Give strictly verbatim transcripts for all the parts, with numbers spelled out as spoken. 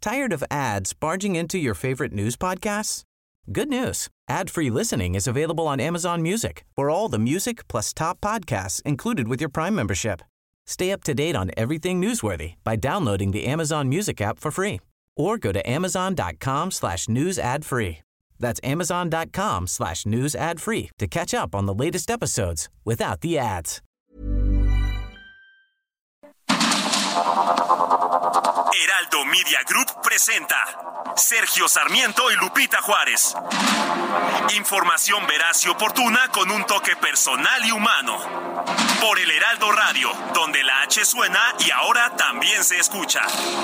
Tired of ads barging into your favorite news podcasts? Good news. Ad-free listening is available on Amazon Music for all the music plus top podcasts included with your Prime membership. Stay up to date on everything newsworthy by downloading the Amazon Music app for free or go to amazon.com slash news ad free. That's amazon.com slash news ad free to catch up on the latest episodes without the ads. Heraldo Media Group presenta Sergio Sarmiento y Lupita Juárez. Información veraz y oportuna con un toque personal y humano. Por el Heraldo Radio, donde la H suena y ahora también se escucha.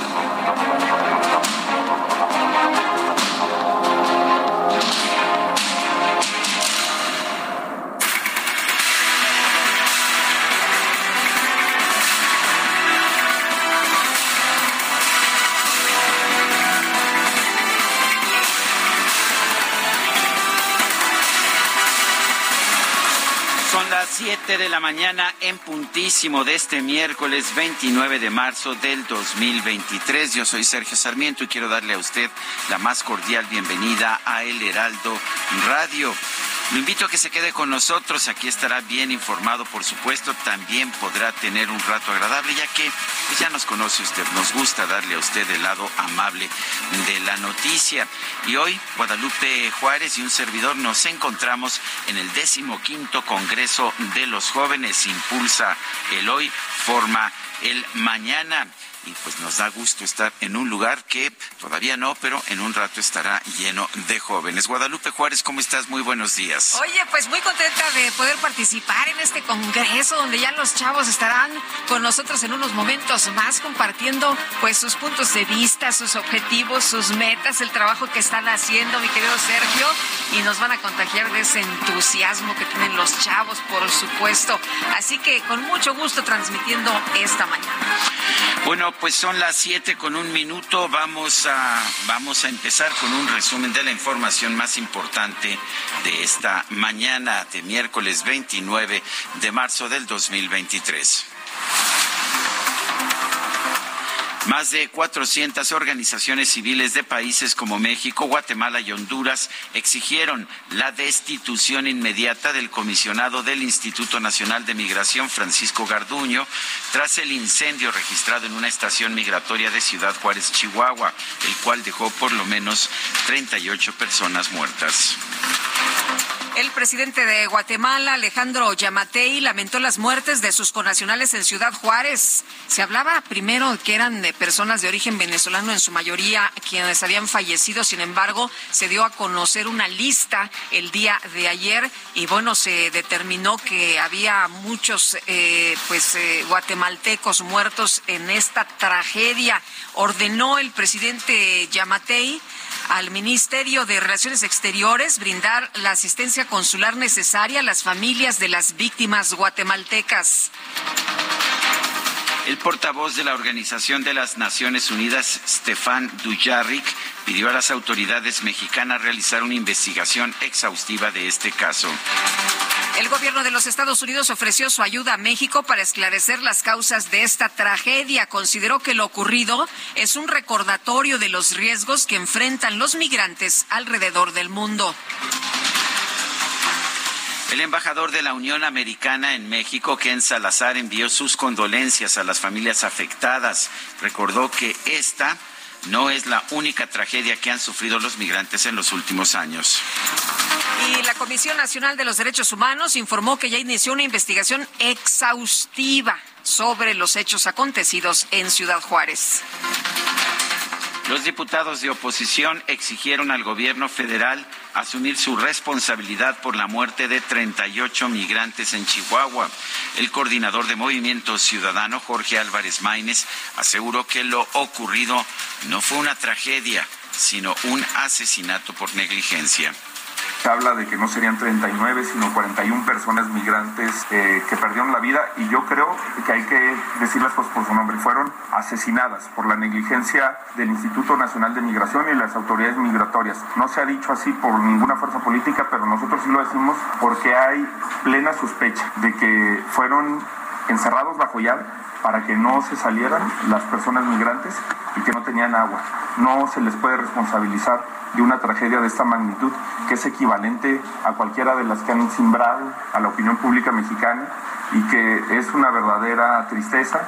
Son las siete de la mañana en puntísimo de este miércoles veintinueve de marzo del dos mil veintitrés. Yo soy Sergio Sarmiento y quiero darle a usted la más cordial bienvenida a El Heraldo Radio. Lo invito a que se quede con nosotros, aquí estará bien informado, por supuesto, también podrá tener un rato agradable, ya que pues ya nos conoce usted, nos gusta darle a usted el lado amable de la noticia. Y hoy, Guadalupe Juárez y un servidor nos encontramos en el decimoquinto Congreso de los Jóvenes, Impulsa el Hoy, Forma el Mañana. Y pues nos da gusto estar en un lugar que todavía no, pero en un rato estará lleno de jóvenes. Guadalupe Juárez, ¿cómo estás? Muy buenos días. Oye, pues muy contenta de poder participar en este congreso donde ya los chavos estarán con nosotros en unos momentos más compartiendo pues sus puntos de vista, sus objetivos, sus metas, el trabajo que están haciendo, mi querido Sergio, y nos van a contagiar de ese entusiasmo que tienen los chavos, por supuesto. Así que con mucho gusto transmitiendo esta mañana. Bueno, pues son las siete con un minuto. Vamos a, vamos a empezar con un resumen de la información más importante de esta mañana de miércoles veintinueve de marzo del dos mil veintitrés. Más de cuatrocientas organizaciones civiles de países como México, Guatemala y Honduras exigieron la destitución inmediata del comisionado del Instituto Nacional de Migración, Francisco Garduño, tras el incendio registrado en una estación migratoria de Ciudad Juárez, Chihuahua, el cual dejó por lo menos treinta y ocho personas muertas. El presidente de Guatemala, Alejandro Yamatei, lamentó las muertes de sus connacionales en Ciudad Juárez. Se hablaba primero que eran de personas de origen venezolano, en su mayoría quienes habían fallecido. Sin embargo, se dio a conocer una lista el día de ayer y bueno, se determinó que había muchos eh, pues eh, guatemaltecos muertos en esta tragedia. Ordenó el presidente Yamatei al Ministerio de Relaciones Exteriores brindar la asistencia consular necesaria a las familias de las víctimas guatemaltecas. El portavoz de la Organización de las Naciones Unidas, Stefan Dujarric, pidió a las autoridades mexicanas realizar una investigación exhaustiva de este caso. El gobierno de los Estados Unidos ofreció su ayuda a México para esclarecer las causas de esta tragedia. Consideró que lo ocurrido es un recordatorio de los riesgos que enfrentan los migrantes alrededor del mundo. El embajador de la Unión Americana en México, Ken Salazar, envió sus condolencias a las familias afectadas. Recordó que esta no es la única tragedia que han sufrido los migrantes en los últimos años. Y la Comisión Nacional de los Derechos Humanos informó que ya inició una investigación exhaustiva sobre los hechos acontecidos en Ciudad Juárez. Los diputados de oposición exigieron al gobierno federal asumir su responsabilidad por la muerte de treinta y ocho migrantes en Chihuahua. El coordinador de Movimiento Ciudadano, Jorge Álvarez Maínez, aseguró que lo ocurrido no fue una tragedia, sino un asesinato por negligencia. Se habla de que no serían treinta y nueve, sino cuarenta y una personas migrantes eh, que perdieron la vida, y yo creo que hay que decir las cosas por su nombre. Fueron asesinadas por la negligencia del Instituto Nacional de Migración y las autoridades migratorias. No se ha dicho así por ninguna fuerza política, pero nosotros sí lo decimos porque hay plena sospecha de que fueron encerrados bajo llave para que no se salieran las personas migrantes y que no tenían agua. No se les puede responsabilizar de una tragedia de esta magnitud, que es equivalente a cualquiera de las que han simbrado a la opinión pública mexicana y que es una verdadera tristeza.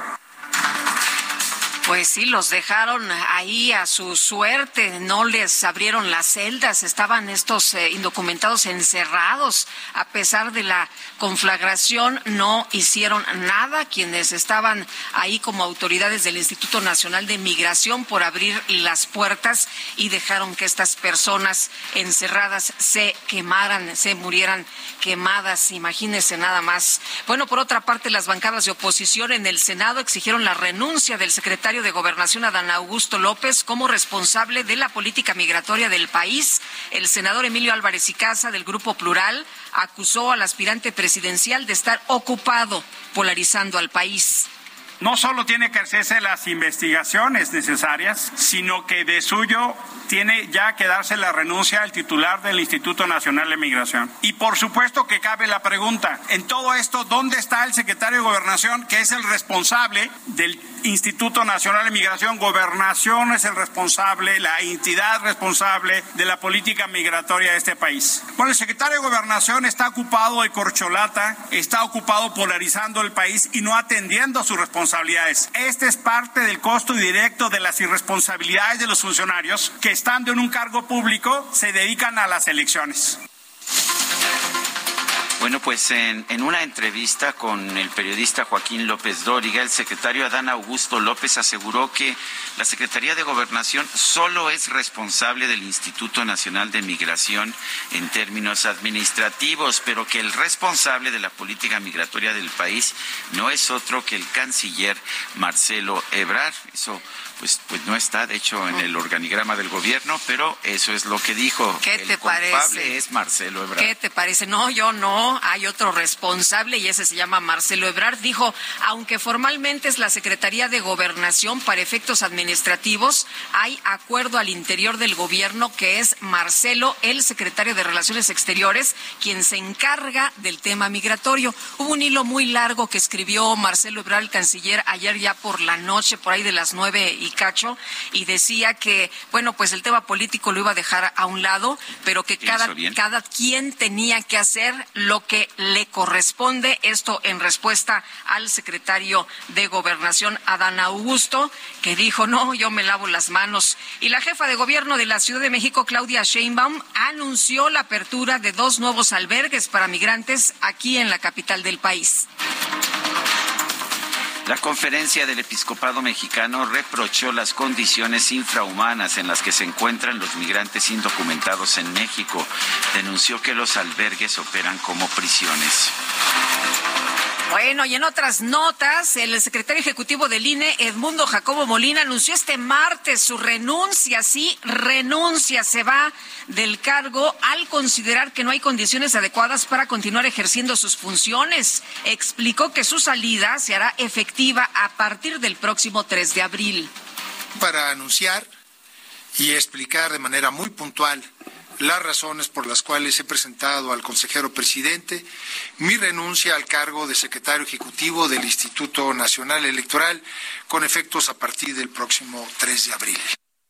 Pues sí, los dejaron ahí a su suerte, no les abrieron las celdas, estaban estos eh, indocumentados encerrados. A pesar de la conflagración, no hicieron nada quienes estaban ahí como autoridades del Instituto Nacional de Migración por abrir las puertas y dejaron que estas personas encerradas se quemaran, se murieran quemadas, imagínense nada más. Bueno, por otra parte, las bancadas de oposición en el Senado exigieron la renuncia del secretario de Gobernación Adán Augusto López como responsable de la política migratoria del país. El senador Emilio Álvarez y Casa, del Grupo Plural, acusó al aspirante presidencial de estar ocupado polarizando al país. No solo tiene que hacerse las investigaciones necesarias, sino que de suyo tiene ya que darse la renuncia al titular del Instituto Nacional de Migración. Y por supuesto que cabe la pregunta, en todo esto, ¿dónde está el secretario de Gobernación, que es el responsable del Instituto Nacional de Migración? Gobernación es el responsable, la entidad responsable de la política migratoria de este país. Bueno, el secretario de Gobernación está ocupado de corcholata, está ocupado polarizando el país y no atendiendo a sus responsabilidades. Este es parte del costo directo de las irresponsabilidades de los funcionarios que, estando en un cargo público, se dedican a las elecciones. Bueno, pues en, en una entrevista con el periodista Joaquín López Dóriga, el secretario Adán Augusto López aseguró que la Secretaría de Gobernación solo es responsable del Instituto Nacional de Migración en términos administrativos, pero que el responsable de la política migratoria del país no es otro que el canciller Marcelo Ebrard. Eso pues pues no está, de hecho, en el organigrama del gobierno, pero eso es lo que dijo. ¿Qué el te culpable parece? Es Marcelo Ebrard. ¿Qué te parece? No, yo no. Hay otro responsable y ese se llama Marcelo Ebrard. Dijo, aunque formalmente es la Secretaría de Gobernación, para efectos administrativos hay acuerdo al interior del gobierno que es Marcelo, el secretario de Relaciones Exteriores, quien se encarga del tema migratorio. Hubo un hilo muy largo que escribió Marcelo Ebrard, el canciller, ayer ya por la noche, por ahí de las nueve y cacho, y decía que, bueno, pues el tema político lo iba a dejar a un lado, pero que cada, cada quien tenía que hacer lo que le corresponde, esto en respuesta al secretario de Gobernación, Adán Augusto, que dijo, no, yo me lavo las manos. Y la jefa de gobierno de la Ciudad de México, Claudia Sheinbaum, anunció la apertura de dos nuevos albergues para migrantes aquí en la capital del país. La Conferencia del Episcopado Mexicano reprochó las condiciones infrahumanas en las que se encuentran los migrantes indocumentados en México. Denunció que los albergues operan como prisiones. Bueno, y en otras notas, el secretario ejecutivo del I N E, Edmundo Jacobo Molina, anunció este martes su renuncia, sí, renuncia, se va del cargo al considerar que no hay condiciones adecuadas para continuar ejerciendo sus funciones. Explicó que su salida se hará efectiva a partir del próximo tres de abril. Para anunciar y explicar de manera muy puntual las razones por las cuales he presentado al consejero presidente mi renuncia al cargo de secretario ejecutivo del Instituto Nacional Electoral con efectos a partir del próximo tres de abril.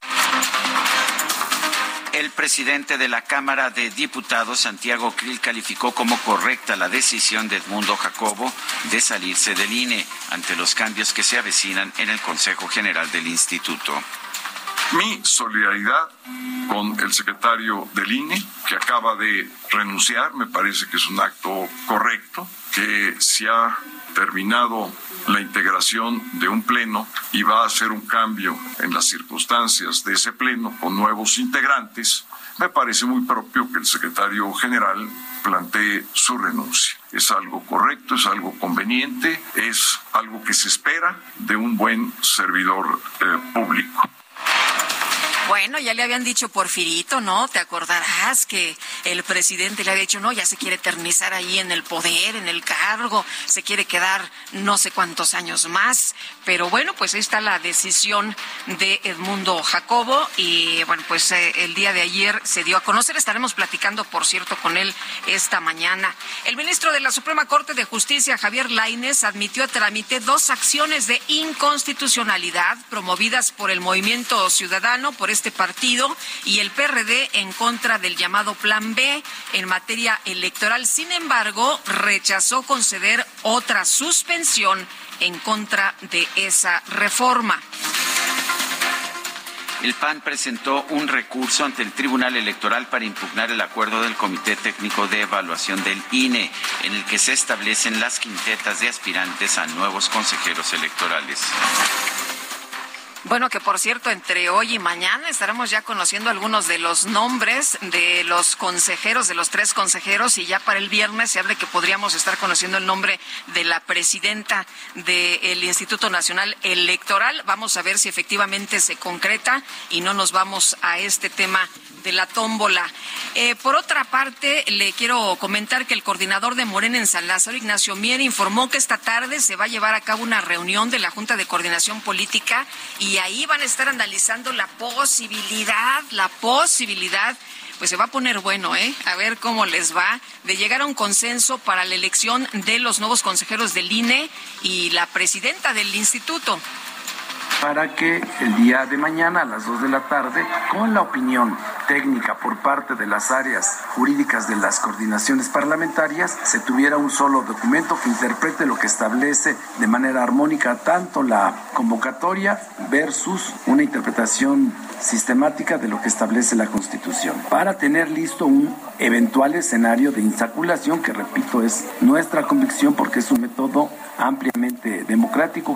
El presidente de la Cámara de Diputados, Santiago Krill, calificó como correcta la decisión de Edmundo Jacobo de salirse del I N E ante los cambios que se avecinan en el Consejo General del Instituto. Mi solidaridad con el secretario del I N E, que acaba de renunciar, me parece que es un acto correcto, que se ha terminado la integración de un pleno y va a hacer un cambio en las circunstancias de ese pleno con nuevos integrantes. Me parece muy propio que el secretario general plantee su renuncia. Es algo correcto, es algo conveniente, es algo que se espera de un buen servidor eh, público. Bueno, ya le habían dicho Porfirito, ¿no? Te acordarás que el presidente le había dicho, no, ya se quiere eternizar ahí en el poder, en el cargo, se quiere quedar no sé cuántos años más. Pero bueno, pues ahí está la decisión de Edmundo Jacobo y bueno, pues eh, el día de ayer se dio a conocer. Estaremos platicando, por cierto, con él esta mañana. El ministro de la Suprema Corte de Justicia, Javier Lainez, admitió a trámite dos acciones de inconstitucionalidad promovidas por el Movimiento Ciudadano, por este partido, y el P R D en contra del llamado Plan B en materia electoral. Sin embargo, rechazó conceder otra suspensión en contra de esa reforma. El P A N presentó un recurso ante el Tribunal Electoral para impugnar el acuerdo del Comité Técnico de Evaluación del I N E, en el que se establecen las quintetas de aspirantes a nuevos consejeros electorales. Bueno, que por cierto, entre hoy y mañana estaremos ya conociendo algunos de los nombres de los consejeros, de los tres consejeros, y ya para el viernes se habla que podríamos estar conociendo el nombre de la presidenta del Instituto Nacional Electoral. Vamos a ver si efectivamente se concreta y no nos vamos a este tema de la tómbola. Eh, por otra parte, le quiero comentar que el coordinador de Morena en San Lázaro, Ignacio Mier, informó que esta tarde se va a llevar a cabo una reunión de la Junta de Coordinación Política y ahí van a estar analizando la posibilidad, la posibilidad, pues se va a poner bueno, ¿eh? A ver cómo les va, de llegar a un consenso para la elección de los nuevos consejeros del I N E y la presidenta del instituto. Para que el día de mañana a las dos de la tarde, con la opinión técnica por parte de las áreas jurídicas de las coordinaciones parlamentarias, se tuviera un solo documento que interprete lo que establece de manera armónica tanto la convocatoria versus una interpretación sistemática de lo que establece la Constitución, para tener listo un eventual escenario de insaculación, que repito, es nuestra convicción porque es un método ampliamente democrático.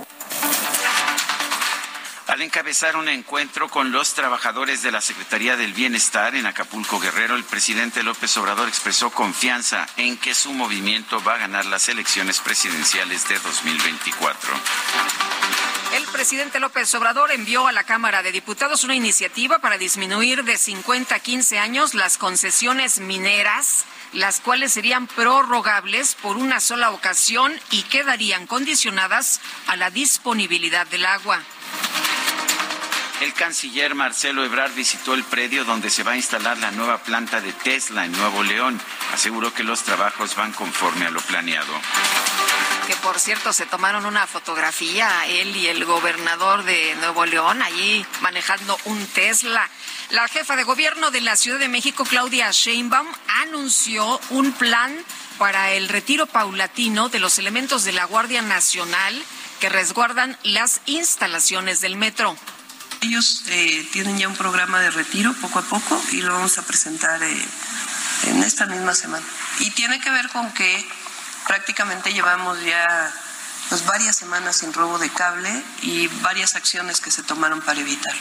Al encabezar un encuentro con los trabajadores de la Secretaría del Bienestar en Acapulco, Guerrero, el presidente López Obrador expresó confianza en que su movimiento va a ganar las elecciones presidenciales de dos mil veinticuatro. El presidente López Obrador envió a la Cámara de Diputados una iniciativa para disminuir de cincuenta a quince años las concesiones mineras, las cuales serían prorrogables por una sola ocasión y quedarían condicionadas a la disponibilidad del agua. El canciller Marcelo Ebrard visitó el predio donde se va a instalar la nueva planta de Tesla en Nuevo León. Aseguró que los trabajos van conforme a lo planeado. Que por cierto se tomaron una fotografía, él y el gobernador de Nuevo León, allí manejando un Tesla. La jefa de gobierno de la Ciudad de México, Claudia Sheinbaum, anunció un plan para el retiro paulatino de los elementos de la Guardia Nacional que resguardan las instalaciones del metro. Ellos eh, tienen ya un programa de retiro poco a poco y lo vamos a presentar eh, en esta misma semana. Y tiene que ver con que prácticamente llevamos ya pues, varias semanas sin robo de cable y varias acciones que se tomaron para evitarlo.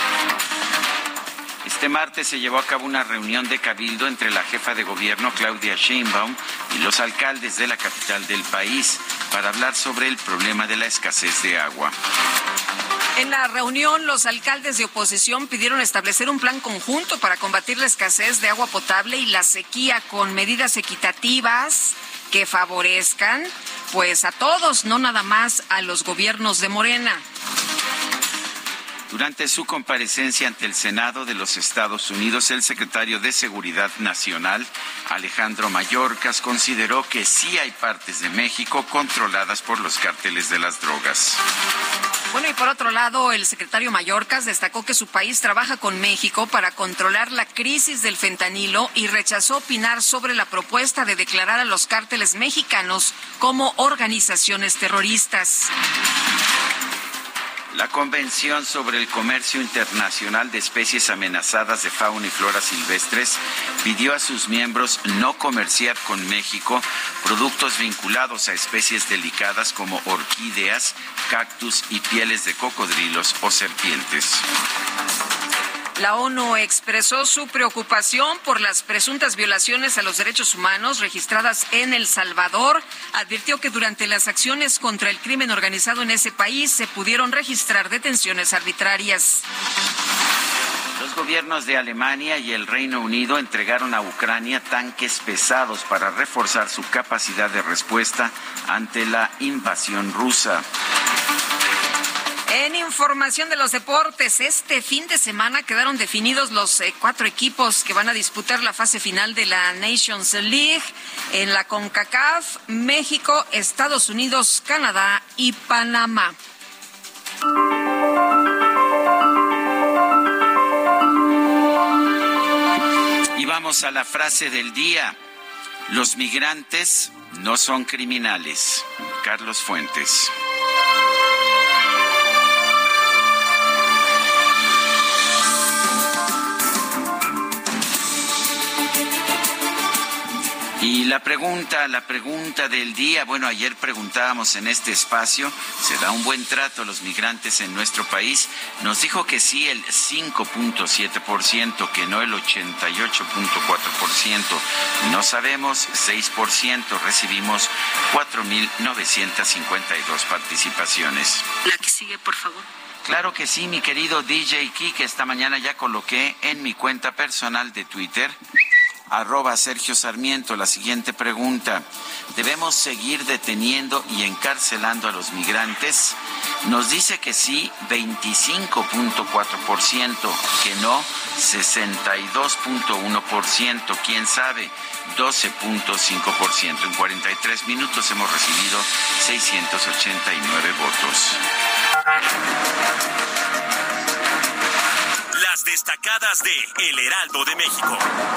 Este martes se llevó a cabo una reunión de cabildo entre la jefa de gobierno, Claudia Sheinbaum, y los alcaldes de la capital del país para hablar sobre el problema de la escasez de agua. En la reunión, los alcaldes de oposición pidieron establecer un plan conjunto para combatir la escasez de agua potable y la sequía con medidas equitativas que favorezcan, pues, a todos, no nada más a los gobiernos de Morena. Durante su comparecencia ante el Senado de los Estados Unidos, el secretario de Seguridad Nacional, Alejandro Mayorkas, consideró que sí hay partes de México controladas por los cárteles de las drogas. Bueno, y por otro lado, el secretario Mayorkas destacó que su país trabaja con México para controlar la crisis del fentanilo y rechazó opinar sobre la propuesta de declarar a los cárteles mexicanos como organizaciones terroristas. La Convención sobre el Comercio Internacional de Especies Amenazadas de Fauna y Flora Silvestres pidió a sus miembros no comerciar con México productos vinculados a especies delicadas como orquídeas, cactus y pieles de cocodrilos o serpientes. La ONU expresó su preocupación por las presuntas violaciones a los derechos humanos registradas en El Salvador. Advirtió que durante las acciones contra el crimen organizado en ese país se pudieron registrar detenciones arbitrarias. Los Los gobiernos de Alemania y el Reino Unido entregaron a Ucrania tanques pesados para reforzar su capacidad de respuesta ante la invasión rusa. En información de los deportes, este fin de semana quedaron definidos los eh, cuatro equipos que van a disputar la fase final de la Nations League en la CONCACAF: México, Estados Unidos, Canadá y Panamá. Y vamos a la frase del día. Los migrantes no son criminales. Carlos Fuentes. Y la pregunta, la pregunta del día, bueno, ayer preguntábamos en este espacio, ¿se da un buen trato a los migrantes en nuestro país? Nos dijo que sí el cinco punto siete por ciento, que no el ochenta y ocho punto cuatro por ciento. No sabemos, seis por ciento. Recibimos cuatro mil novecientas cincuenta y dos participaciones. La que sigue, por favor. Claro que sí, mi querido D J Kike. Esta mañana ya coloqué en mi cuenta personal de Twitter, arroba Sergio Sarmiento, la siguiente pregunta: ¿debemos seguir deteniendo y encarcelando a los migrantes? Nos dice que sí, veinticinco punto cuatro por ciento, que no, sesenta y dos punto uno por ciento, quién sabe, doce punto cinco por ciento. En cuarenta y tres minutos hemos recibido seiscientos ochenta y nueve votos. Las destacadas de El Heraldo de México.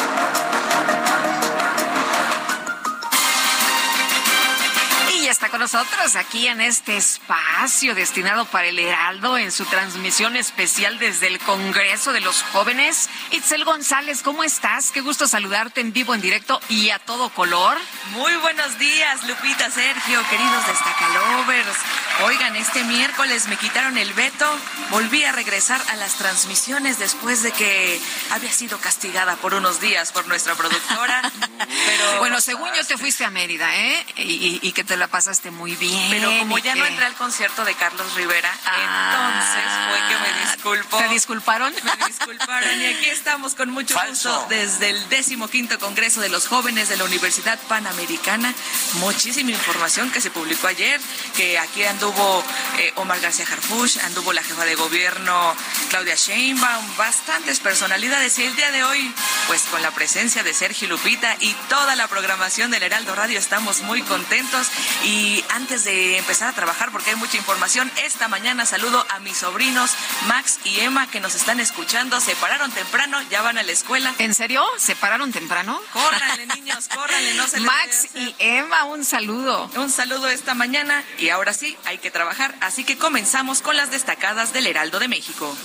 Y ya está con nosotros aquí en este espacio destinado para El Heraldo en su transmisión especial desde el Congreso de los Jóvenes. Itzel González, ¿cómo estás? Qué gusto saludarte en vivo, en directo y a todo color. Muy buenos días, Lupita, Sergio, queridos Destacalovers. Oigan, este miércoles me quitaron el veto, volví a regresar a las transmisiones después de que había sido castigada por unos días por nuestra productora. Pero bueno, según yo te fuiste a Mérida, ¿eh? Y, y que te la pasaste muy bien. Pero como ya que... no entré al concierto de Carlos Rivera, ah, entonces fue que me disculpo. ¿Te disculparon? Me disculparon y aquí estamos con mucho Falso. gusto desde el decimoquinto Congreso de los Jóvenes de la Universidad Panamericana. Muchísima información que se publicó ayer, que aquí anduvo eh, Omar García Harfuch, anduvo la jefa de gobierno Claudia Sheinbaum, bastantes personalidades, y el día de hoy, pues con la presencia de Sergio, Lupita y toda la programación del Heraldo Radio, estamos muy contentos. Y antes de empezar a trabajar, porque hay mucha información, esta mañana saludo a mis sobrinos Max y Emma, que nos están escuchando. Se pararon temprano, ya van a la escuela. ¿En serio? ¿Se pararon temprano? Córranle, niños, córranle, no se les Max y Emma, un saludo. Un saludo esta mañana, y ahora sí, hay que trabajar, así que comenzamos con las destacadas del Heraldo de México.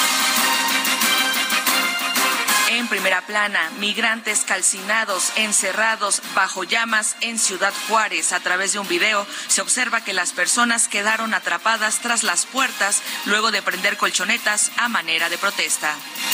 En primera plana, migrantes calcinados, encerrados bajo llamas en Ciudad Juárez. A través de un video se observa que las personas quedaron atrapadas tras las puertas luego de prender colchonetas a manera de protesta.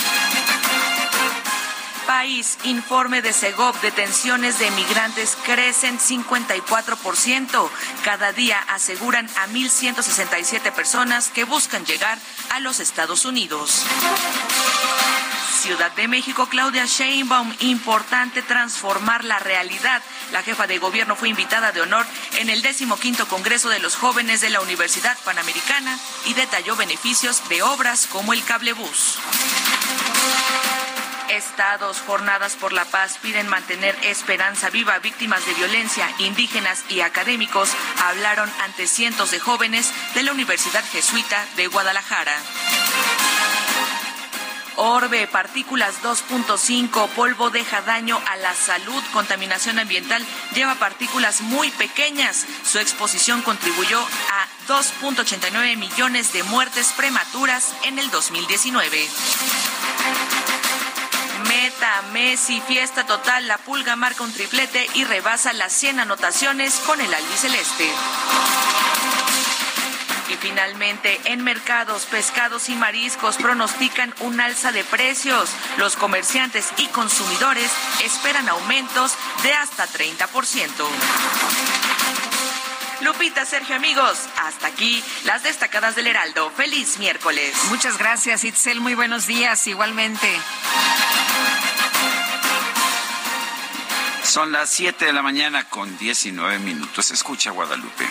País, informe de Segov, detenciones de migrantes crecen cincuenta y cuatro por ciento. Cada día aseguran a mil ciento sesenta y siete personas que buscan llegar a los Estados Unidos. Ciudad de México, Claudia Sheinbaum, importante transformar la realidad. La jefa de gobierno fue invitada de honor en el decimoquinto Congreso de los Jóvenes de la Universidad Panamericana y detalló beneficios de obras como el cablebús. Estados, Jornadas por la Paz piden mantener esperanza viva. Víctimas de violencia, indígenas y académicos hablaron ante cientos de jóvenes de la Universidad Jesuita de Guadalajara. Orbe, partículas dos punto cinco, polvo deja daño a la salud, contaminación ambiental lleva partículas muy pequeñas. Su exposición contribuyó a dos punto ochenta y nueve millones de muertes prematuras en el dos mil diecinueve. Meta, Messi, fiesta total, la Pulga marca un triplete y rebasa las cien anotaciones con el albiceleste. Y finalmente, en mercados, pescados y mariscos pronostican un alza de precios. Los comerciantes y consumidores esperan aumentos de hasta treinta por ciento. Lupita, Sergio, amigos, hasta aquí las destacadas del Heraldo. Feliz miércoles. Muchas gracias, Itzel. Muy buenos días, igualmente. Son las siete de la mañana con diecinueve minutos. Escucha, Guadalupe.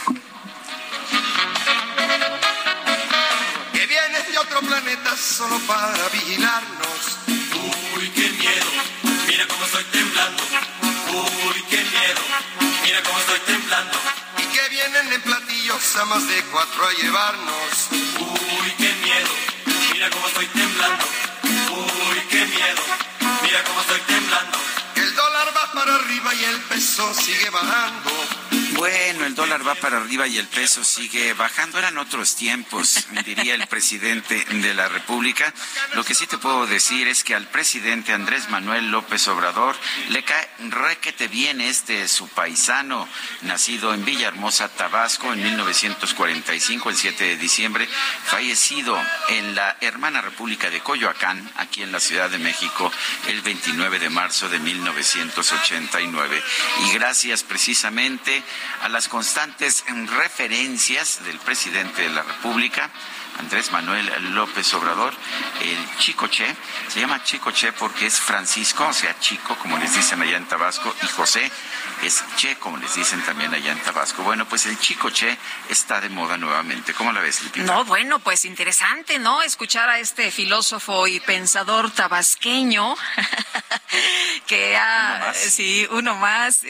Que vienes de otro planeta solo para vigilarnos. Uy, qué miedo, mira cómo estoy temblando. Uy, qué miedo, mira cómo estoy temblando. Y que vienen en platillos a más de cuatro a llevarnos. Uy, qué miedo, mira cómo estoy temblando. Uy, qué miedo, mira cómo estoy temblando. El dólar va para arriba y el peso sigue bajando. Bueno, el dólar va para arriba y el peso sigue bajando. Eran otros tiempos, diría el presidente de la República. Lo que sí te puedo decir es que al presidente Andrés Manuel López Obrador le cae requete bien este su paisano, nacido en Villahermosa, Tabasco, en mil novecientos cuarenta y cinco, el siete de diciembre, fallecido en la hermana República de Coyoacán, aquí en la Ciudad de México, el veintinueve de marzo de mil novecientos ochenta y nueve. Y gracias precisamente a las constantes referencias del presidente de la República, Andrés Manuel López Obrador, el Chicoche, se llama Chicoche porque es Francisco, o sea, Chico, como les dicen allá en Tabasco, y José es Che, como les dicen también allá en Tabasco. Bueno, pues el Chicoche está de moda nuevamente. ¿Cómo la ves, Lupita? No, bueno, pues interesante, ¿no? Escuchar a este filósofo y pensador tabasqueño que ha, ¿Uno sí, uno más,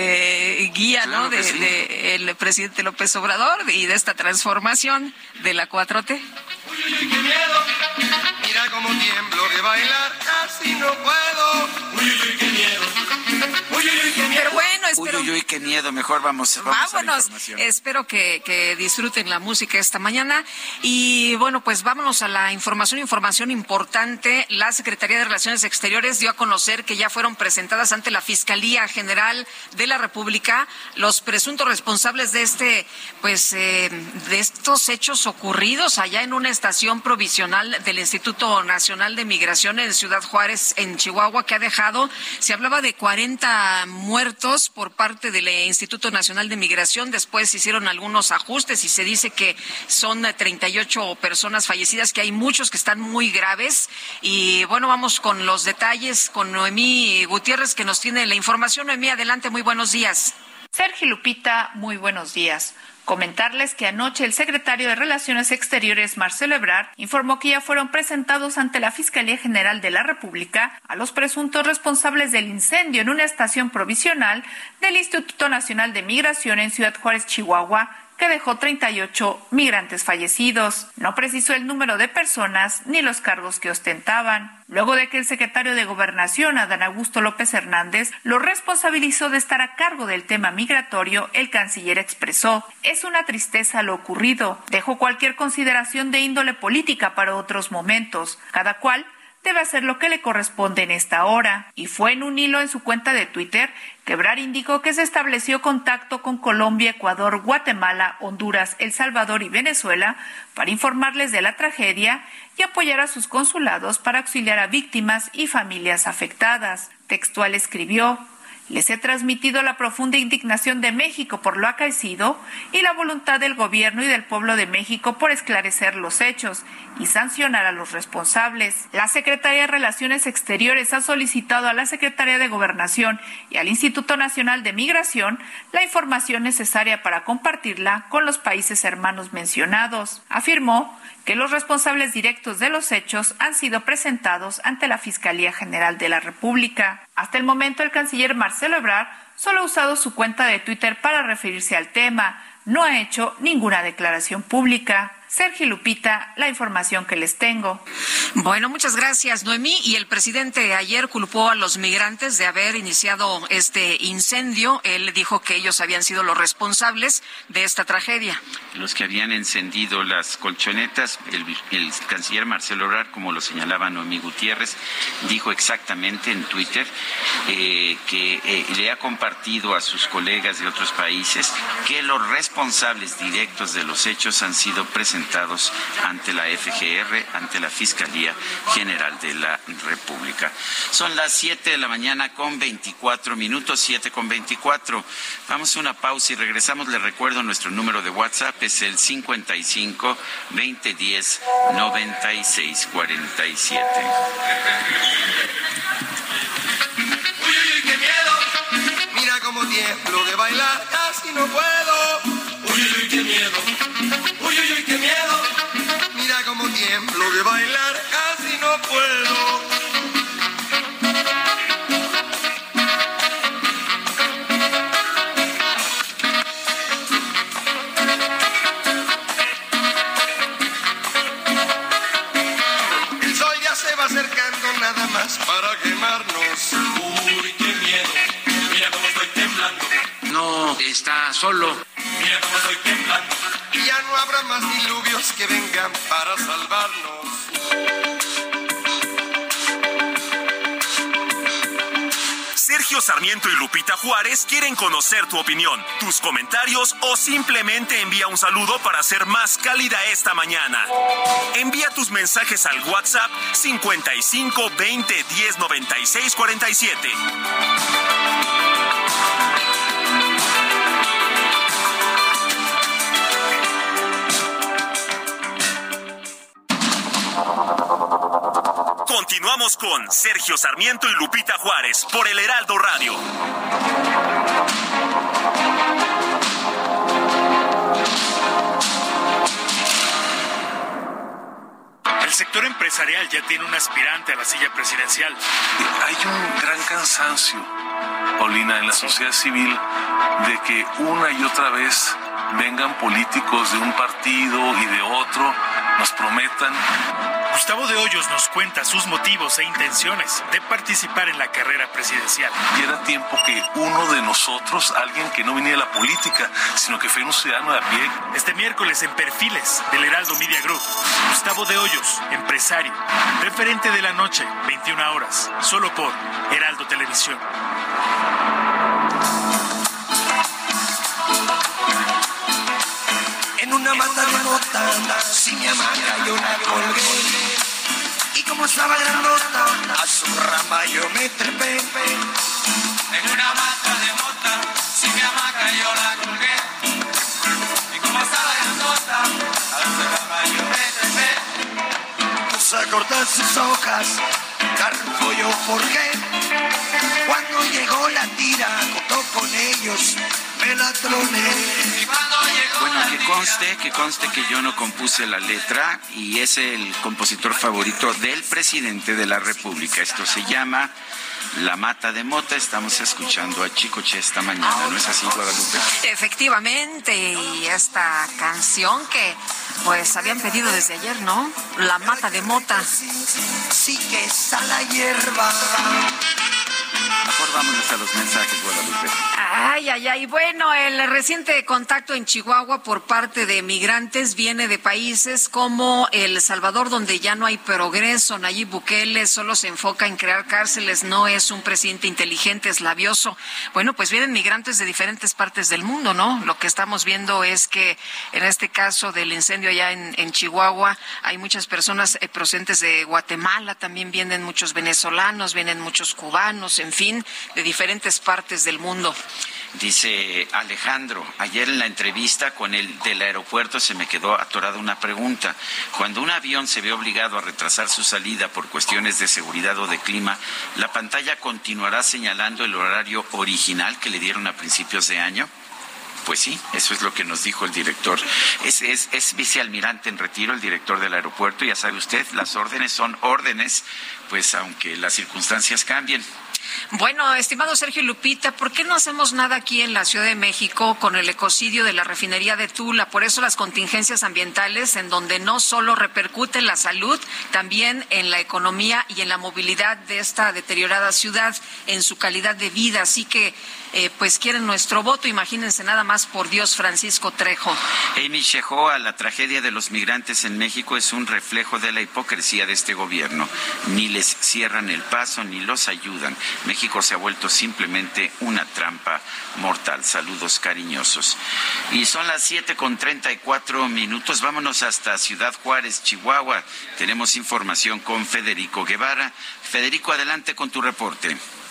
este, guía, claro, ¿no? De, sí. de el presidente López Obrador y de esta transformación de la cuatro T. Uy, qué miedo, mira cómo tiemblo de bailar, casi no puedo. Uy, uy, uy, qué miedo. Uy, uy, uy, qué miedo. Pero bueno, espero... Uy, uy, uy, qué miedo. Mejor vamos, vamos Vámonos. a la información. Espero que, que disfruten la música esta mañana. Y bueno, pues vámonos a la información, información importante. La Secretaría de Relaciones Exteriores dio a conocer que ya fueron presentadas ante la Fiscalía General de la República los presuntos responsables de este, pues, eh, de estos hechos ocurridos allá en una estación provisional del Instituto Nacional de Migración en Ciudad Juárez, en Chihuahua, que ha dejado, se hablaba de cuarenta muertos por parte del Instituto Nacional de Migración. Después se hicieron algunos ajustes y se dice que son treinta y ocho personas fallecidas, que hay muchos que están muy graves. Y bueno, vamos con los detalles con Noemí Gutiérrez, que nos tiene la información. Noemí, adelante, muy buenos días. Sergio, Lupita, muy buenos días. Comentarles que anoche el secretario de Relaciones Exteriores, Marcelo Ebrard, informó que ya fueron presentados ante la Fiscalía General de la República a los presuntos responsables del incendio en una estación provisional del Instituto Nacional de Migración en Ciudad Juárez, Chihuahua, que dejó treinta y ocho migrantes fallecidos. No precisó el número de personas ni los cargos que ostentaban. Luego de que el secretario de Gobernación, Adán Augusto López Hernández, lo responsabilizó de estar a cargo del tema migratorio, el canciller expresó: es una tristeza lo ocurrido. Dejó cualquier consideración de índole política para otros momentos. Cada cual debe hacer lo que le corresponde en esta hora. Y fue en un hilo en su cuenta de Twitter que Ebrard indicó que se estableció contacto con Colombia, Ecuador, Guatemala, Honduras, El Salvador y Venezuela para informarles de la tragedia y apoyar a sus consulados para auxiliar a víctimas y familias afectadas. Textual escribió: les he transmitido la profunda indignación de México por lo acaecido y la voluntad del gobierno y del pueblo de México por esclarecer los hechos y sancionar a los responsables. La Secretaría de Relaciones Exteriores ha solicitado a la Secretaría de Gobernación y al Instituto Nacional de Migración la información necesaria para compartirla con los países hermanos mencionados. Afirmó que los responsables directos de los hechos han sido presentados ante la Fiscalía General de la República. Hasta el momento, el canciller Marcelo Ebrard solo ha usado su cuenta de Twitter para referirse al tema. No ha hecho ninguna declaración pública. Sergio, Lupita, la información que les tengo. Bueno, muchas gracias, Noemí. Y el presidente ayer culpó a los migrantes de haber iniciado este incendio. Él dijo que ellos habían sido los responsables de esta tragedia. Los que habían encendido las colchonetas, el, el canciller Marcelo Ebrard, como lo señalaba Noemí Gutiérrez, dijo exactamente en Twitter eh, que eh, le ha compartido a sus colegas de otros países que los responsables directos de los hechos han sido presentados presentados ante la F G R, ante la Fiscalía General de la República. Son las siete de la mañana con veinticuatro minutos, siete con veinticuatro. Vamos a una pausa y regresamos. Les recuerdo nuestro número de WhatsApp es el cincuenta y cinco, veinte diez, noventa y seis cuarenta y siete. Uy, uy, uy, qué miedo. Mira cómo tiemblo de bailar, casi no puedo. Uy, uy, uy, qué miedo. Uy, uy, uy, qué miedo. Mira cómo tiemblo de bailar, casi no puedo. Nada más para quemarnos. Uy, qué miedo. Mira cómo estoy temblando. No está solo. Mira cómo estoy temblando. Y ya no habrá más diluvios que vengan para salvarnos. Sergio Sarmiento y Lupita Juárez quieren conocer tu opinión, tus comentarios o simplemente envía un saludo para ser más cálida esta mañana. Envía tus mensajes al WhatsApp cincuenta y cinco, veinte, diez, noventa y seis, cuarenta y siete. Continuamos con Sergio Sarmiento y Lupita Juárez por el Heraldo Radio. El sector empresarial ya tiene un aspirante a la silla presidencial. Hay un gran cansancio, Paulina, en la sociedad civil de que una y otra vez vengan políticos de un partido y de otro, nos prometan. Gustavo de Hoyos nos cuenta sus motivos e intenciones de participar en la carrera presidencial. Y era tiempo que uno de nosotros, alguien que no venía de la política, sino que fue un ciudadano de a pie. Este miércoles en Perfiles del Heraldo Media Group, Gustavo de Hoyos, empresario, referente de la noche, veintiuna horas, solo por Heraldo Televisión. En una mata de mota, sin mi hamaca yo la colgué. Y como estaba grandota, a su rama yo me trepé. En una mata de mota, sin mi hamaca yo la colgué. Y como estaba grandota, a su rama yo me trepé. Puse a cortar sus hojas, cargo yo porque cuando llegó la tira, contó con ellos, me la troné. Bueno, que conste, que conste que yo no compuse la letra y es el compositor favorito del presidente de la República. Esto se llama La Mata de Mota. Estamos escuchando a Chicoche esta mañana, ¿no es así, Guadalupe? Efectivamente, y esta canción que pues habían pedido desde ayer, ¿no? La Mata de Mota. Sí que está la hierba. Mejor vámonos a los mensajes, Guadalupe. Ay, ay, ay. Bueno, el reciente contacto en Chihuahua por parte de migrantes viene de países como El Salvador, donde ya no hay progreso. Nayib Bukele solo se enfoca en crear cárceles, no es un presidente inteligente, es labioso. Bueno, pues vienen migrantes de diferentes partes del mundo, ¿no? Lo que estamos viendo es que en este caso del incendio allá en, en Chihuahua hay muchas personas eh, procedentes de Guatemala, también vienen muchos venezolanos, vienen muchos cubanos, en fin, de diferentes partes del mundo. Dice Alejandro, ayer en la entrevista con el del aeropuerto se me quedó atorada una pregunta. Cuando un avión se ve obligado a retrasar su salida por cuestiones de seguridad o de clima, ¿la pantalla continuará señalando el horario original que le dieron a principios de año? Pues sí, eso es lo que nos dijo el director. Es, es, es vicealmirante en retiro, el director del aeropuerto. Ya sabe usted, las órdenes son órdenes, pues aunque las circunstancias cambien. Bueno, estimado Sergio y Lupita, ¿por qué no hacemos nada aquí en la Ciudad de México con el ecocidio de la refinería de Tula? Por eso las contingencias ambientales, en donde no solo repercute en la salud, también en la economía y en la movilidad de esta deteriorada ciudad, en su calidad de vida. Así que, eh, pues quieren nuestro voto, imagínense nada más, por Dios, Francisco Trejo. Amy Shehoa, la tragedia de los migrantes en México es un reflejo de la hipocresía de este gobierno. Ni les cierran el paso, ni los ayudan. México se ha vuelto simplemente una trampa mortal. Saludos cariñosos. Y son las siete con treinta y cuatro minutos. Vámonos hasta Ciudad Juárez, Chihuahua. Tenemos información con Federico Guevara. Federico, adelante con tu reporte.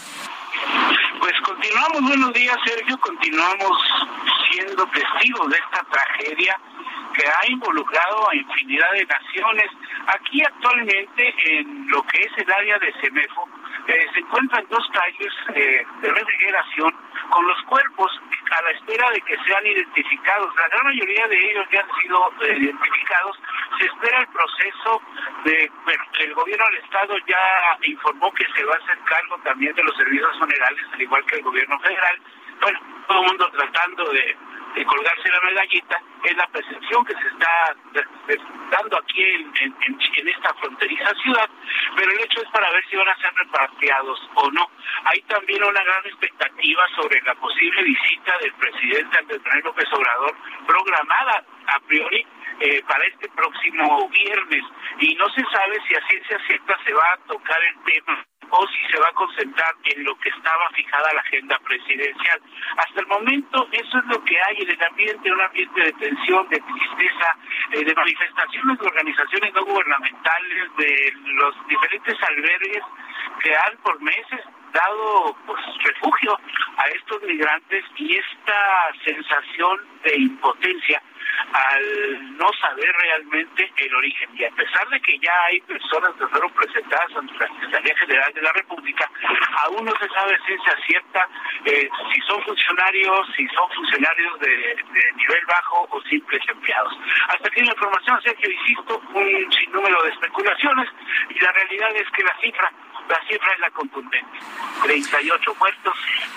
Pues continuamos, buenos días, Sergio, continuamos siendo testigos de esta tragedia que ha involucrado a infinidad de naciones. Aquí actualmente, en lo que es el área de Semefo, eh, se encuentran dos tallos eh, de refrigeración con los cuerpos a la espera de que sean identificados. La gran mayoría de ellos ya han sido eh, identificados. Se espera el proceso de... Bueno, el gobierno del Estado ya informó que se va a hacer cargo también de los servicios funerales, al igual que el gobierno federal. Bueno, todo el mundo tratando de, de colgarse la medallita. Es la percepción que se está dando aquí en, en, en esta fronteriza ciudad, pero el hecho es para ver si van a ser repatriados o no. Hay también una gran expectativa sobre la posible visita del presidente Andrés Manuel López Obrador, programada a priori eh, para este próximo viernes, y no se sabe si a ciencia cierta se va a tocar el tema o si se va a concentrar en lo que estaba fijada la agenda presidencial. Hasta el momento eso es lo que hay en el ambiente, un ambiente de tensión, de tristeza, eh, de manifestaciones de organizaciones no gubernamentales, de los diferentes albergues que han por meses dado pues refugio a estos migrantes, y esta sensación de impotencia al no saber realmente el origen. Y a pesar de que ya hay personas que fueron presentadas ante la Fiscalía General de la República, aún no se sabe ciencia cierta eh, si son funcionarios, si son funcionarios de, de nivel bajo o simples empleados. Hasta aquí la información, Sergio, insisto, un sinnúmero de especulaciones, y la realidad es que la cifra, la cifra es la contundente. treinta y ocho muertos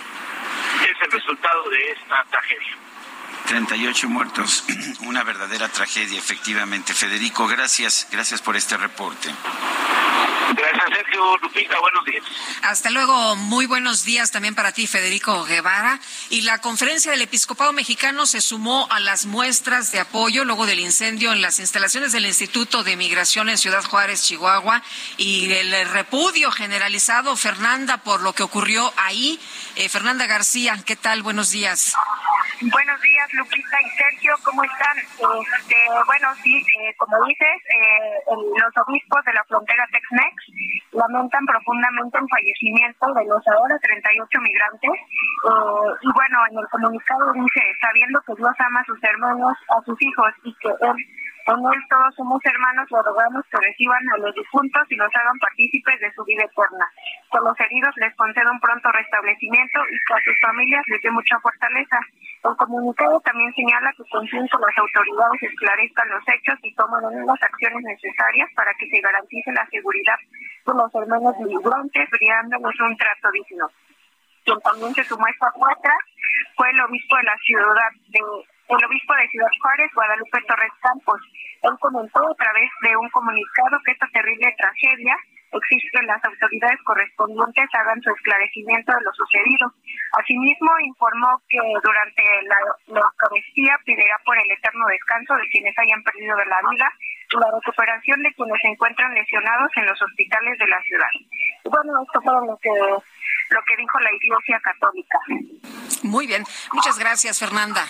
es el resultado de esta tragedia. treinta y ocho muertos, una verdadera tragedia, efectivamente. Federico, gracias, gracias por este reporte. Gracias, Sergio. Lupita, buenos días. Hasta luego, muy buenos días también para ti, Federico Guevara. Y la Conferencia del Episcopado Mexicano se sumó a las muestras de apoyo luego del incendio en las instalaciones del Instituto de Migración en Ciudad Juárez, Chihuahua, y el repudio generalizado, Fernanda, por lo que ocurrió ahí. Eh, Fernanda García, ¿qué tal? Buenos días. Buenos días, Lupita y Sergio, ¿cómo están? Este, bueno, sí, eh, como dices, eh, el, los obispos de la frontera Tex-Mex lamentan profundamente el fallecimiento de los ahora treinta y ocho migrantes. Eh, y bueno, en el comunicado dice, sabiendo que Dios ama a sus hermanos, a sus hijos, y que Él, en Él todos somos hermanos, le rogamos que reciban a los difuntos y los hagan partícipes de su vida eterna. Que los heridos les conceda un pronto restablecimiento y que a sus familias les dé mucha fortaleza. El comunicado también señala que confían que las autoridades esclarezcan los hechos y tomen las acciones necesarias para que se garantice la seguridad de los hermanos migrantes, brindándoles un trato digno. Quien también se sumó a esta muestra fue el obispo de la ciudad de el obispo de Ciudad Juárez, Guadalupe Torres Campos. Él comentó a través de un comunicado que esta terrible tragedia exige que las autoridades correspondientes hagan su esclarecimiento de lo sucedido. Asimismo, informó que durante la, la Eucaristía pedirá por el eterno descanso de quienes hayan perdido la vida y la recuperación de quienes se encuentran lesionados en los hospitales de la ciudad. Y bueno, esto fue lo que, lo que dijo la Iglesia Católica. Muy bien, muchas gracias, Fernanda.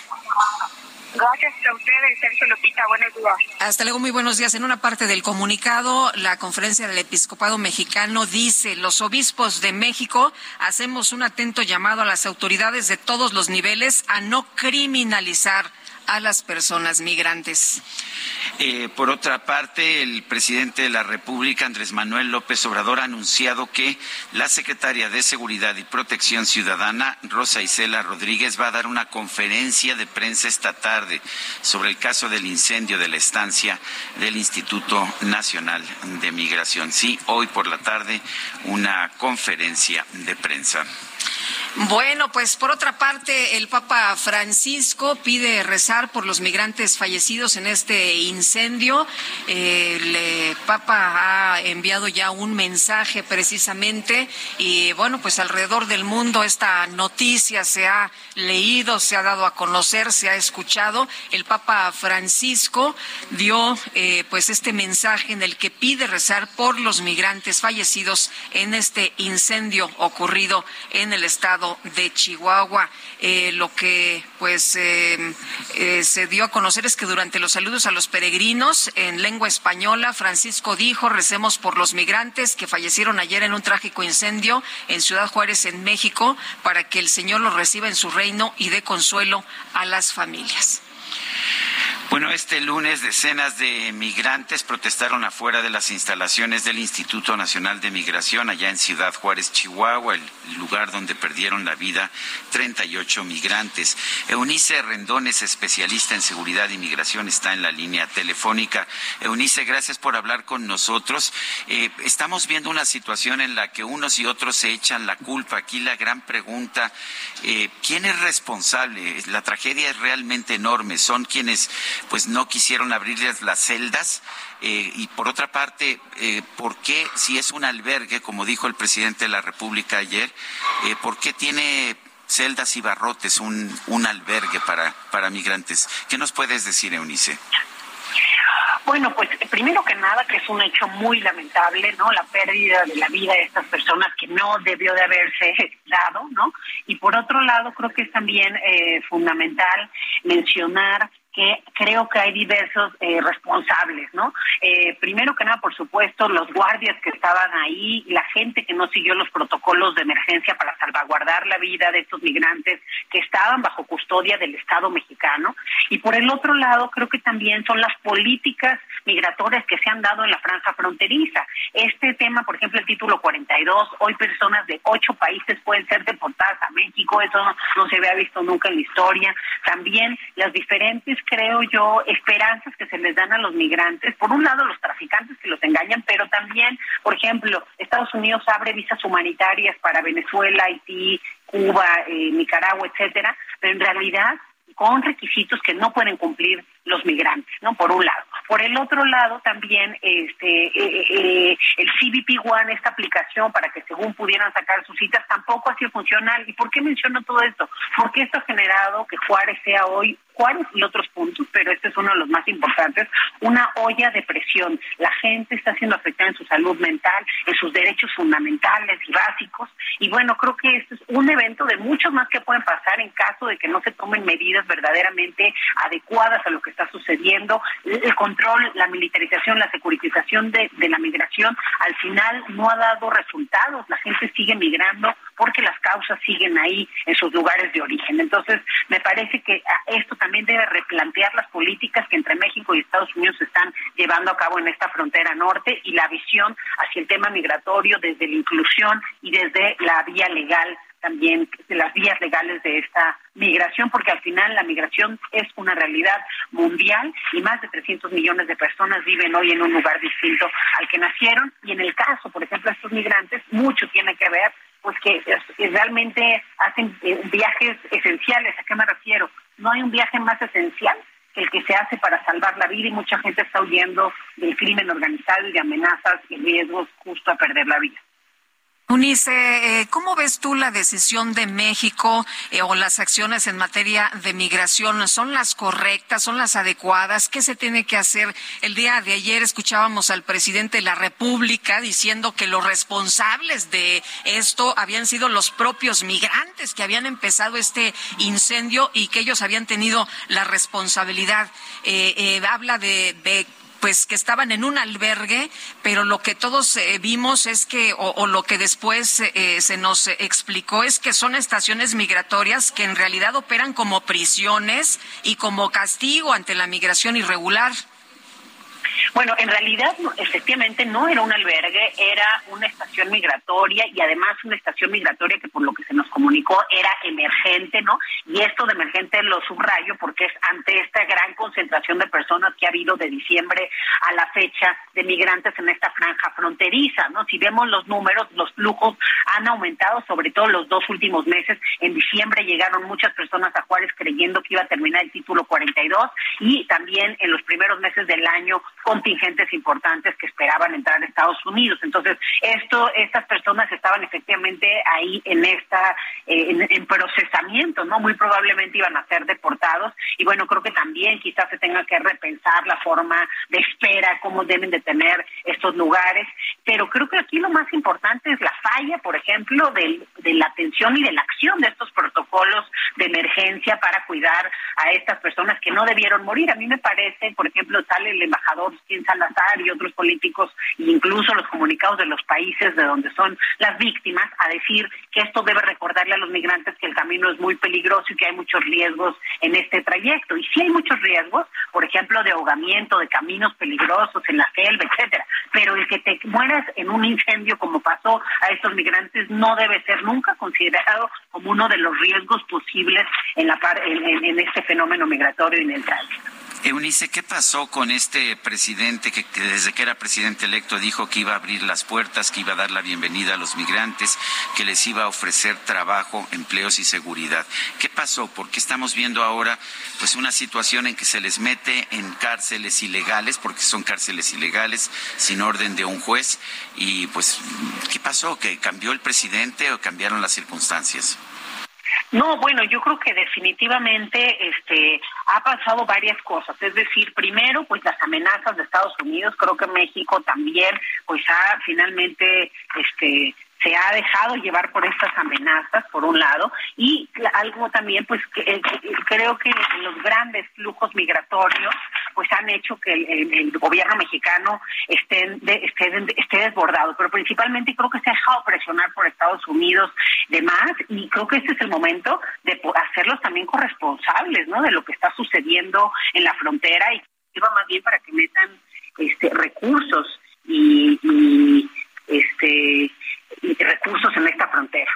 Gracias a ustedes, Sergio, Lupita, buenos días. Hasta luego, muy buenos días. En una parte del comunicado, la Conferencia del Episcopado Mexicano dice, los obispos de México hacemos un atento llamado a las autoridades de todos los niveles a no criminalizar a las personas migrantes. Eh, por otra parte, el presidente de la República, Andrés Manuel López Obrador, ha anunciado que la secretaria de Seguridad y Protección Ciudadana, Rosa Isela Rodríguez, va a dar una conferencia de prensa esta tarde sobre el caso del incendio de la estancia del Instituto Nacional de Migración. Sí, hoy por la tarde, una conferencia de prensa. Bueno, pues por otra parte, el Papa Francisco pide rezar por los migrantes fallecidos en este incendio. El eh, Papa ha enviado ya un mensaje precisamente y bueno, pues alrededor del mundo esta noticia se ha leído, se ha dado a conocer, se ha escuchado. El Papa Francisco dio eh, pues este mensaje en el que pide rezar por los migrantes fallecidos en este incendio ocurrido en el estado de Chihuahua. Eh, lo que pues eh, eh, se dio a conocer es que durante los saludos a los peregrinos en lengua española, Francisco dijo: recemos por los migrantes que fallecieron ayer en un trágico incendio en Ciudad Juárez, en México, para que el Señor los reciba en su reino y dé consuelo a las familias. Bueno, este lunes decenas de migrantes protestaron afuera de las instalaciones del Instituto Nacional de Migración allá en Ciudad Juárez, Chihuahua, el lugar donde perdieron la vida treinta y ocho migrantes. Eunice Rendón es especialista en seguridad y migración, está en la línea telefónica. Eunice, gracias por hablar con nosotros. Eh, estamos viendo una situación en la que unos y otros se echan la culpa. Aquí la gran pregunta, eh, ¿quién es responsable? La tragedia es realmente enorme. Son quienes pues no quisieron abrirles las celdas, eh, y por otra parte, eh, ¿por qué, si es un albergue, como dijo el presidente de la República ayer, eh, por qué tiene celdas y barrotes un, un albergue para, para migrantes? ¿Qué nos puedes decir, Eunice? Bueno, pues primero que nada que es un hecho muy lamentable, ¿no? La pérdida de la vida de estas personas que no debió de haberse dado, ¿no? Y por otro lado creo que es también eh, fundamental mencionar que creo que hay diversos eh, responsables, ¿no? Eh, primero que nada, por supuesto, los guardias que estaban ahí, la gente que no siguió los protocolos de emergencia para salvaguardar la vida de estos migrantes que estaban bajo custodia del Estado mexicano. Y por el otro lado, creo que también son las políticas migratorias que se han dado en la franja fronteriza. Este tema, por ejemplo, el título cuarenta y dos, hoy personas de ocho países pueden ser deportadas a México, eso no, no se había visto nunca en la historia. También las diferentes, creo yo, esperanzas que se les dan a los migrantes. Por un lado, los traficantes que los engañan, pero también, por ejemplo, Estados Unidos abre visas humanitarias para Venezuela, Haití, Cuba, eh, Nicaragua, etcétera, pero en realidad con requisitos que no pueden cumplir los migrantes, ¿no? Por un lado. Por el otro lado, también este eh, eh, el C B P One, esta aplicación para que según pudieran sacar sus citas, tampoco ha sido funcional. ¿Y por qué menciono todo esto? Porque esto ha generado que Juárez sea hoy, Juárez y otros puntos, pero este es uno de los más importantes, una olla de presión. La gente está siendo afectada en su salud mental, en sus derechos fundamentales y básicos. Y bueno, creo que este es un evento de muchos más que pueden pasar en caso de que no se tomen medidas verdaderamente adecuadas a lo que está sucediendo. El control, la militarización, la securitización de, de la migración, al final no ha dado resultados. La gente sigue migrando porque las causas siguen ahí en sus lugares de origen. Entonces, me parece que esto también debe replantear las políticas que entre México y Estados Unidos se están llevando a cabo en esta frontera norte y la visión hacia el tema migratorio desde la inclusión y desde la vía legal, también de las vías legales de esta migración, porque al final la migración es una realidad mundial y más de trescientos millones de personas viven hoy en un lugar distinto al que nacieron. Y en el caso, por ejemplo, de estos migrantes, mucho tiene que ver pues que realmente hacen viajes esenciales. ¿A qué me refiero? No hay un viaje más esencial que el que se hace para salvar la vida, y mucha gente está huyendo del crimen organizado y de amenazas y riesgos justo a perder la vida. Eunice, ¿cómo ves tú la decisión de México eh, o las acciones en materia de migración? ¿Son las correctas? ¿Son las adecuadas? ¿Qué se tiene que hacer? El día de ayer escuchábamos al presidente de la República diciendo que los responsables de esto habían sido los propios migrantes que habían empezado este incendio y que ellos habían tenido la responsabilidad. Eh, eh, habla de... de pues que estaban en un albergue, pero lo que todos eh, vimos es que, o, o lo que después eh, se nos explicó es que son estaciones migratorias que en realidad operan como prisiones y como castigo ante la migración irregular. Bueno, en realidad efectivamente no era un albergue, era una estación migratoria y además una estación migratoria que por lo que se nos comunicó era emergente, ¿no? Y esto de emergente lo subrayo porque es ante esta gran concentración de personas que ha habido de diciembre a la fecha de migrantes en esta franja fronteriza, ¿no? Si vemos los números, los flujos han aumentado, sobre todo los dos últimos meses. En diciembre llegaron muchas personas a Juárez creyendo que iba a terminar el título cuarenta y dos y también en los primeros meses del año contingentes importantes que esperaban entrar a Estados Unidos. Entonces, esto, estas personas estaban efectivamente ahí en esta, eh, en, en procesamiento, ¿no? Muy probablemente iban a ser deportados y bueno, creo que también quizás se tenga que repensar la forma de espera, cómo deben de tener estos lugares, pero creo que aquí lo más importante es la falla, por ejemplo, de, de la atención y de la acción de estos protocolos de emergencia para cuidar a estas personas que no debieron morir. A mí me parece, por ejemplo, sale el embajador Ken Salazar y otros políticos, e incluso los comunicados de los países de donde son las víctimas, a decir que esto debe recordarle a los migrantes que el camino es muy peligroso y que hay muchos riesgos en este trayecto. Y sí hay muchos riesgos, por ejemplo, de ahogamiento, de caminos peligrosos en la selva, etcétera. Pero el que te mueras en un incendio, como pasó a estos migrantes, no debe ser nunca considerado como uno de los riesgos posibles en la par, en, en, en este fenómeno migratorio y en el tránsito. Eunice, ¿qué pasó con este presidente que, que desde que era presidente electo dijo que iba a abrir las puertas, que iba a dar la bienvenida a los migrantes, que les iba a ofrecer trabajo, empleos y seguridad? ¿Qué pasó? Porque estamos viendo ahora pues una situación en que se les mete en cárceles ilegales, porque son cárceles ilegales, sin orden de un juez. Y pues, ¿qué pasó? ¿Que cambió el presidente o cambiaron las circunstancias? No, bueno, yo creo que definitivamente este ha pasado varias cosas. Es decir, primero, pues las amenazas de Estados Unidos. Creo que México también, pues ha finalmente, este, se ha dejado llevar por estas amenazas, por un lado, y algo también, pues que, que, creo que los grandes flujos migratorios, pues han hecho que el, el, el gobierno mexicano esté, de, esté, esté desbordado, pero principalmente creo que se ha dejado presionar por Estados Unidos de más, y creo que este es el momento de hacerlos también corresponsables, ¿no?, de lo que está sucediendo en la frontera, y iba más bien para que metan este recursos y, y este y recursos en esta frontera.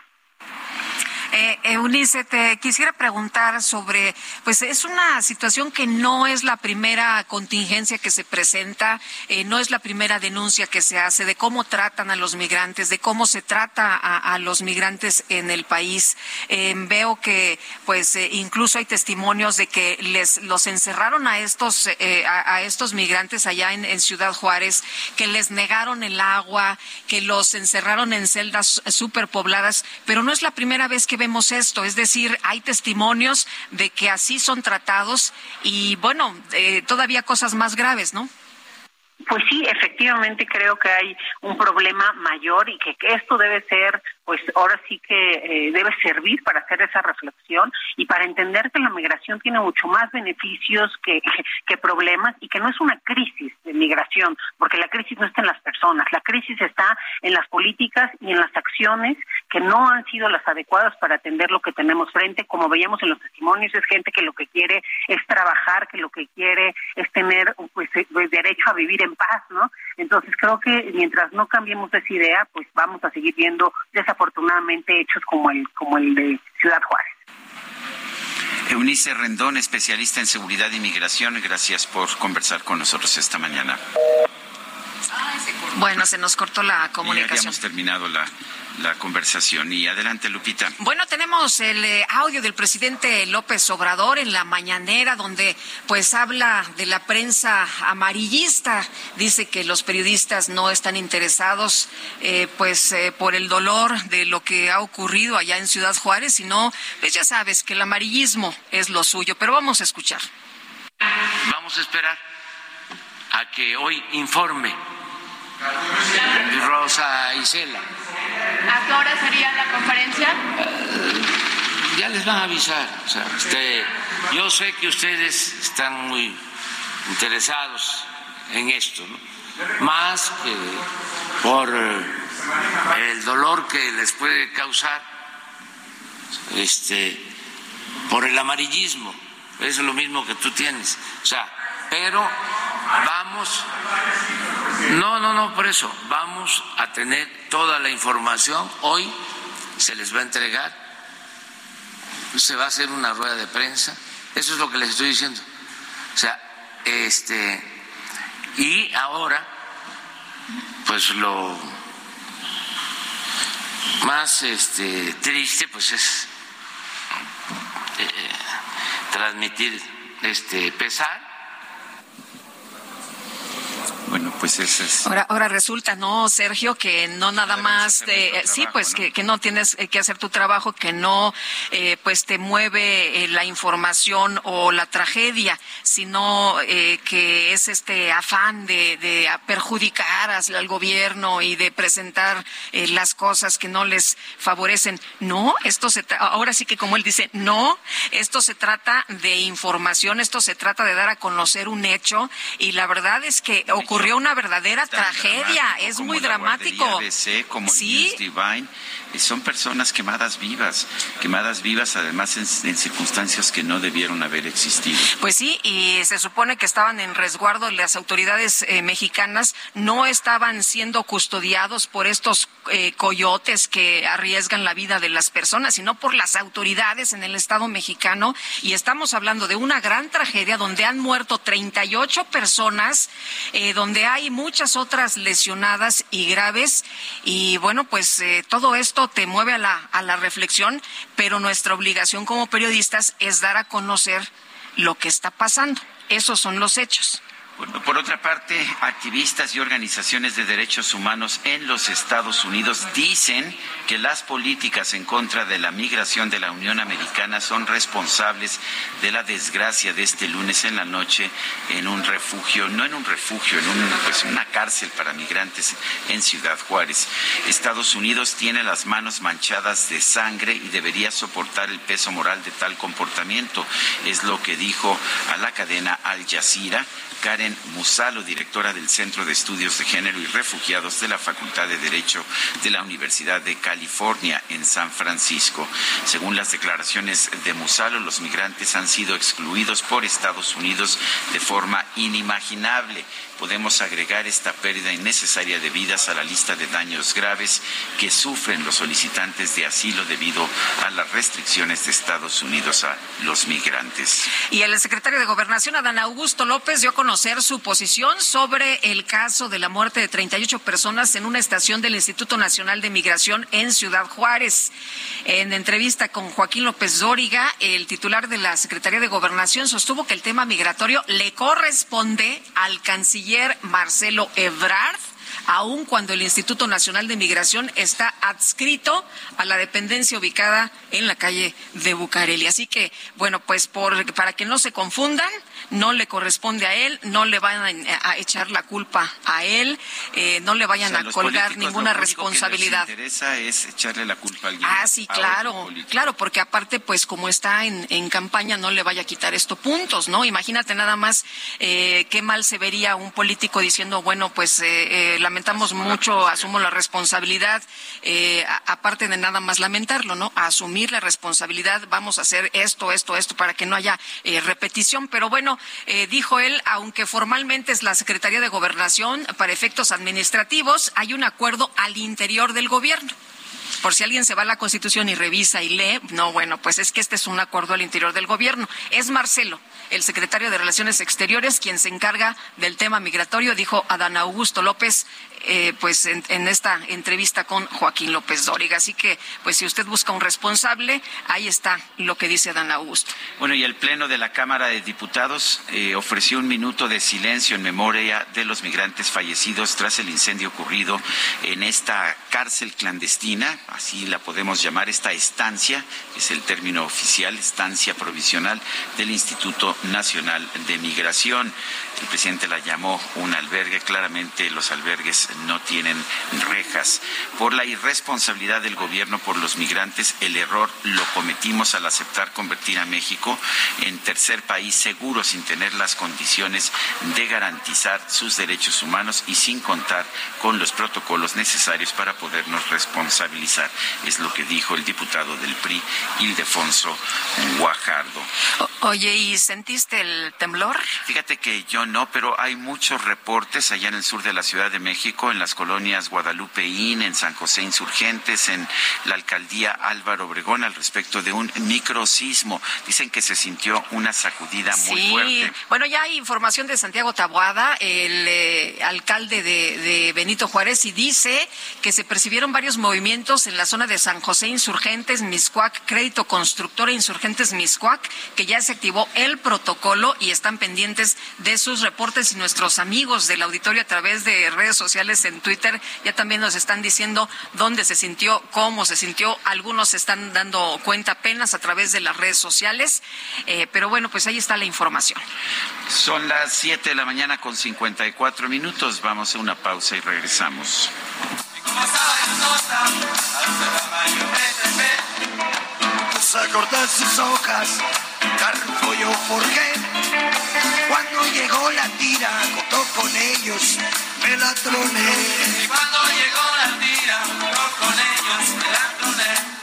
Eh, Eunice, te quisiera preguntar sobre, pues es una situación que no es la primera contingencia que se presenta, eh, no es la primera denuncia que se hace de cómo tratan a los migrantes, de cómo se trata a, a los migrantes en el país. Eh, veo que, pues, eh, incluso hay testimonios de que les los encerraron a estos eh, a, a estos migrantes allá en, en Ciudad Juárez, que les negaron el agua, que los encerraron en celdas superpobladas, pero no es la primera vez que vemos esto, es decir, hay testimonios de que así son tratados y, bueno, eh, todavía cosas más graves, ¿no? Pues sí, efectivamente creo que hay un problema mayor y que, que esto debe ser, pues ahora sí que eh, debe servir para hacer esa reflexión y para entender que la migración tiene mucho más beneficios que, que problemas y que no es una crisis de migración, porque la crisis no está en las personas, la crisis está en las políticas y en las acciones que no han sido las adecuadas para atender lo que tenemos frente. Como veíamos en los testimonios, es gente que lo que quiere es trabajar, que lo que quiere es tener pues el derecho a vivir en paz, ¿no? Entonces creo que mientras no cambiemos esa idea, pues vamos a seguir viendo desafortunadamente hechos como el como el de Ciudad Juárez. Eunice Rendón, especialista en seguridad y migración, gracias por conversar con nosotros esta mañana. Bueno, se nos cortó la comunicación. Ya habíamos terminado la, la conversación. Y adelante, Lupita. Bueno, tenemos el eh, audio del presidente López Obrador en la mañanera, donde pues habla de la prensa amarillista. Dice que los periodistas no están interesados eh, pues eh, por el dolor de lo que ha ocurrido allá en Ciudad Juárez, sino, pues ya sabes, que el amarillismo es lo suyo. Pero vamos a escuchar. Vamos a esperar a que hoy informe Rosa Isela. ¿A qué hora sería la conferencia? Uh, ya les van a avisar. O sea, este, yo sé que ustedes están muy interesados en esto, ¿no? Más que por el dolor que les puede causar, este, por el amarillismo. Eso es lo mismo que tú tienes. O sea, pero Vamos, no, no, no, por eso, vamos a tener toda la información. Hoy se les va a entregar, se va a hacer una rueda de prensa, eso es lo que les estoy diciendo. O sea, este, y ahora, pues lo más este, triste, pues es eh, transmitir este pesar. Bueno, pues ese es. Ahora, ahora resulta, no, Sergio, que no nada más, eh, trabajo, sí, pues ¿no? Que, que no tienes que hacer tu trabajo, que no, eh, pues te mueve eh, la información o la tragedia, sino eh, que es este afán de, de perjudicar al gobierno y de presentar eh, las cosas que no les favorecen. No, esto se, tra- ahora sí que como él dice, no, esto se trata de información, esto se trata de dar a conocer un hecho y la verdad es que ocurrió una verdadera tragedia, es muy dramático. B C, como ¿Sí? News Divine, son personas quemadas vivas, quemadas vivas además en, en circunstancias que no debieron haber existido. Pues sí, y se supone que estaban en resguardo, las autoridades eh, mexicanas no estaban siendo custodiados por estos eh, coyotes que arriesgan la vida de las personas, sino por las autoridades en el Estado mexicano, y estamos hablando de una gran tragedia donde han muerto treinta y ocho personas, eh, donde hay muchas otras lesionadas y graves, y bueno, pues eh, todo esto te mueve a la, a la reflexión, pero nuestra obligación como periodistas es dar a conocer lo que está pasando. Esos son los hechos. Bueno, por otra parte, activistas y organizaciones de derechos humanos en los Estados Unidos dicen que las políticas en contra de la migración de la Unión Americana son responsables de la desgracia de este lunes en la noche en un refugio, no en un refugio, en un, pues, una cárcel para migrantes en Ciudad Juárez. Estados Unidos tiene las manos manchadas de sangre y debería soportar el peso moral de tal comportamiento, es lo que dijo a la cadena Al Jazeera Karen Musalo, directora del Centro de Estudios de Género y Refugiados de la Facultad de Derecho de la Universidad de California en San Francisco. Según las declaraciones de Musalo, los migrantes han sido excluidos por Estados Unidos de forma inimaginable. Podemos agregar esta pérdida innecesaria de vidas a la lista de daños graves que sufren los solicitantes de asilo debido a las restricciones de Estados Unidos a los migrantes. Y el secretario de Gobernación, Adán Augusto López, dio a conocer su posición sobre el caso de la muerte de treinta y ocho personas en una estación del Instituto Nacional de Migración en Ciudad Juárez. En entrevista con Joaquín López Dóriga, el titular de la Secretaría de Gobernación sostuvo que el tema migratorio le corresponde al canciller Marcelo Ebrard, aun cuando el Instituto Nacional de Migración está adscrito a la dependencia ubicada en la calle de Bucareli. Así que, bueno, pues por, para que no se confundan, no le corresponde a él, no le van a, a echar la culpa a él, eh, no le vayan o sea, a colgar ninguna lo responsabilidad. Lo que les interesa es echarle la culpa a alguien. Ah, sí, claro, claro, porque aparte, pues como está en, en campaña, no le vaya a quitar esto puntos, ¿no? Imagínate nada más eh, qué mal se vería un político diciendo, bueno, pues eh, eh, lamentamos asumo mucho, la asumo la responsabilidad, eh, a, aparte de nada más lamentarlo, ¿no? A asumir la responsabilidad, vamos a hacer esto, esto, esto, para que no haya eh, repetición, pero bueno, eh, dijo él, aunque formalmente es la Secretaría de Gobernación, para efectos administrativos, hay un acuerdo al interior del gobierno. Por si alguien se va a la Constitución y revisa y lee, no, bueno, pues es que este es un acuerdo al interior del gobierno. Es Marcelo, el secretario de Relaciones Exteriores, quien se encarga del tema migratorio, dijo Adán Augusto López, eh, pues en, en esta entrevista con Joaquín López Dóriga. Así que, pues si usted busca un responsable, ahí está lo que dice Adán Augusto. Bueno, y el Pleno de la Cámara de Diputados eh, ofreció un minuto de silencio en memoria de los migrantes fallecidos tras el incendio ocurrido en esta cárcel clandestina, así la podemos llamar, esta estancia, que es el término oficial, estancia provisional del Instituto Nacional de Migración. El presidente la llamó un albergue, claramente los albergues no tienen rejas. Por la irresponsabilidad del gobierno por los migrantes, el error lo cometimos al aceptar convertir a México en tercer país seguro sin tener las condiciones de garantizar sus derechos humanos y sin contar con los protocolos necesarios para podernos responsabilizar. Es lo que dijo el diputado del P R I, Ildefonso Guajardo. O, oye, ¿y sentiste el temblor? Fíjate que yo no, pero hay muchos reportes allá en el sur de la Ciudad de México, en las colonias Guadalupeín, en San José Insurgentes, en la alcaldía Álvaro Obregón, al respecto de un microsismo. Dicen que se sintió una sacudida muy sí. fuerte. Bueno, ya hay información de Santiago Taboada, el eh, alcalde de, de Benito Juárez, y dice que se percibieron varios movimientos en la zona de San José Insurgentes, Mixcoac, Crédito Constructora Insurgentes Mixcoac, que ya se activó el protocolo y están pendientes de sus reportes, y nuestros amigos del auditorio a través de redes sociales en Twitter ya también nos están diciendo dónde se sintió, cómo se sintió. Algunos se están dando cuenta apenas a través de las redes sociales, eh, pero bueno, pues ahí está la información. Son las siete de la mañana con cincuenta y cuatro minutos. Vamos a una pausa y regresamos. Puse a cortar sus hojas, carro yo forjé. Cuando llegó la tira, cortó con ellos, me la troné. Y cuando llegó la tira, cortó con ellos, me la troné.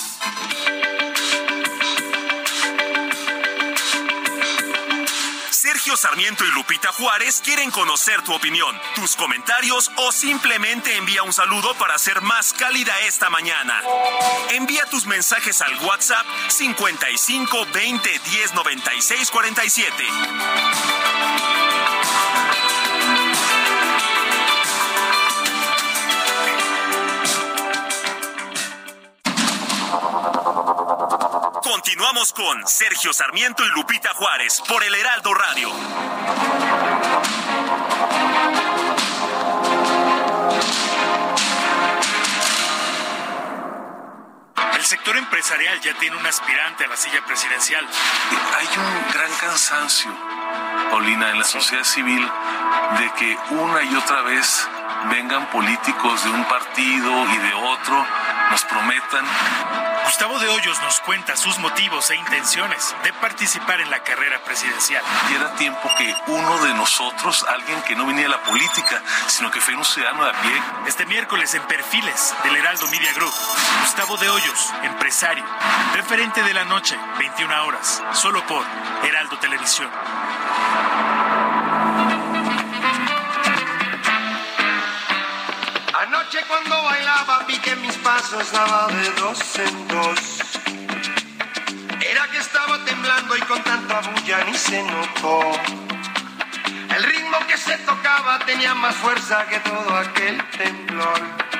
Sergio Sarmiento y Lupita Juárez quieren conocer tu opinión, tus comentarios o simplemente envía un saludo para hacer más cálida esta mañana. Envía tus mensajes al WhatsApp cincuenta y cinco veinte diez noventa y seis cuarenta y siete. Continuamos con Sergio Sarmiento y Lupita Juárez por el Heraldo Radio. El sector empresarial ya tiene un aspirante a la silla presidencial. Hay un gran cansancio, Paulina, en la sociedad civil de que una y otra vez vengan políticos de un partido y de otro, nos prometan. Gustavo de Hoyos nos cuenta sus motivos e intenciones de participar en la carrera presidencial. Y era tiempo que uno de nosotros, alguien que no venía de la política, sino que fue un ciudadano de a pie. Este miércoles en Perfiles del Heraldo Media Group, Gustavo de Hoyos, empresario, referente de la noche, veintiuna horas, solo por Heraldo Televisión. Anoche cuando bailaba vi que mis pasos daba de dos en dos. Era que estaba temblando y con tanta bulla ni se notó. El ritmo que se tocaba tenía más fuerza que todo aquel temblor.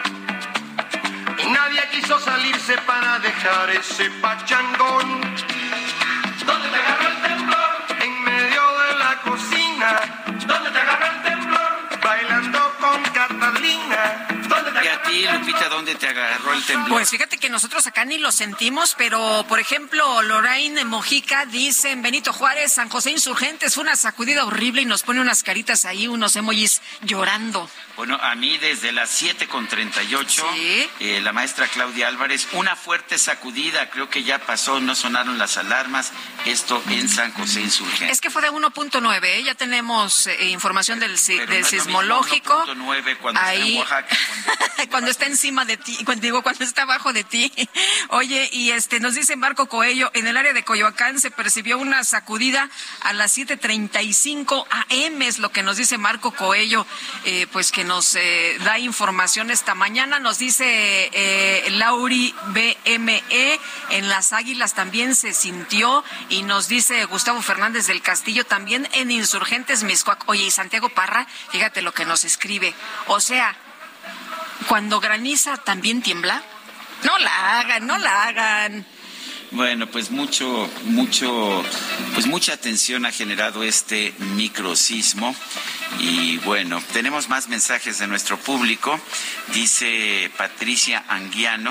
Y nadie quiso salirse para dejar ese pachangón. ¿Dónde te agarró el temblor? En medio de la cocina. ¿Dónde te agarró el temblor? Bailando con Catalina. ¿Y a ti, Lupita, dónde te agarró el temblor? Pues fíjate que nosotros acá ni lo sentimos, pero por ejemplo, Lorraine Mojica dice en Benito Juárez, San José Insurgentes, fue una sacudida horrible, y nos pone unas caritas ahí, unos emojis llorando. Bueno, a mí desde las siete con treinta y ocho, ¿sí? eh, la maestra Claudia Álvarez, una fuerte sacudida, creo que ya pasó, no sonaron las alarmas, esto en San José Insurgentes. Es que fue de uno punto nueve, ¿eh? Ya tenemos eh, información del, Pero del no es sismológico. uno punto nueve cuando ahí, está en Oaxaca. Cuando, cuando está encima de ti, cuando digo, cuando está abajo de ti. Oye, y este nos dice Marco Coello, en el área de Coyoacán se percibió una sacudida a las siete treinta y cinco a eme, es lo que nos dice Marco Coello, eh, pues que nos eh, da información esta mañana. Nos dice eh, Lauri B M E, en Las Águilas también se sintió, y nos dice Gustavo Fernández del Castillo, también en Insurgentes Mixcoac. Oye, y Santiago Parra, fíjate lo que nos escribe, o sea, cuando graniza también tiembla. No la hagan, no la hagan. Bueno, pues mucho, mucho, pues mucha atención ha generado este microsismo. Y bueno, tenemos más mensajes de nuestro público. Dice Patricia Anguiano,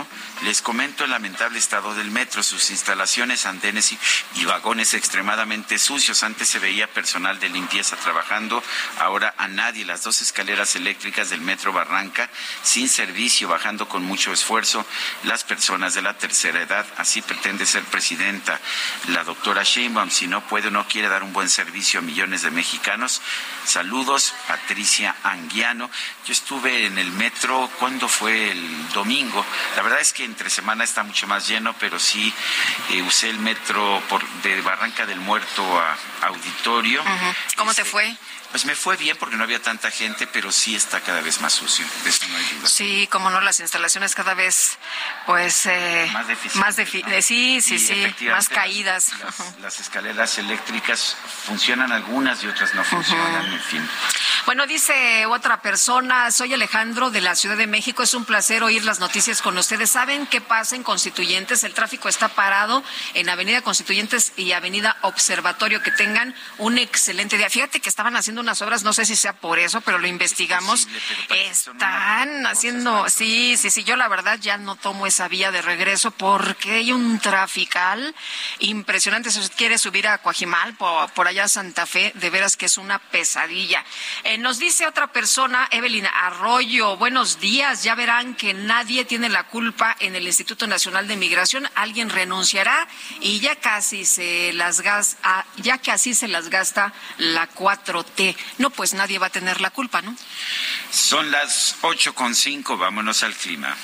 Les comento el lamentable estado del metro, sus instalaciones, andenes y, y vagones extremadamente sucios. Antes se veía personal de limpieza trabajando, ahora a nadie. Las dos escaleras eléctricas del metro Barranca sin servicio, bajando con mucho esfuerzo las personas de la tercera edad. Así pretende ser presidenta la doctora Sheinbaum. Si no puede o no quiere dar un buen servicio a millones de mexicanos. Saludos, Patricia Anguiano. Yo estuve en el metro, ¿cuándo fue? El domingo. La verdad es que entre semana está mucho más lleno, pero sí eh, usé el metro por, de Barranca del Muerto a Auditorio. Uh-huh. ¿Cómo este, te fue? Pues me fue bien porque no había tanta gente, pero sí está cada vez más sucio, de eso no hay duda. Sí, como no, las instalaciones cada vez, pues... Eh, más deficientes. Más defi- ¿no? Sí, sí, sí, más caídas. Las, las, las escaleras eléctricas funcionan algunas y otras no funcionan, uh-huh. En fin. Bueno, dice otra persona, soy Alejandro de la Ciudad de México, es un placer oír las noticias con ustedes. ¿Saben qué pasa en Constituyentes? El tráfico está parado en Avenida Constituyentes y Avenida Observatorio. Que tengan un excelente día. Fíjate que estaban haciendo unas obras, no sé si sea por eso, pero lo investigamos. Posible, Están haciendo, sí, sí, sí, yo la verdad ya no tomo esa vía de regreso porque hay un trafical impresionante. Si usted quiere subir a Coajimal, por, por allá a Santa Fe, de veras que es una pesadilla. Eh, nos dice otra persona, Evelyn Arroyo, buenos días, ya verán que nadie tiene la culpa en el Instituto Nacional de Migración, alguien renunciará y ya casi se las gasta, ya que así se las gasta la cuatro T. No, pues nadie va a tener la culpa, ¿no? Son las ocho con cinco, vámonos al clima.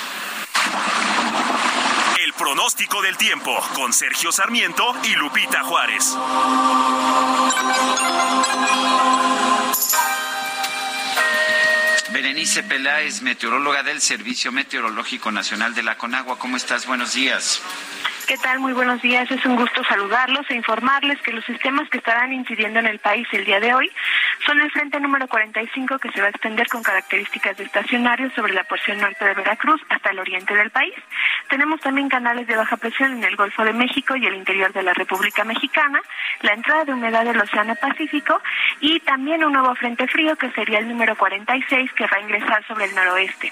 El pronóstico del tiempo con Sergio Sarmiento y Lupita Juárez. Berenice Peláez, meteoróloga del Servicio Meteorológico Nacional de la CONAGUA. ¿Cómo estás? Buenos días. ¿Qué tal? Muy buenos días. Es un gusto saludarlos e informarles que los sistemas que estarán incidiendo en el país el día de hoy son el frente número cuarenta y cinco, que se va a extender con características de estacionario sobre la porción norte de Veracruz hasta el oriente del país. Tenemos también canales de baja presión en el Golfo de México y el interior de la República Mexicana, la entrada de humedad del Océano Pacífico y también un nuevo frente frío que sería el número cuarenta y seis, que va a ingresar sobre el noroeste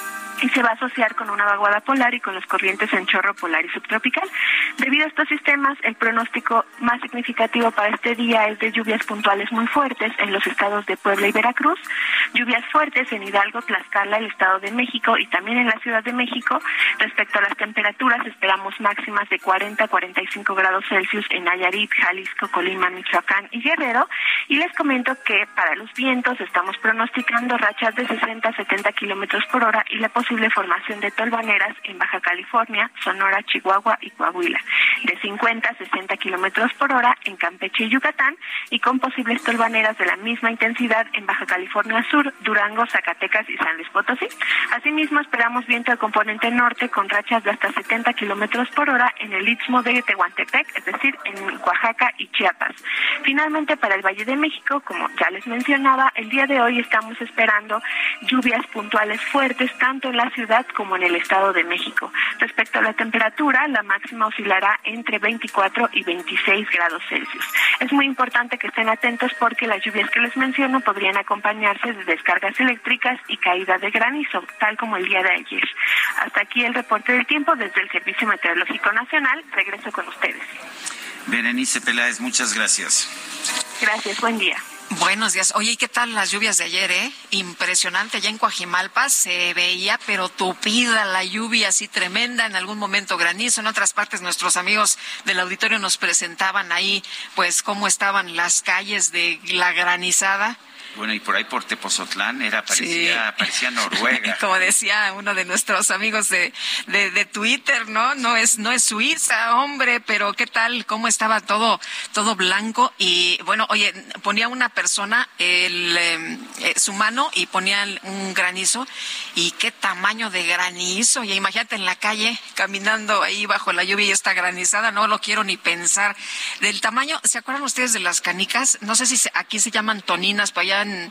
y se va a asociar con una vaguada polar y con las corrientes en chorro polar y subtropical. Debido a estos sistemas, el pronóstico más significativo para este día es de lluvias puntuales muy fuertes en los estados de Puebla y Veracruz, lluvias fuertes en Hidalgo, Tlaxcala, el Estado de México y también en la Ciudad de México. Respecto a las temperaturas, esperamos máximas de cuarenta a cuarenta y cinco grados Celsius en Nayarit, Jalisco, Colima, Michoacán y Guerrero. Y les comento que para los vientos estamos pronosticando rachas de sesenta a setenta kilómetros por hora y la posibilidad formación de tolvaneras en Baja California, Sonora, Chihuahua y Coahuila, de cincuenta a sesenta kilómetros por hora en Campeche y Yucatán, y con posibles tolvaneras de la misma intensidad en Baja California Sur, Durango, Zacatecas y San Luis Potosí. Asimismo, esperamos viento de componente norte con rachas de hasta setenta kilómetros por hora en el Istmo de Tehuantepec, es decir, en Oaxaca y Chiapas. Finalmente, para el Valle de México, como ya les mencionaba, el día de hoy estamos esperando lluvias puntuales fuertes tanto en la ciudad como en el Estado de México. Respecto a la temperatura, la máxima oscilará entre veinticuatro y veintiséis grados Celsius. Es muy importante que estén atentos porque las lluvias que les menciono podrían acompañarse de descargas eléctricas y caída de granizo, tal como el día de ayer. Hasta aquí el reporte del tiempo desde el Servicio Meteorológico Nacional. Regreso con ustedes. Berenice Peláez, muchas gracias. Gracias, buen día. Buenos días. Oye, ¿y qué tal las lluvias de ayer, eh? Impresionante. Allá en Coajimalpa se veía, pero tupida la lluvia, así tremenda. En algún momento granizo. En otras partes nuestros amigos del auditorio nos presentaban ahí, pues, cómo estaban las calles de la granizada. Bueno, y por ahí por Tepozotlán era, parecía, sí. parecía Noruega. Como decía uno de nuestros amigos de, de, de Twitter, ¿no? No es, no es Suiza, hombre, pero ¿qué tal? Cómo estaba todo, todo blanco. Y bueno, oye, ponía una persona el, eh, su mano y ponía un granizo. Y qué tamaño de granizo. Y imagínate en la calle, caminando ahí bajo la lluvia y esta granizada, no lo quiero ni pensar. Del tamaño, ¿se acuerdan ustedes de las canicas? No sé si se, aquí se llaman toninas, para allá En,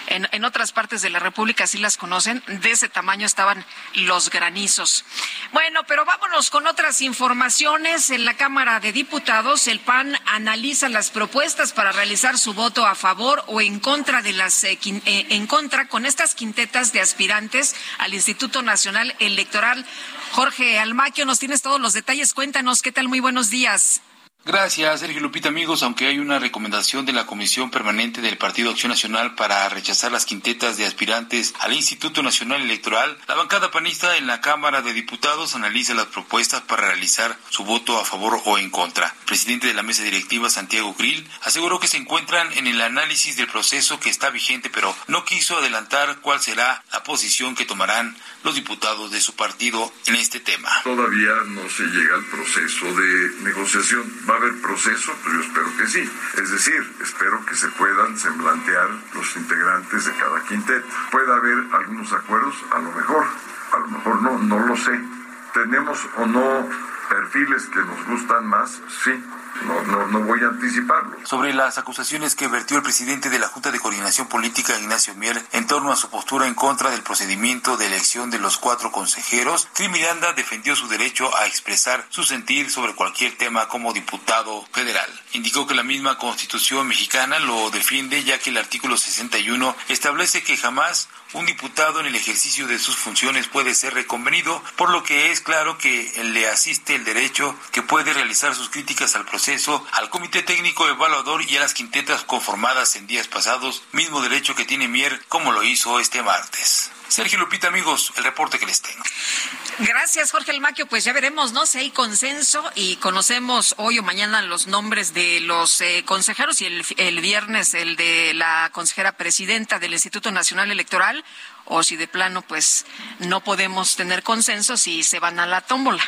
En, en otras partes de la República sí las conocen, de ese tamaño estaban los granizos. Bueno, pero vámonos con otras informaciones. En la Cámara de Diputados, el P A N analiza las propuestas para realizar su voto a favor o en contra de las eh, quin, eh, en contra con estas quintetas de aspirantes al Instituto Nacional Electoral. Jorge Almaquio, nos tienes todos los detalles. Cuéntanos, ¿qué tal? Muy buenos días. Gracias, Sergio Lupita. Amigos, aunque hay una recomendación de la Comisión Permanente del Partido Acción Nacional para rechazar las quintetas de aspirantes al Instituto Nacional Electoral, la bancada panista en la Cámara de Diputados analiza las propuestas para realizar su voto a favor o en contra. El presidente de la mesa directiva, Santiago Krill, aseguró que se encuentran en el análisis del proceso que está vigente, pero no quiso adelantar cuál será la posición que tomarán los diputados de su partido en este tema. Todavía no se llega al proceso de negociación. ¿Va a haber proceso? Pues yo espero que sí. Es decir, espero que se puedan semblantear los integrantes de cada quinteto. ¿Puede haber algunos acuerdos? A lo mejor. A lo mejor no, no lo sé. ¿Tenemos o no perfiles que nos gustan más? Sí. No, no, no voy a anticiparlo. Sobre las acusaciones que vertió el presidente de la Junta de Coordinación Política, Ignacio Mier, en torno a su postura en contra del procedimiento de elección de los cuatro consejeros, Krill Miranda defendió su derecho a expresar su sentir sobre cualquier tema como diputado federal. Indicó que la misma Constitución mexicana lo defiende, ya que el artículo sesenta y uno establece que jamás un diputado en el ejercicio de sus funciones puede ser reconvenido, por lo que es claro que le asiste el derecho que puede realizar sus críticas al proceso, al Comité Técnico Evaluador y a las quintetas conformadas en días pasados, mismo derecho que tiene Mier, como lo hizo este martes. Sergio Lupita, amigos, el reporte que les tengo. Gracias, Jorge Almaquio. Pues ya veremos, ¿no? Si hay consenso y conocemos hoy o mañana los nombres de los eh, consejeros y el, el viernes el de la consejera presidenta del Instituto Nacional Electoral, o si de plano pues no podemos tener consenso si se van a la tómbola.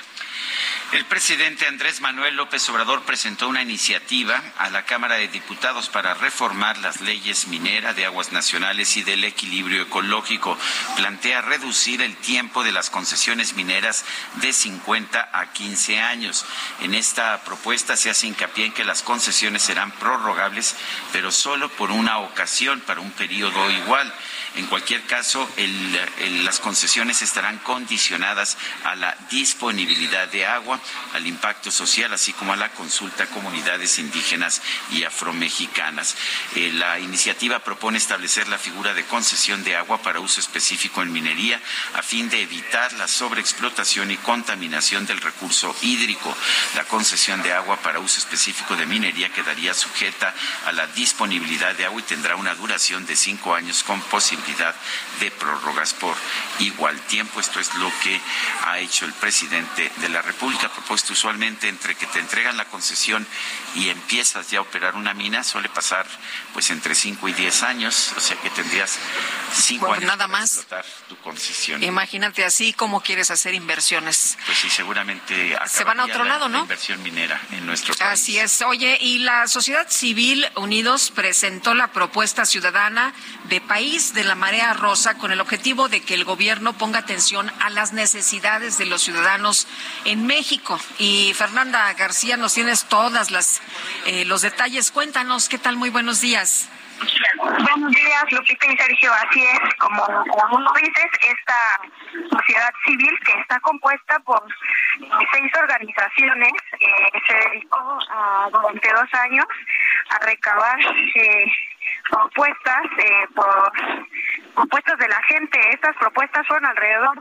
El presidente Andrés Manuel López Obrador presentó una iniciativa a la Cámara de Diputados para reformar las leyes minera, de aguas nacionales y del equilibrio ecológico. Plantea reducir el tiempo de las concesiones mineras de cincuenta a quince años. En esta propuesta se hace hincapié en que las concesiones serán prorrogables, pero solo por una ocasión, para un periodo igual. En cualquier caso, el, el, las concesiones estarán condicionadas a la disponibilidad de agua, al impacto social, así como a la consulta a comunidades indígenas y afromexicanas. Eh, la iniciativa propone establecer la figura de concesión de agua para uso específico en minería, a fin de evitar la sobreexplotación y contaminación del recurso hídrico. La concesión de agua para uso específico de minería quedaría sujeta a la disponibilidad de agua y tendrá una duración de cinco años con posibilidad de prórrogas por igual tiempo. Esto es lo que ha hecho el presidente de la República. Ha propuesto usualmente entre que te entregan la concesión y empiezas ya a operar una mina, suele pasar pues entre cinco y diez años, o sea que tendrías cinco bueno, años nada para más explotar tu concesión. Imagínate así cómo quieres hacer inversiones. Pues sí, seguramente se van a otro la, lado, ¿no? La inversión minera en nuestro país. Así es. Oye, y la Sociedad Civil Unidos presentó la propuesta ciudadana de País de la Marea Rosa con el objetivo de que el gobierno ponga atención a las necesidades de los ciudadanos en México. Y Fernanda García, nos tienes todas las eh, los detalles. Cuéntanos, ¿qué tal? Muy buenos días. Buenos días, Lupita y Sergio. Así es, como, como lo dices, esta sociedad civil que está compuesta por seis organizaciones eh, se dedicó a, durante dos años a recabar eh, propuestas eh, por propuestas de la gente. Estas propuestas son alrededor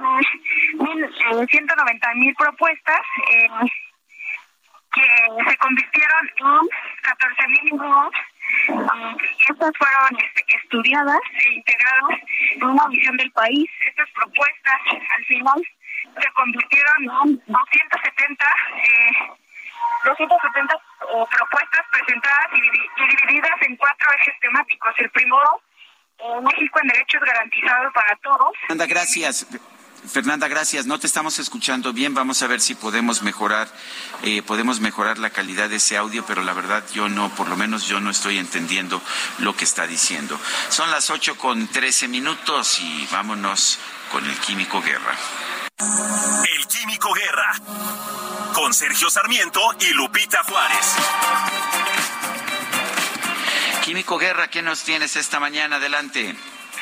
de ciento noventa mil propuestas eh, que se convirtieron en catorce mil nuevos. Um, estas fueron este, estudiadas e integradas en una visión del país. Estas propuestas al final se convirtieron en doscientas setenta eh, doscientas setenta eh, propuestas presentadas y, y divididas en cuatro ejes temáticos. El primero, eh, México en derechos garantizados para todos. Fernanda, gracias. Fernanda, gracias. No te estamos escuchando bien. Vamos a ver si podemos mejorar, eh, podemos mejorar la calidad de ese audio, pero la verdad yo no, por lo menos yo no estoy entendiendo lo que está diciendo. Son las ocho con trece minutos y vámonos con el Químico Guerra. El Químico Guerra, con Sergio Sarmiento y Lupita Juárez. Químico Guerra, ¿qué nos tienes esta mañana? Adelante.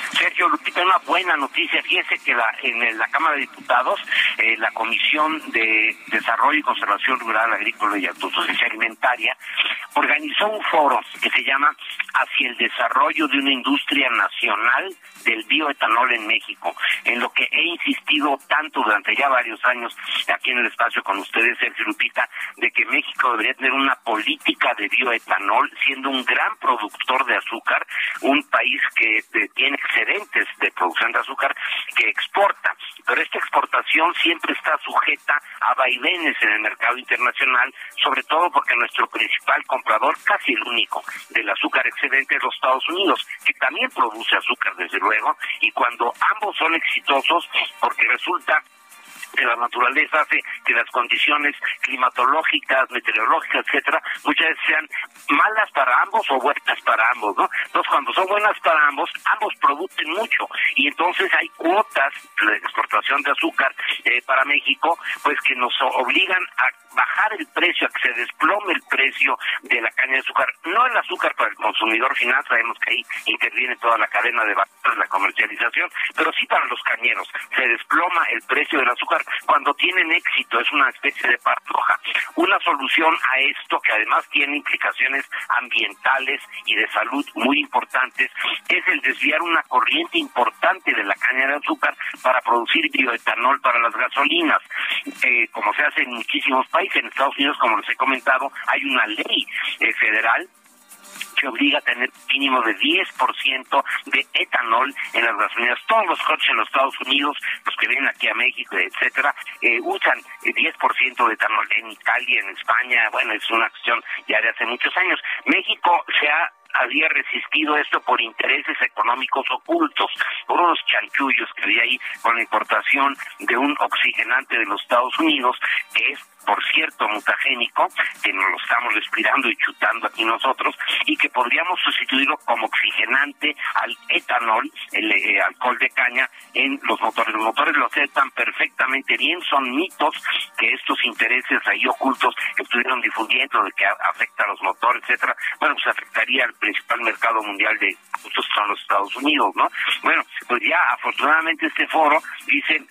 Sergio, Lupita, una buena noticia. Fíjese que la, en la Cámara de Diputados, eh, la Comisión de Desarrollo y Conservación Rural, Agrícola y Autosuficiencia Alimentaria organizó un foro que se llama Hacia el desarrollo de una industria nacional del bioetanol en México, en lo que he insistido tanto durante ya varios años aquí en el espacio con ustedes, Sergio, Lupita, de que México debería tener una política de bioetanol, siendo un gran productor de azúcar, un país que eh, tiene excedentes de producción de azúcar que exporta, pero esta exportación siempre está sujeta a vaivenes en el mercado internacional, sobre todo porque nuestro principal comprador, casi el único, del azúcar excedente es los Estados Unidos, que también produce azúcar, desde luego, y cuando ambos son exitosos, porque resulta que la naturaleza hace que las condiciones climatológicas, meteorológicas, etcétera, muchas veces sean malas para ambos o buenas para ambos, ¿no? Entonces, cuando son buenas para ambos, ambos producen mucho, y entonces hay cuotas de exportación de azúcar eh, para México, pues que nos obligan a bajar el precio, a que se desplome el precio de la caña de azúcar, no el azúcar para el consumidor final, sabemos que ahí interviene toda la cadena de valor, la comercialización, pero sí para los cañeros, se desploma el precio del azúcar cuando tienen éxito, es una especie de paradoja. Una solución a esto, que además tiene implicaciones ambientales y de salud muy importantes, es el desviar una corriente importante de la caña de azúcar para producir bioetanol para las gasolinas, eh, como se hace en muchísimos países. En Estados Unidos, como les he comentado, hay una ley eh, federal que obliga a tener mínimo de diez por ciento de etanol en las gasolinas. Todos los coches en los Estados Unidos, los que vienen aquí a México, etcétera, eh, usan eh, diez por ciento de etanol. En Italia, en España, bueno, es una cuestión ya de hace muchos años. México se ha había resistido esto por intereses económicos ocultos, por unos chanchullos que había ahí con la importación de un oxigenante de los Estados Unidos, que es, por cierto, mutagénico, que nos lo estamos respirando y chutando aquí nosotros, y que podríamos sustituirlo como oxigenante al etanol, el eh, alcohol de caña, en los motores. Los motores lo aceptan perfectamente bien, son mitos que estos intereses ahí ocultos que estuvieron difundiendo de que afecta a los motores, etcétera, bueno, pues afectaría al principal mercado mundial de productos, que son los Estados Unidos, ¿no? Bueno, pues ya afortunadamente este foro dice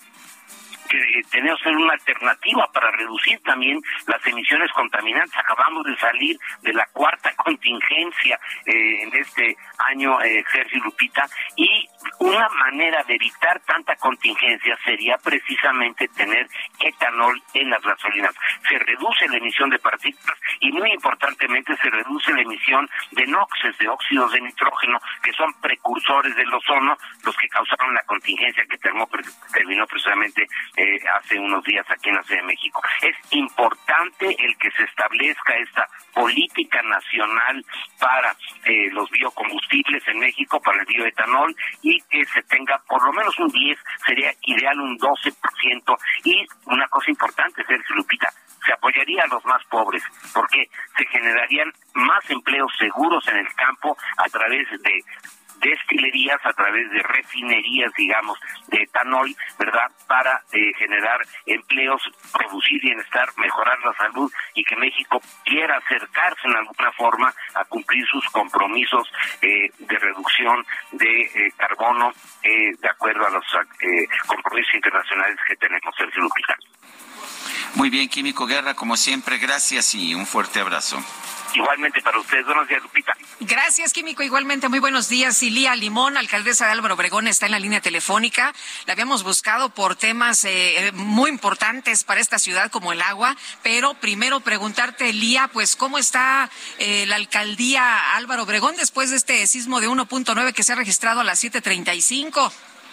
que tenemos que tener una alternativa para reducir también las emisiones contaminantes. Acabamos de salir de la cuarta contingencia eh, en este año, eh, Sergio, Lupita, y una manera de evitar tanta contingencia sería precisamente tener etanol en las gasolinas. Se reduce la emisión de partículas y, muy importantemente, se reduce la emisión de noxes, de óxidos de nitrógeno, que son precursores del ozono, los que causaron la contingencia que termó, terminó precisamente Eh, hace unos días aquí en la Ciudad de México. Es importante el que se establezca esta política nacional para eh, los biocombustibles en México, para el bioetanol, y que se tenga por lo menos un diez, sería ideal un doce por ciento. Y una cosa importante, Sergio, Lupita, se apoyaría a los más pobres, porque se generarían más empleos seguros en el campo a través de destilerías, a través de refinerías, digamos, de etanol, ¿verdad?, para eh, generar empleos, producir bienestar, mejorar la salud, y que México quiera acercarse en alguna forma a cumplir sus compromisos eh, de reducción de eh, carbono, eh, de acuerdo a los eh, compromisos internacionales que tenemos, Sergio, Lupita. Muy bien, Químico Guerra, como siempre, gracias y un fuerte abrazo. Igualmente para ustedes. Buenos días, Lupita. Gracias, Químico. Igualmente, muy buenos días. Ilía Limón, alcaldesa de Álvaro Obregón, está en la línea telefónica. La habíamos buscado por temas eh, muy importantes para esta ciudad, como el agua. Pero primero preguntarte, Ilía, pues, ¿cómo está eh, la alcaldía Álvaro Obregón después de este sismo de uno punto nueve que se ha registrado a las siete treinta y cinco?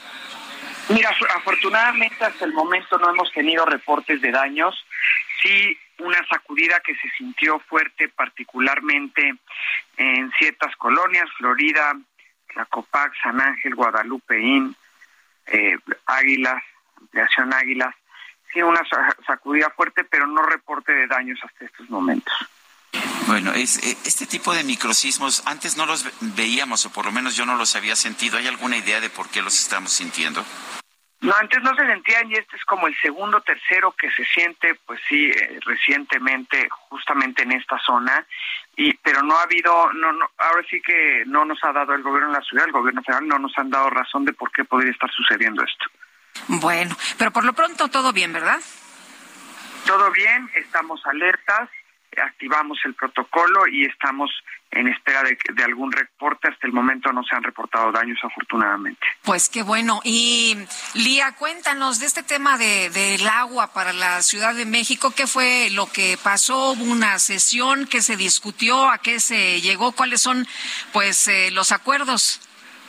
Mira, afortunadamente hasta el momento no hemos tenido reportes de daños. Sí, una sacudida que se sintió fuerte, particularmente en ciertas colonias: Florida, Tlacopac, San Ángel, Guadalupeín, eh, Águilas, Ampliación Águilas. Sí, una sacudida fuerte, pero no reporte de daños hasta estos momentos. Bueno, es, este tipo de microsismos antes no los veíamos, o por lo menos yo no los había sentido. ¿Hay alguna idea de por qué los estamos sintiendo? No, antes no se sentían y este es como el segundo, tercero que se siente, pues sí, eh, recientemente, justamente en esta zona, y pero no ha habido, no, no, ahora sí que no nos ha dado el gobierno de la ciudad, el gobierno federal no nos han dado razón de por qué podría estar sucediendo esto. Bueno, pero por lo pronto todo bien, ¿verdad? Todo bien, estamos alertas, activamos el protocolo y estamos en espera de, de algún reporte. Hasta el momento no se han reportado daños, afortunadamente. Pues qué bueno. Y Lía, cuéntanos de este tema de del agua para la Ciudad de México. ¿Qué fue lo que pasó? ¿Hubo una sesión que se discutió? ¿A qué se llegó? ¿Cuáles son, pues, eh, los acuerdos?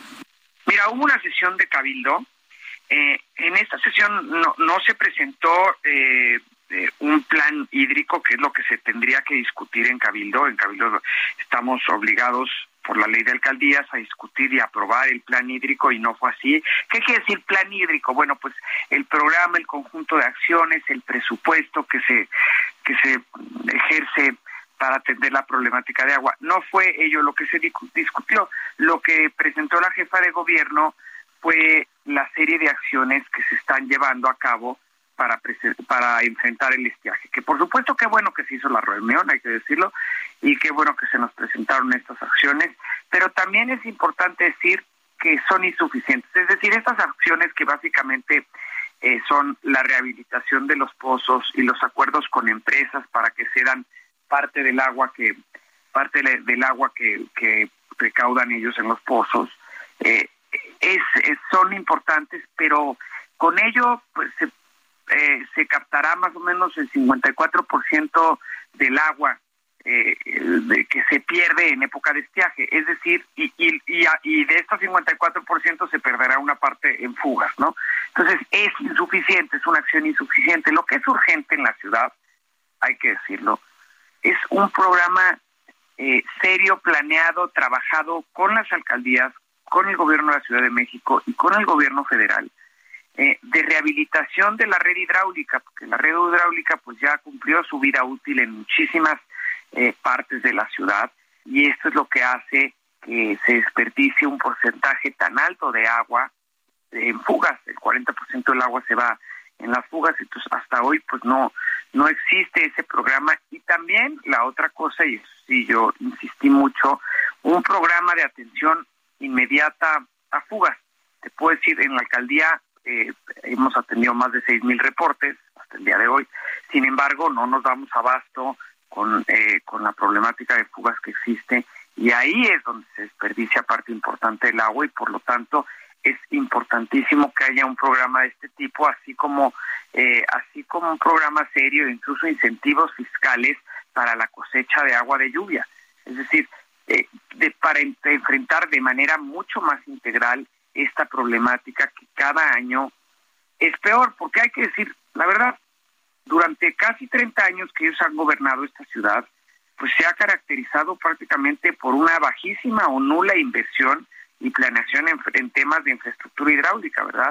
Mira, hubo una sesión de cabildo. Eh, en esta sesión no, no se presentó eh, eh, un plan hídrico, que es lo que se tendría que discutir en cabildo. En cabildo estamos obligados por la ley de alcaldías a discutir y aprobar el plan hídrico, y no fue así. ¿Qué quiere decir plan hídrico? Bueno, pues el programa, el conjunto de acciones, el presupuesto que se que se ejerce para atender la problemática de agua. No fue ello lo que se discutió. Lo que presentó la jefa de gobierno fue la serie de acciones que se están llevando a cabo para para enfrentar el estiaje. Que por supuesto qué bueno que se hizo la reunión, hay que decirlo, y qué bueno que se nos presentaron estas acciones, pero también es importante decir que son insuficientes. Es decir, estas acciones que básicamente eh, son la rehabilitación de los pozos y los acuerdos con empresas para que sean parte del agua que parte del agua que, que recaudan ellos en los pozos, eh, es, es son importantes, pero con ello pues se Eh, se captará más o menos el cincuenta y cuatro por ciento del agua eh, de, que se pierde en época de estiaje, es decir, y, y, y, y de estos cincuenta y cuatro por ciento se perderá una parte en fugas, ¿no? Entonces es insuficiente, es una acción insuficiente. Lo que es urgente en la ciudad, hay que decirlo, es un programa eh, serio, planeado, trabajado con las alcaldías, con el gobierno de la Ciudad de México y con el gobierno federal, Eh, de rehabilitación de la red hidráulica, porque la red hidráulica pues ya cumplió su vida útil en muchísimas eh, partes de la ciudad, y esto es lo que hace que se desperdicie un porcentaje tan alto de agua eh, en fugas. El cuarenta por ciento del agua se va en las fugas, entonces hasta hoy pues no no existe ese programa. Y también la otra cosa, y eso sí yo insistí mucho, un programa de atención inmediata a fugas. Te puedo decir, en la alcaldía Eh, hemos atendido más de seis mil reportes hasta el día de hoy. Sin embargo, no nos damos abasto con eh, con la problemática de fugas que existe, y ahí es donde se desperdicia parte importante del agua, y por lo tanto es importantísimo que haya un programa de este tipo, así como eh, así como un programa serio, incluso incentivos fiscales para la cosecha de agua de lluvia. Es decir, eh, de, para en, de enfrentar de manera mucho más integral esta problemática que cada año es peor, porque hay que decir la verdad, durante casi treinta años que ellos han gobernado esta ciudad, pues se ha caracterizado prácticamente por una bajísima o nula inversión y planeación en, en temas de infraestructura hidráulica, ¿verdad?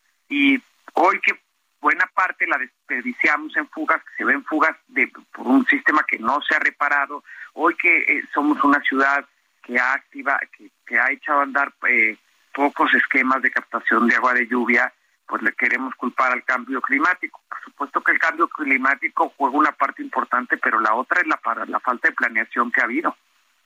Y hoy que buena parte la desperdiciamos en fugas, que se ven fugas de por un sistema que no se ha reparado, hoy que eh, somos una ciudad que ha activa, que, que ha echado a andar eh, pocos esquemas de captación de agua de lluvia, pues le queremos culpar al cambio climático. Por supuesto que el cambio climático juega una parte importante, pero la otra es la para la falta de planeación que ha habido.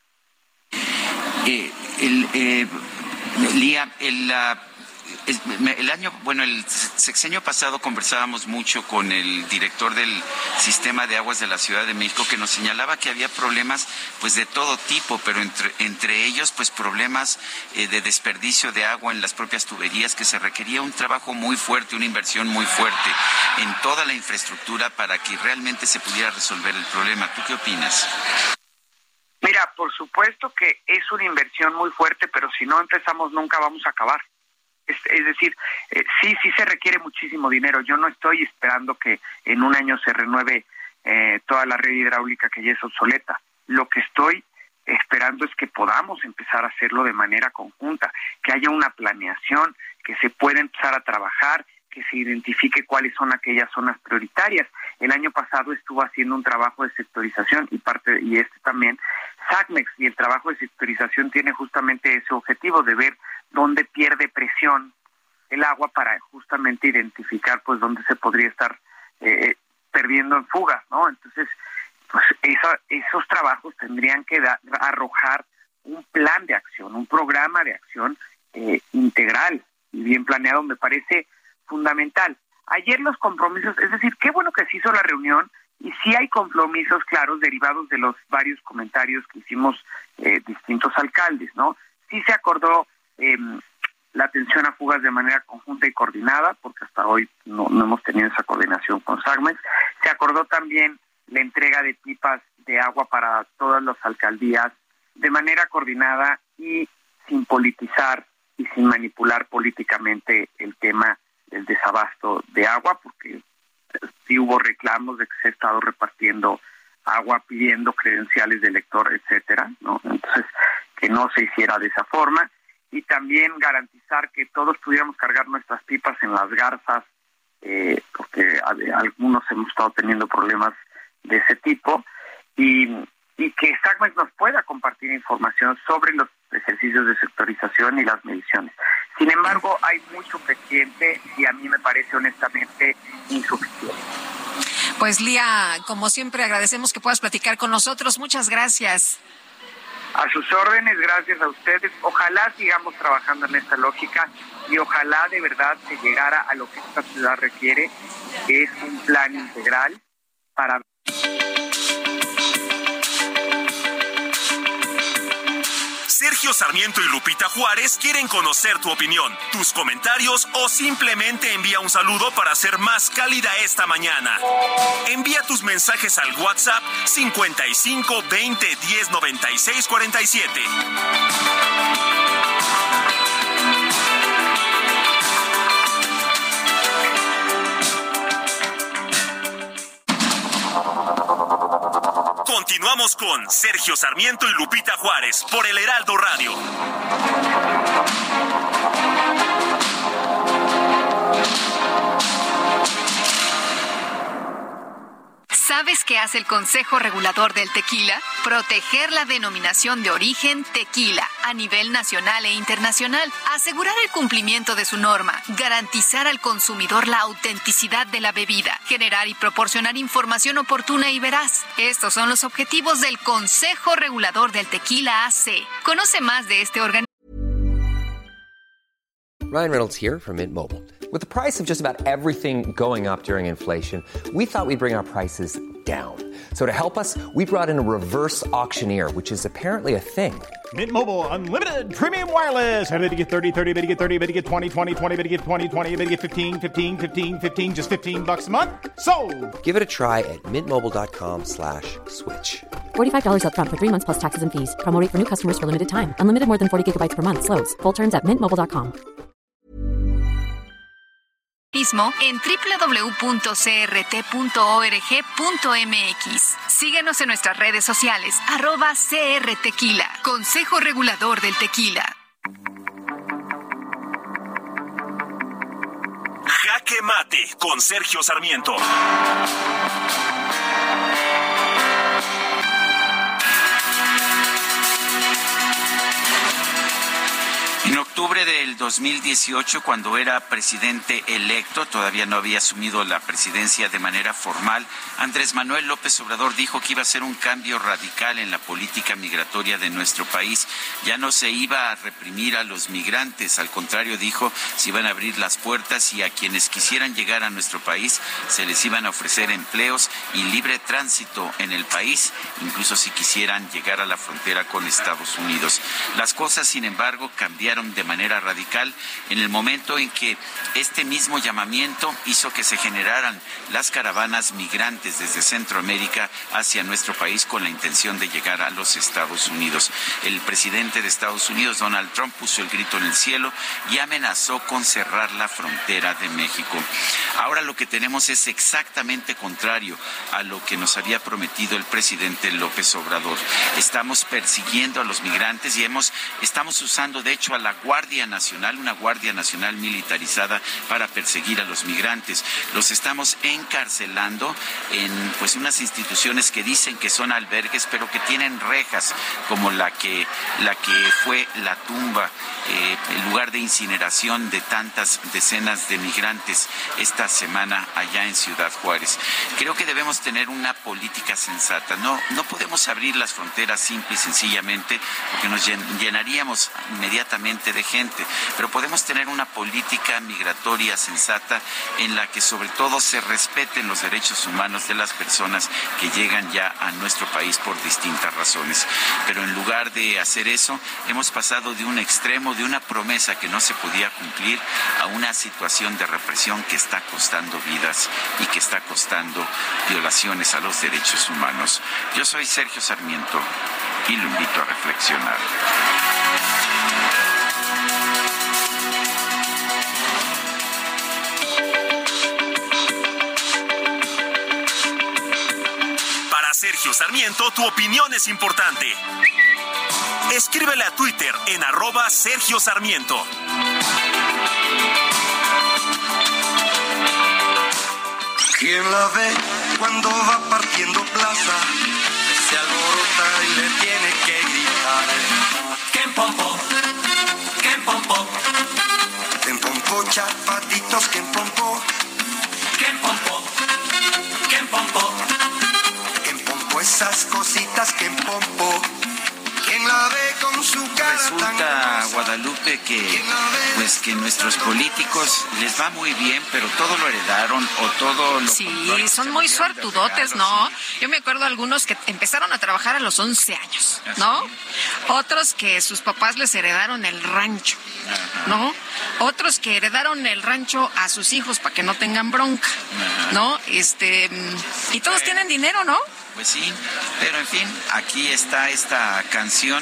Eh, el, eh, Lía, el, uh, el año, bueno, el sexenio pasado conversábamos mucho con el director del Sistema de Aguas de la Ciudad de México, que nos señalaba que había problemas pues de todo tipo, pero entre, entre ellos pues problemas eh, de desperdicio de agua en las propias tuberías, que se requería un trabajo muy fuerte, una inversión muy fuerte en toda la infraestructura para que realmente se pudiera resolver el problema. ¿Tú qué opinas? Mira, por supuesto que es una inversión muy fuerte, pero si no empezamos nunca vamos a acabar. Es, es decir, eh, sí, sí se requiere muchísimo dinero. Yo no estoy esperando que en un año se renueve eh, toda la red hidráulica que ya es obsoleta. Lo que estoy esperando es que podamos empezar a hacerlo de manera conjunta, que haya una planeación, que se pueda empezar a trabajar, que se identifique cuáles son aquellas zonas prioritarias. El año pasado estuvo haciendo un trabajo de sectorización y parte y este también SACMEX, y el trabajo de sectorización tiene justamente ese objetivo de ver dónde pierde presión el agua para justamente identificar pues dónde se podría estar eh, perdiendo en fugas, ¿no? Entonces, pues esa, esos trabajos tendrían que da, arrojar un plan de acción, un programa de acción eh, integral y bien planeado. Me parece fundamental. Ayer los compromisos, es decir, qué bueno que se hizo la reunión y sí hay compromisos claros derivados de los varios comentarios que hicimos eh, distintos alcaldes, ¿no? Sí se acordó eh, la atención a fugas de manera conjunta y coordinada, porque hasta hoy no, no hemos tenido esa coordinación con SACMEX. Se acordó también la entrega de pipas de agua para todas las alcaldías de manera coordinada y sin politizar y sin manipular políticamente el tema del desabasto de agua, porque sí hubo reclamos de que se ha estado repartiendo agua pidiendo credenciales de elector, etcétera, ¿no? Entonces, que no se hiciera de esa forma, y también garantizar que todos pudiéramos cargar nuestras pipas en las garzas, eh, porque algunos hemos estado teniendo problemas de ese tipo, y, y que SACMEX nos pueda compartir información sobre los ejercicios de sectorización y las mediciones. Sin embargo, hay mucho pendiente y a mí me parece honestamente insuficiente. Pues Lía, como siempre agradecemos que puedas platicar con nosotros. Muchas gracias. A sus órdenes, gracias a ustedes. Ojalá sigamos trabajando en esta lógica y ojalá de verdad se llegara a lo que esta ciudad requiere, que es un plan integral para... Sergio Sarmiento y Lupita Juárez quieren conocer tu opinión, tus comentarios o simplemente envía un saludo para ser más cálida esta mañana. Envía tus mensajes al WhatsApp cincuenta y cinco veinte diez noventa y seis cuarenta y siete. Continuamos con Sergio Sarmiento y Lupita Juárez por el Heraldo Radio. ¿Sabes qué hace el Consejo Regulador del Tequila? Proteger la denominación de origen tequila a nivel nacional e internacional, asegurar el cumplimiento de su norma, garantizar al consumidor la autenticidad de la bebida, generar y proporcionar información oportuna y veraz. Estos son los objetivos del Consejo Regulador del Tequila A C. Conoce más de este organismo. Ryan Reynolds here from Mint Mobile. With the price of just about everything going up during inflation, we thought we'd bring our prices down. So to help us, we brought in a reverse auctioneer, which is apparently a thing. Mint Mobile Unlimited Premium Wireless. How to get thirty, thirty, how to get thirty, how to get twenty, twenty, twenty, how to get twenty, twenty, how to get fifteen, fifteen, fifteen, fifteen, just fifteen bucks a month? Sold! Give it a try at mintmobile.com slash switch. forty-five dollars up front for three months plus taxes and fees. Promo rate for new customers for limited time. Unlimited more than forty gigabytes per month. Slows full terms at mint mobile dot com. En doble u doble u doble u punto c r t punto org punto m x. Síguenos en nuestras redes sociales, arroba crtequila, Consejo Regulador del Tequila. Jaque Mate con Sergio Sarmiento. En octubre del dos mil dieciocho, cuando era presidente electo, todavía no había asumido la presidencia de manera formal, Andrés Manuel López Obrador dijo que iba a hacer un cambio radical en la política migratoria de nuestro país. Ya no se iba a reprimir a los migrantes, al contrario, dijo, se iban a abrir las puertas y a quienes quisieran llegar a nuestro país se les iban a ofrecer empleos y libre tránsito en el país, incluso si quisieran llegar a la frontera con Estados Unidos. Las cosas, sin embargo, cambiaron de manera radical en el momento en que este mismo llamamiento hizo que se generaran las caravanas migrantes desde Centroamérica hacia nuestro país con la intención de llegar a los Estados Unidos. El presidente de Estados Unidos, Donald Trump, puso el grito en el cielo y amenazó con cerrar la frontera de México. Ahora lo que tenemos es exactamente contrario a lo que nos había prometido el presidente López Obrador. Estamos persiguiendo a los migrantes y hemos, estamos usando de hecho a la Guardia Nacional nacional, una Guardia Nacional militarizada para perseguir a los migrantes. Los estamos encarcelando en pues unas instituciones que dicen que son albergues, pero que tienen rejas, como la que la que fue la tumba, eh, el lugar de incineración de tantas decenas de migrantes esta semana allá en Ciudad Juárez. Creo que debemos tener una política sensata. No, no podemos abrir las fronteras simple y sencillamente porque nos llenaríamos inmediatamente de gente, pero podemos tener una política migratoria sensata en la que sobre todo se respeten los derechos humanos de las personas que llegan ya a nuestro país por distintas razones. Pero en lugar de hacer eso, hemos pasado de un extremo, de una promesa que no se podía cumplir, a una situación de represión que está costando vidas y que está costando violaciones a los derechos humanos. Yo soy Sergio Sarmiento y lo invito a reflexionar. Para Sergio Sarmiento, tu opinión es importante. Escríbele a Twitter en arroba Sergio Sarmiento. ¿Quién la ve cuando va partiendo plaza? Se alborota y le tiene que gritar. ¿Quién pompo? ¿Quién pompo? ¿Quién pompo, chapatitos? ¿Quién pompo? ¿Quién pompo? ¿Quién pompo? ¿Quién pompo esas cositas? ¿Quién pompo? ¿Quién la ve con su cara? Resulta, Guadalupe, que pues que nuestros políticos les va muy bien, pero todo lo heredaron o todo lo... Sí, son muy suertudotes, ¿no? Yo me acuerdo de algunos que empezaron a trabajar a los once años, ¿no? Otros que sus papás les heredaron el rancho, ¿no? Otros que heredaron el rancho a sus hijos para que no tengan bronca, ¿no? Este, y todos tienen dinero, ¿no? Pues sí, pero en fin, aquí está esta canción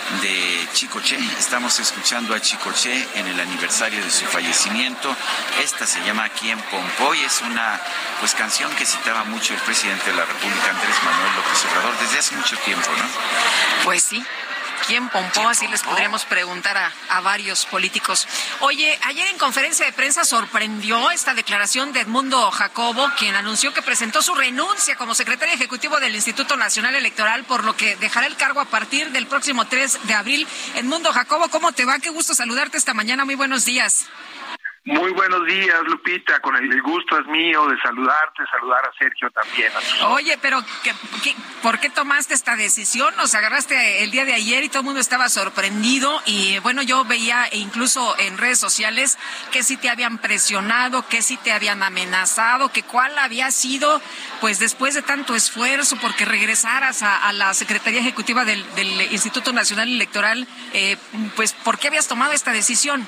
de Chicoche. Estamos escuchando a Chicoche en el aniversario de su fallecimiento. Esta se llama ¿Quién pompó? Y es una pues canción que citaba mucho el presidente de la República, Andrés Manuel López Obrador, desde hace mucho tiempo, ¿no? Pues sí. ¿Quién pompó? Así les podríamos preguntar a, a varios políticos. Oye, ayer en conferencia de prensa sorprendió esta declaración de Edmundo Jacobo, quien anunció que presentó su renuncia como secretario ejecutivo del Instituto Nacional Electoral, por lo que dejará el cargo a partir del próximo tres de abril. Edmundo Jacobo, ¿cómo te va? Qué gusto saludarte esta mañana. Muy buenos días. Muy buenos días, Lupita, con el, el gusto es mío de saludarte, saludar a Sergio también. Oye, pero ¿qué, qué, ¿por qué tomaste esta decisión? Nos agarraste el día de ayer y todo el mundo estaba sorprendido y bueno, yo veía incluso en redes sociales que sí te habían presionado, que sí te habían amenazado, que cuál había sido, pues después de tanto esfuerzo porque regresaras a, a la Secretaría Ejecutiva del, del Instituto Nacional Electoral, eh, pues ¿por qué habías tomado esta decisión?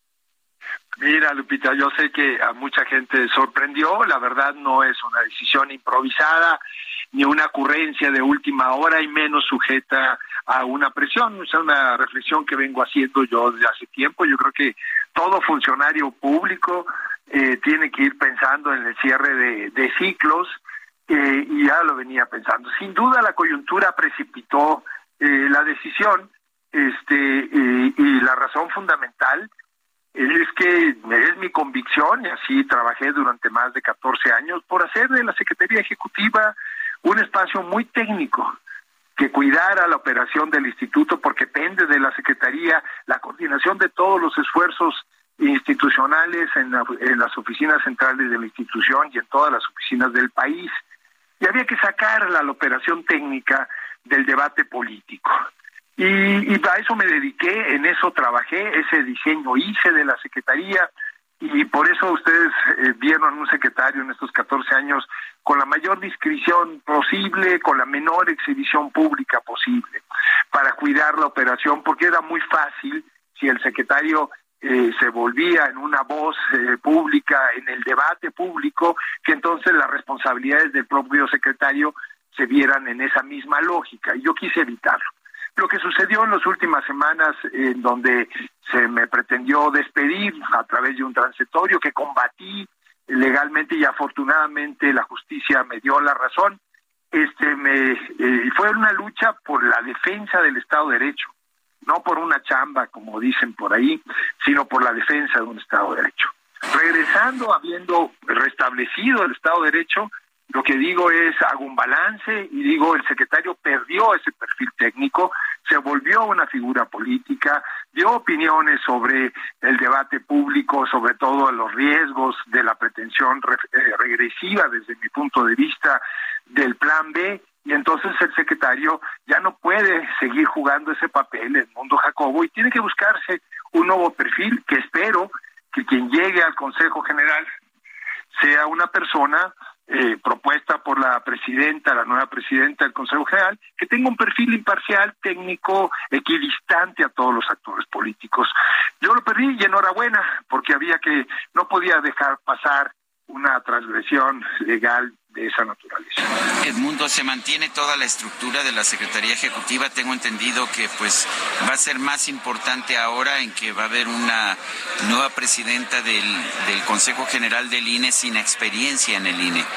Mira, Lupita, yo sé que a mucha gente sorprendió, la verdad no es una decisión improvisada, ni una ocurrencia de última hora y menos sujeta a una presión, es una reflexión que vengo haciendo yo desde hace tiempo. Yo creo que todo funcionario público eh, tiene que ir pensando en el cierre de, de ciclos eh, y ya lo venía pensando. Sin duda la coyuntura precipitó eh, la decisión este eh, y la razón fundamental es que es mi convicción, y así trabajé durante más de catorce años, por hacer de la Secretaría Ejecutiva un espacio muy técnico, que cuidara la operación del instituto, porque depende de la Secretaría la coordinación de todos los esfuerzos institucionales en, la, en las oficinas centrales de la institución y en todas las oficinas del país. Y había que sacarla, la operación técnica, del debate político. Y, y a eso me dediqué, en eso trabajé, ese diseño hice de la Secretaría, y por eso ustedes eh, vieron un secretario en estos catorce años con la mayor discreción posible, con la menor exhibición pública posible, para cuidar la operación, porque era muy fácil, si el secretario eh, se volvía en una voz eh, pública, en el debate público, que entonces las responsabilidades del propio secretario se vieran en esa misma lógica, y yo quise evitarlo. Lo que sucedió en las últimas semanas, en donde se me pretendió despedir a través de un transitorio que combatí legalmente y afortunadamente la justicia me dio la razón, este me eh, fue una lucha por la defensa del Estado de Derecho, no por una chamba, como dicen por ahí, sino por la defensa de un Estado de Derecho. Regresando, habiendo restablecido el Estado de Derecho, lo que digo es, hago un balance y digo, el secretario perdió ese perfil técnico, se volvió una figura política, dio opiniones sobre el debate público, sobre todo los riesgos de la pretensión re- eh, regresiva desde mi punto de vista del plan B, y entonces el secretario ya no puede seguir jugando ese papel en Mundo Jacobo y tiene que buscarse un nuevo perfil, que espero que quien llegue al Consejo General sea una persona eh, propuesta por la presidenta, la nueva presidenta del Consejo General, que tenga un perfil imparcial, técnico, equidistante a todos los actores políticos. Yo lo perdí y enhorabuena, porque había que, no podía dejar pasar una transgresión legal de esa naturaleza. Edmundo, se mantiene toda la estructura de la Secretaría Ejecutiva. Tengo entendido que pues va a ser más importante ahora en que va a haber una nueva presidenta del, del Consejo General del I N E sin experiencia en el I N E.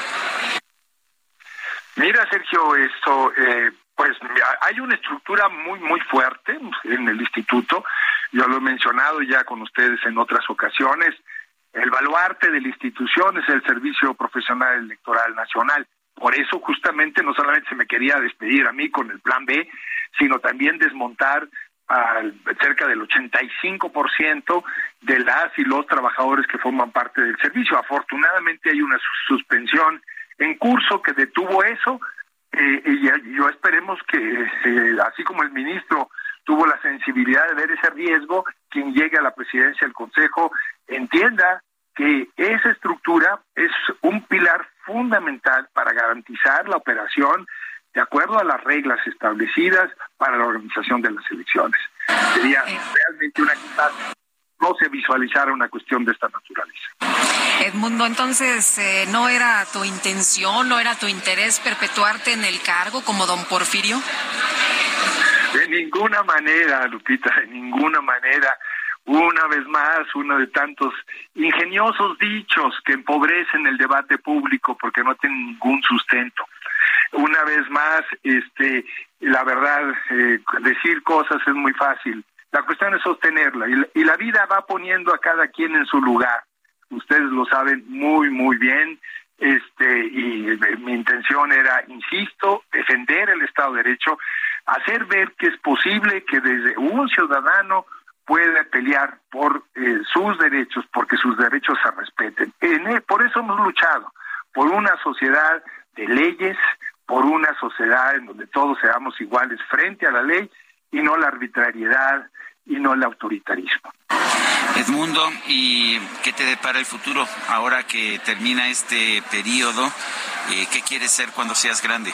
Mira, Sergio, esto, eh, pues hay una estructura muy, muy fuerte en el instituto. Yo lo he mencionado ya con ustedes en otras ocasiones. El baluarte de la institución es el Servicio Profesional Electoral Nacional. Por eso justamente no solamente se me quería despedir a mí con el plan B, sino también desmontar al, cerca del ochenta y cinco por ciento de las y los trabajadores que forman parte del servicio. Afortunadamente hay una suspensión en curso que detuvo eso, eh, y yo esperemos que, eh, así como el ministro tuvo la sensibilidad de ver ese riesgo, quien llegue a la presidencia del Consejo entienda que esa estructura es un pilar fundamental para garantizar la operación de acuerdo a las reglas establecidas para la organización de las elecciones. Sería realmente una catástrofe no se visualizara una cuestión de esta naturaleza. Edmundo, entonces, eh, ¿no era tu intención, no era tu interés perpetuarte en el cargo como don Porfirio? De ninguna manera, Lupita, de ninguna manera. Una vez más, uno de tantos ingeniosos dichos que empobrecen el debate público porque no tienen ningún sustento. Una vez más, este, la verdad, eh, decir cosas es muy fácil. La cuestión es sostenerla y la, y la vida va poniendo a cada quien en su lugar. Ustedes lo saben muy, muy bien. Este, y eh, mi intención era, insisto, defender el Estado de Derecho, hacer ver que es posible que desde un ciudadano puede pelear por eh, sus derechos, porque sus derechos se respeten. En, por eso hemos luchado, por una sociedad de leyes, por una sociedad en donde todos seamos iguales frente a la ley y no la arbitrariedad y no el autoritarismo. Edmundo, ¿y qué te depara el futuro ahora que termina este periodo? Eh, ¿Qué quieres ser cuando seas grande?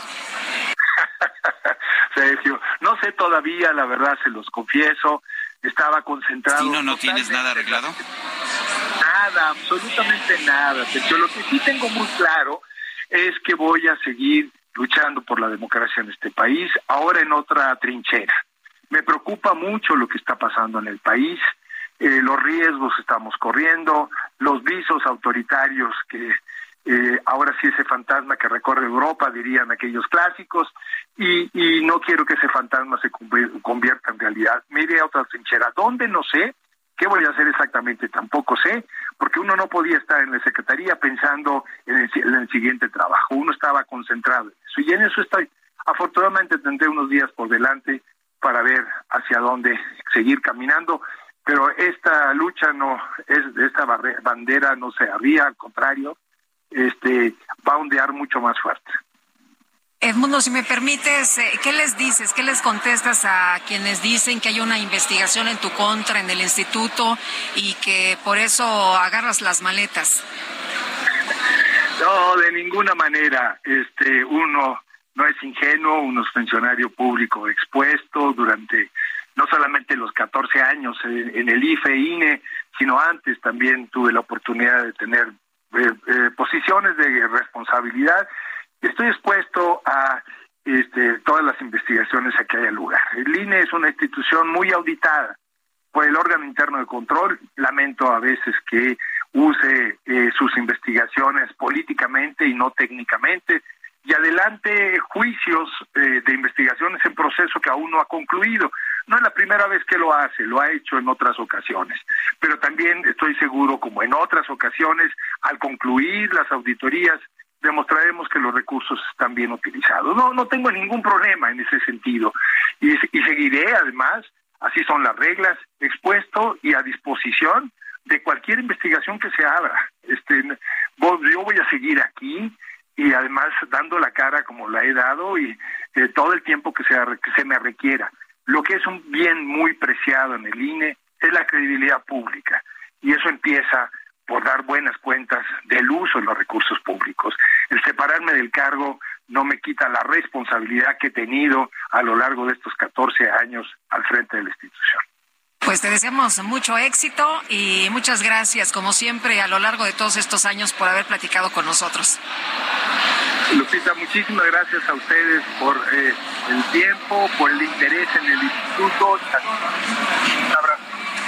Sergio, no sé todavía, la verdad, se los confieso. Estaba concentrado. ¿Sí, no, no tienes nada arreglado? Nada, absolutamente nada. Sergio, lo que sí tengo muy claro es que voy a seguir luchando por la democracia en este país, ahora en otra trinchera. Me preocupa mucho lo que está pasando en el país, eh, los riesgos que estamos corriendo, los visos autoritarios que eh, ahora sí ese fantasma que recorre Europa, dirían aquellos clásicos, y, y no quiero que ese fantasma se convierta en realidad. Me iré a otra trinchera. ¿Dónde? No sé. ¿Qué voy a hacer exactamente? Tampoco sé, porque uno no podía estar en la Secretaría pensando en el, en el siguiente trabajo. Uno estaba concentrado en eso, y en eso estoy. Afortunadamente tendré unos días por delante para ver hacia dónde seguir caminando, pero esta lucha no, es esta bandera no se arría, al contrario, este va a ondear mucho más fuerte. Edmundo, si me permites, ¿qué les dices, qué les contestas a quienes dicen que hay una investigación en tu contra en el instituto y que por eso agarras las maletas? No, de ninguna manera. Este, uno no es ingenuo, uno es funcionario público expuesto durante no solamente los catorce años en el I F E, I N E, sino antes también tuve la oportunidad de tener eh, eh, posiciones de responsabilidad. Estoy expuesto a este, todas las investigaciones a que haya lugar. El I N E es una institución muy auditada por el órgano interno de control. Lamento a veces que use eh, sus investigaciones políticamente y no técnicamente, y adelante juicios eh, de investigaciones en proceso que aún no ha concluido. No es la primera vez que lo hace, lo ha hecho en otras ocasiones, pero también estoy seguro, como en otras ocasiones, al concluir las auditorías, demostraremos que los recursos están bien utilizados. No, no tengo ningún problema en ese sentido, y, y seguiré, además, así son las reglas, expuesto y a disposición de cualquier investigación que se abra. Este, yo voy a seguir aquí, y además dando la cara como la he dado, y eh, todo el tiempo que, sea, que se me requiera. Lo que es un bien muy preciado en el I N E es la credibilidad pública, y eso empieza por dar buenas cuentas del uso de los recursos públicos. El separarme del cargo no me quita la responsabilidad que he tenido a lo largo de estos catorce años al frente de la institución. Pues te deseamos mucho éxito y muchas gracias, como siempre, a lo largo de todos estos años por haber platicado con nosotros. Lupita, muchísimas gracias a ustedes por eh, el tiempo, por el interés en el instituto. Un abrazo.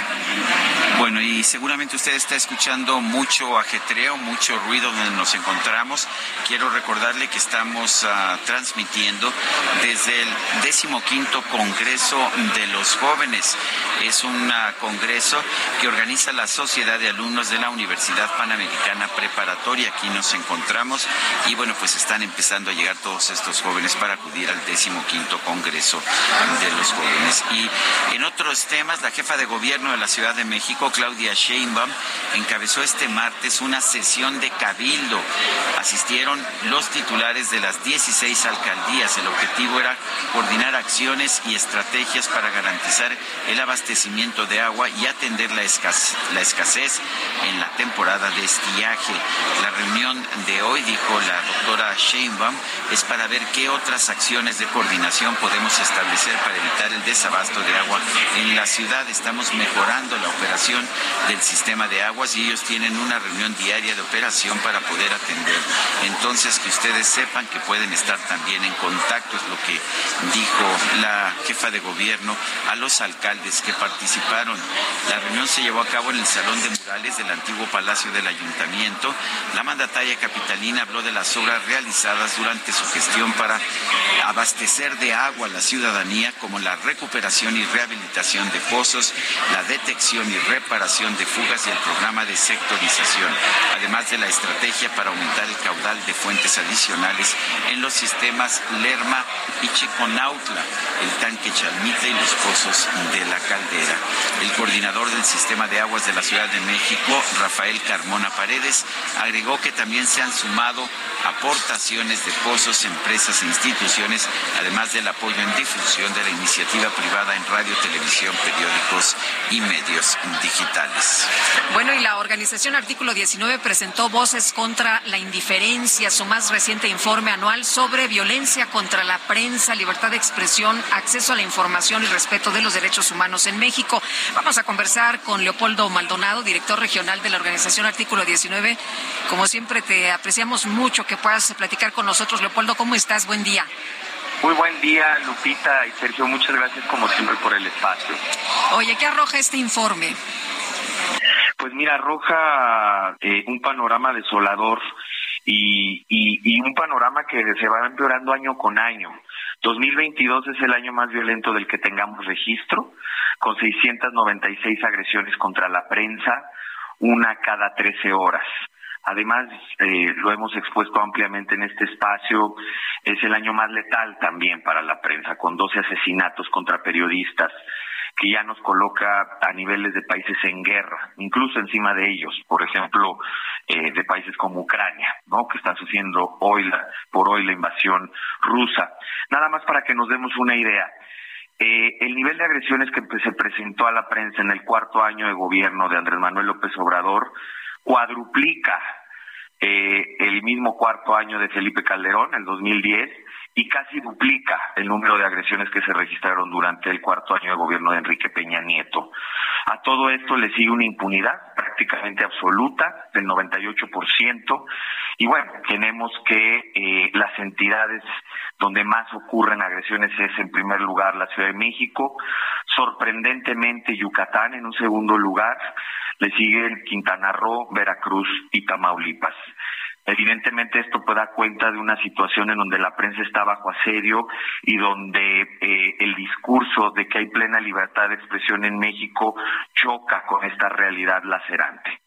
Bueno, y seguramente usted está escuchando mucho ajetreo, mucho ruido donde nos encontramos. Quiero recordarle que estamos uh, transmitiendo desde el decimoquinto Congreso de los Jóvenes. Es un uh, congreso que organiza la Sociedad de Alumnos de la Universidad Panamericana Preparatoria. Aquí nos encontramos y bueno, pues están empezando a llegar todos estos jóvenes para acudir al decimoquinto Congreso de los Jóvenes. Y en otros temas, la jefa de gobierno de la Ciudad de México, Claudia Sheinbaum, encabezó este martes una sesión de cabildo. Asistieron los titulares de las dieciséis alcaldías. El objetivo era coordinar acciones y estrategias para garantizar el abastecimiento de agua y atender la escasez, la escasez en la temporada de estiaje. La reunión de hoy, dijo la doctora Sheinbaum, es para ver qué otras acciones de coordinación podemos establecer para evitar el desabasto de agua en la ciudad. Estamos mejorando la operación del sistema de aguas y ellos tienen una reunión diaria de operación para poder atender. Entonces, que ustedes sepan que pueden estar también en contacto, es lo que dijo la jefa de gobierno a los alcaldes que participaron. La reunión se llevó a cabo en el Salón de Murales del antiguo Palacio del Ayuntamiento. La mandataria capitalina habló de las obras realizadas durante su gestión para abastecer de agua a la ciudadanía, como la recuperación y rehabilitación de pozos, la detección y reparación de fugas y el programa de sectorización, además de la estrategia para aumentar el caudal de fuentes adicionales en los sistemas Lerma y Chiconautla, el tanque Chalmite y los pozos de la Caldera. El coordinador del sistema de aguas de la Ciudad de México, Rafael Carmona Paredes, agregó que también se han sumado aportaciones de pozos, empresas e instituciones, además del apoyo en difusión de la iniciativa privada en radio, televisión, periódicos y medios digitales. Bueno, y la organización Artículo diecinueve presentó Voces contra la Indiferencia, su más reciente informe anual sobre violencia contra la prensa, libertad de expresión, acceso a la información y respeto de los derechos humanos en México. Vamos a conversar con Leopoldo Maldonado, director regional de la organización Artículo diecinueve. Como siempre, te apreciamos mucho que puedas platicar con nosotros. Leopoldo, ¿cómo estás? Buen día. Muy buen día, Lupita y Sergio. Muchas gracias, como siempre, por el espacio. Oye, ¿qué arroja este informe? Pues mira, arroja eh, un panorama desolador y, y, y un panorama que se va empeorando año con año. dos mil veintidós es el año más violento del que tengamos registro, con seiscientas noventa y seis agresiones contra la prensa, una cada trece horas. Además, eh, lo hemos expuesto ampliamente en este espacio, es el año más letal también para la prensa, con doce asesinatos contra periodistas, que ya nos coloca a niveles de países en guerra, incluso encima de ellos, por ejemplo, eh, de países como Ucrania, ¿no?, que están sufriendo hoy la, por hoy la invasión rusa. Nada más para que nos demos una idea. Eh, el nivel de agresiones que se presentó a la prensa en el cuarto año de gobierno de Andrés Manuel López Obrador cuadruplica eh, el mismo cuarto año de Felipe Calderón, el dos mil diez, y casi duplica el número de agresiones que se registraron durante el cuarto año de gobierno de Enrique Peña Nieto. A todo esto le sigue una impunidad prácticamente absoluta del noventa y ocho por ciento, y bueno, tenemos que eh, las entidades donde más ocurren agresiones es en primer lugar la Ciudad de México, sorprendentemente Yucatán en un segundo lugar, le siguen Quintana Roo, Veracruz y Tamaulipas. Evidentemente esto puede dar cuenta de una situación en donde la prensa está bajo asedio y donde eh, el discurso de que hay plena libertad de expresión en México choca con esta realidad lacerante.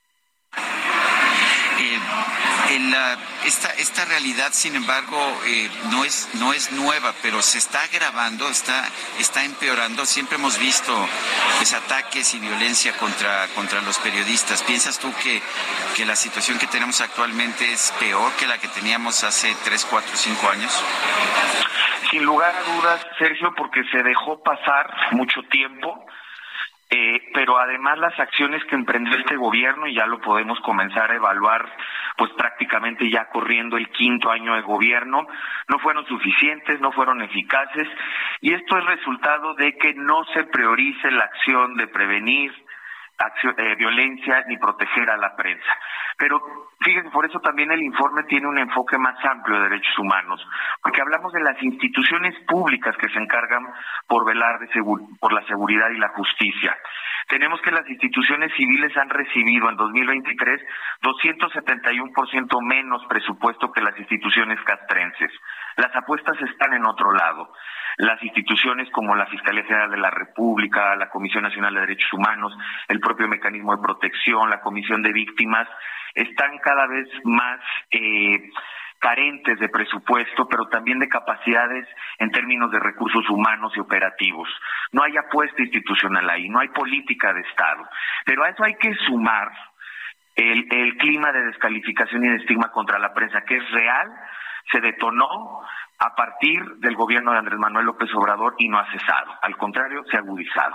Eh, en la, esta esta realidad, sin embargo, eh, no es no es nueva, pero se está agravando, está está empeorando. Siempre hemos visto pues, ataques y violencia contra contra los periodistas. ¿Piensas tú que que la situación que tenemos actualmente es peor que la que teníamos hace tres, cuatro, cinco años? Sin lugar a dudas, Sergio, porque se dejó pasar mucho tiempo. Eh, pero además las acciones que emprendió este gobierno, y ya lo podemos comenzar a evaluar, pues prácticamente ya corriendo el quinto año de gobierno, no fueron suficientes, no fueron eficaces, y esto es resultado de que no se priorice la acción de prevenir acción, eh, violencia ni proteger a la prensa. Pero fíjense, por eso también el informe tiene un enfoque más amplio de derechos humanos, porque hablamos de las instituciones públicas que se encargan por velar de segur- por la seguridad y la justicia. Tenemos que las instituciones civiles han recibido en dos mil veintitrés doscientos setenta y uno por ciento menos presupuesto que las instituciones castrenses. Las apuestas están en otro lado. Las instituciones como la Fiscalía General de la República, la Comisión Nacional de Derechos Humanos, el propio Mecanismo de Protección, la Comisión de Víctimas, están cada vez más eh, carentes de presupuesto, pero también de capacidades en términos de recursos humanos y operativos. No hay apuesta institucional ahí, no hay política de Estado. Pero a eso hay que sumar el, el clima de descalificación y de estigma contra la prensa, que es real, se detonó a partir del gobierno de Andrés Manuel López Obrador y no ha cesado. Al contrario, se ha agudizado.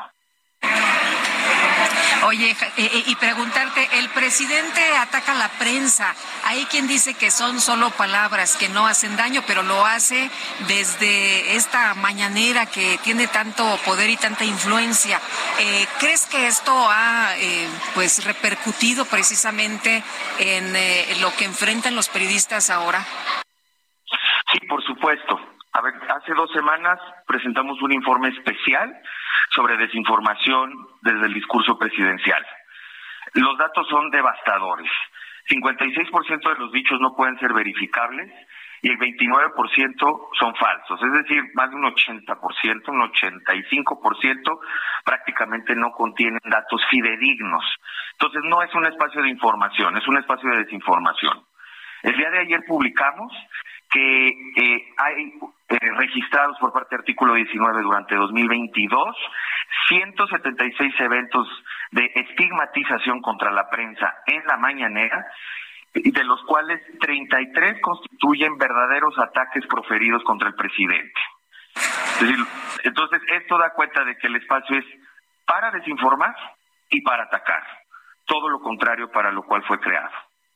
Oye, eh, y preguntarte, el presidente ataca a la prensa. Hay quien dice que son solo palabras, que no hacen daño, pero lo hace desde esta mañanera que tiene tanto poder y tanta influencia. Eh, ¿Crees que esto ha eh, pues repercutido precisamente en eh, lo que enfrentan los periodistas ahora? Sí, por supuesto. A ver, hace dos semanas presentamos un informe especial sobre desinformación desde el discurso presidencial. Los datos son devastadores. cincuenta y seis por ciento de los dichos no pueden ser verificables y el veintinueve por ciento son falsos. Es decir, más de un ochenta por ciento, un ochenta y cinco por ciento prácticamente no contienen datos fidedignos. Entonces no es un espacio de información, es un espacio de desinformación. El día de ayer publicamos que eh, hay eh, registrados por parte de Artículo diecinueve durante dos mil veintidós ciento setenta y seis eventos de estigmatización contra la prensa en la mañanera, de los cuales treinta y tres constituyen verdaderos ataques proferidos contra el presidente. Es decir, entonces esto da cuenta de que el espacio es para desinformar y para atacar, todo lo contrario para lo cual fue creado.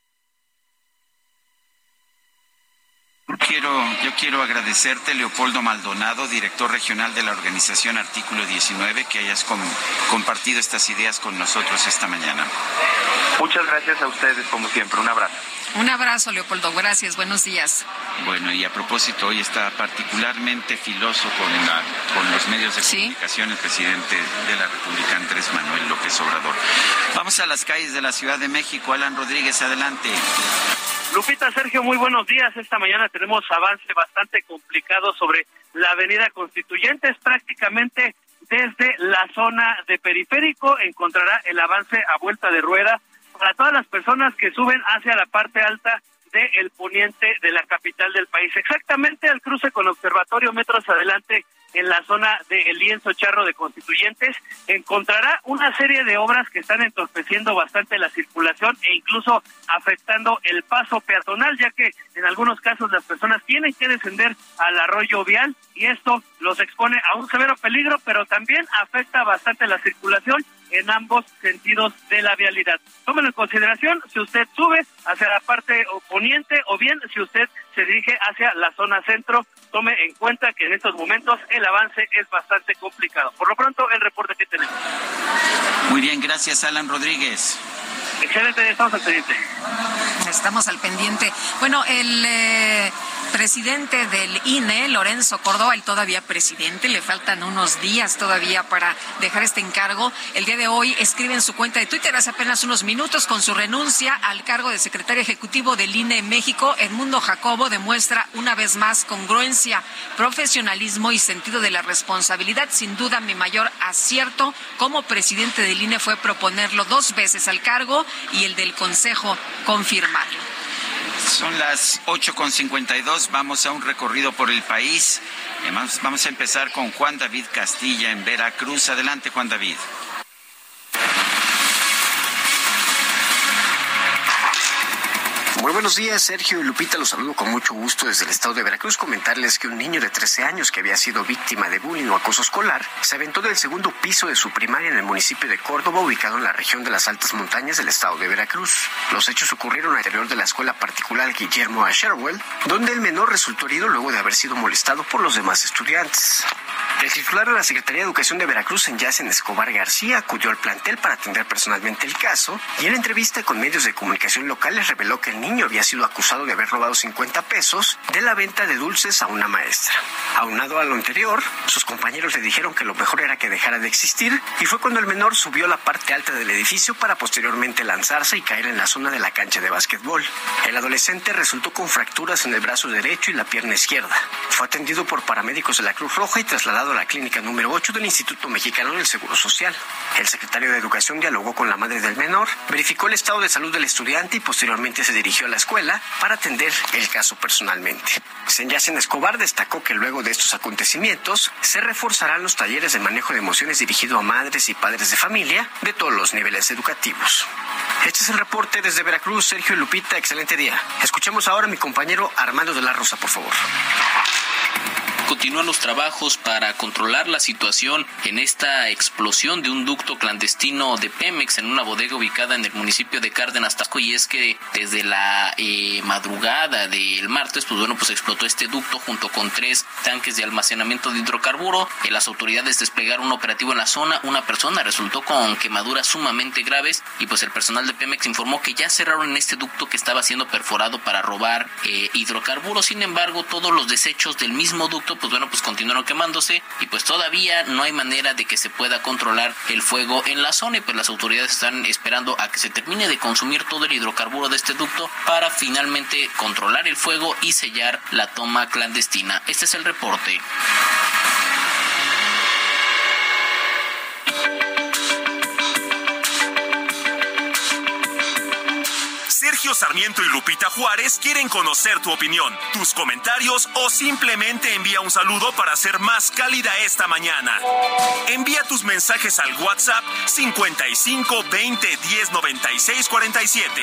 Quiero, yo quiero agradecerte, Leopoldo Maldonado, director regional de la organización Artículo diecinueve, que hayas com- compartido estas ideas con nosotros esta mañana. Muchas gracias a ustedes, como siempre. Un abrazo. Un abrazo, Leopoldo. Gracias. Buenos días. Bueno, y a propósito, hoy está particularmente filoso con, la, con los medios de ¿Sí? comunicación el presidente de la República, Andrés Manuel López Obrador. Vamos a las calles de la Ciudad de México. Alan Rodríguez, adelante. Lupita, Sergio, muy buenos días. Esta mañana tenemos avance bastante complicado sobre la avenida Constituyentes. Prácticamente desde la zona de Periférico encontrará el avance a vuelta de rueda para todas las personas que suben hacia la parte alta del poniente de la capital del país. Exactamente al cruce con Observatorio, metros adelante, en la zona de El Lienzo Charro de Constituyentes, encontrará una serie de obras que están entorpeciendo bastante la circulación e incluso afectando el paso peatonal, ya que en algunos casos las personas tienen que descender al arroyo vial y esto los expone a un severo peligro, pero también afecta bastante la circulación en ambos sentidos de la vialidad. Tómenlo en consideración si usted sube hacia la parte poniente o bien si usted se dirige hacia la zona centro, tome en cuenta que en estos momentos el avance es bastante complicado. Por lo pronto, el reporte que tenemos. Muy bien, gracias, Alan Rodríguez. Excelente, estamos al pendiente. Estamos al pendiente. Bueno, el eh, presidente del I N E, Lorenzo Córdoba, el todavía presidente, le faltan unos días todavía para dejar este encargo. El día de hoy escribe en su cuenta de Twitter hace apenas unos minutos con su renuncia al cargo de secretario ejecutivo del I N E México. Edmundo Jacobo demuestra una vez más congruencia, profesionalismo y sentido de la responsabilidad. Sin duda, mi mayor acierto como presidente del I N E fue proponerlo dos veces al cargo y el del Consejo confirmarlo. Son las ocho con cincuenta y dos, vamos a un recorrido por el país. Vamos, vamos a empezar con Juan David Castilla en Veracruz. Adelante, Juan David. Muy buenos días, Sergio y Lupita, los saludo con mucho gusto desde el estado de Veracruz. Comentarles que un niño de trece años que había sido víctima de bullying o acoso escolar se aventó del segundo piso de su primaria en el municipio de Córdoba, ubicado en la región de las altas montañas del estado de Veracruz. Los hechos ocurrieron al interior de la escuela particular Guillermo A. Sherwell, donde el menor resultó herido luego de haber sido molestado por los demás estudiantes. El titular de la Secretaría de Educación de Veracruz, Enyacen Escobar García, acudió al plantel para atender personalmente el caso y en entrevista con medios de comunicación locales reveló que el niño había sido acusado de haber robado cincuenta pesos de la venta de dulces a una maestra. Aunado a lo anterior, sus compañeros le dijeron que lo mejor era que dejara de existir y fue cuando el menor subió a la parte alta del edificio para posteriormente lanzarse y caer en la zona de la cancha de básquetbol. El adolescente resultó con fracturas en el brazo derecho y la pierna izquierda. Fue atendido por paramédicos de la Cruz Roja y trasladado a la clínica número ocho del Instituto Mexicano del Seguro Social. El secretario de Educación dialogó con la madre del menor, verificó el estado de salud del estudiante y posteriormente se dirigió a la escuela para atender el caso personalmente. Enyacen Escobar destacó que luego de estos acontecimientos se reforzarán los talleres de manejo de emociones dirigidos a madres y padres de familia de todos los niveles educativos. Este es el reporte desde Veracruz. Sergio y Lupita, excelente día. Escuchemos ahora a mi compañero Armando de la Rosa, por favor. Continúan los trabajos para controlar la situación en esta explosión de un ducto clandestino de Pemex en una bodega ubicada en el municipio de Cárdenas, Tabasco, y es que desde la eh, madrugada del martes, pues bueno, pues explotó este ducto junto con tres tanques de almacenamiento de hidrocarburo. Eh, las autoridades desplegaron un operativo en la zona, una persona resultó con quemaduras sumamente graves y pues el personal de Pemex informó que ya cerraron en este ducto que estaba siendo perforado para robar eh, hidrocarburos. Sin embargo, todos los desechos del mismo ducto pues bueno, pues continuaron quemándose y pues todavía no hay manera de que se pueda controlar el fuego en la zona y pues las autoridades están esperando a que se termine de consumir todo el hidrocarburo de este ducto para finalmente controlar el fuego y sellar la toma clandestina. Este es el reporte. Sergio Sarmiento y Lupita Juárez quieren conocer tu opinión, tus comentarios o simplemente envía un saludo para ser más cálida esta mañana. Envía tus mensajes al WhatsApp cincuenta y cinco veinte diez noventa y seis cuarenta y siete.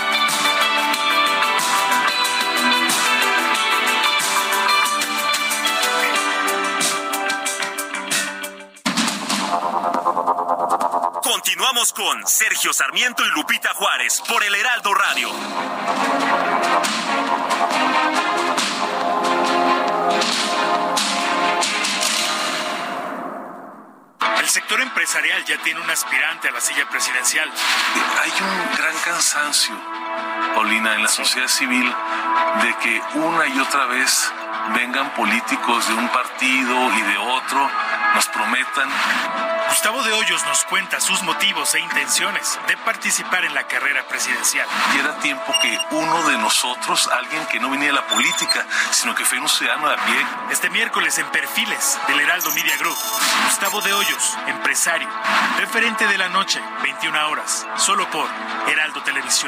Continuamos con Sergio Sarmiento y Lupita Juárez por el Heraldo Radio. El sector empresarial ya tiene un aspirante a la silla presidencial. Hay un gran cansancio, Paulina, en la sociedad civil de que una y otra vez vengan políticos de un partido y de otro, nos prometan. Gustavo de Hoyos nos cuenta sus motivos e intenciones de participar en la carrera presidencial. Y era tiempo que uno de nosotros, alguien que no venía de la política, sino que fue un ciudadano de a pie. Este miércoles en Perfiles del Heraldo Media Group, Gustavo de Hoyos, empresario, referente de la noche, veintiuna horas, solo por Heraldo Televisión.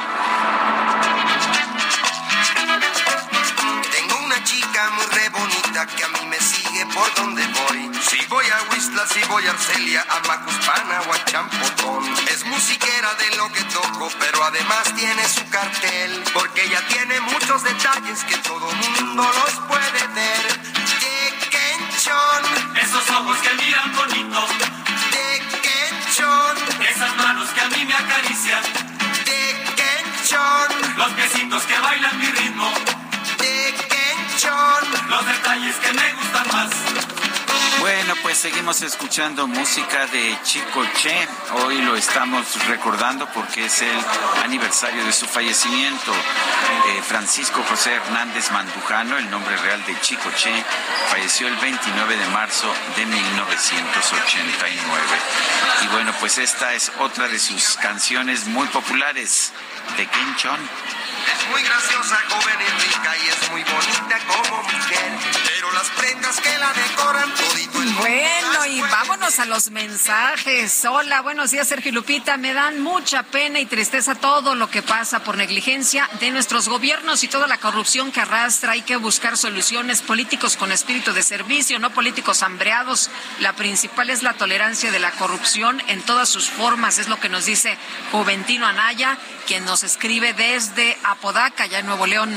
Tengo una chica muy re bonita que a mí me sigue por donde voy. Si voy a Huixla, si voy a Arcelia, a Macuspana o a Champotón. Es musiquera de lo que toco, pero además tiene su cartel, porque ella tiene muchos detalles que todo mundo los puede ver. Tequenchón, esos ojos que miran bonito. Tequenchón, esas manos que a mí me acarician. Tequenchón, los piecitos que bailan mi ritmo. Tequenchón, los detalles que me gustan más. Bueno, Bueno, pues seguimos escuchando música de Chicoche. Hoy lo estamos recordando porque es el aniversario de su fallecimiento. Eh, Francisco José Hernández Mandujano, el nombre real de Chicoche, falleció el veintinueve de marzo de mil novecientos ochenta y nueve. Y bueno, pues esta es otra de sus canciones muy populares de Ken Chon. Es muy graciosa, joven y rica y es muy bonita como mujer, pero las prendas que la decoran todito el Bueno, y vámonos a los mensajes. Hola, buenos días, Sergio y Lupita. Me dan mucha pena y tristeza todo lo que pasa por negligencia de nuestros gobiernos y toda la corrupción que arrastra. Hay que buscar soluciones, políticos con espíritu de servicio, no políticos hambreados. La principal es la tolerancia de la corrupción en todas sus formas, es lo que nos dice Juventino Anaya, quien nos escribe desde Apodaca, allá en Nuevo León.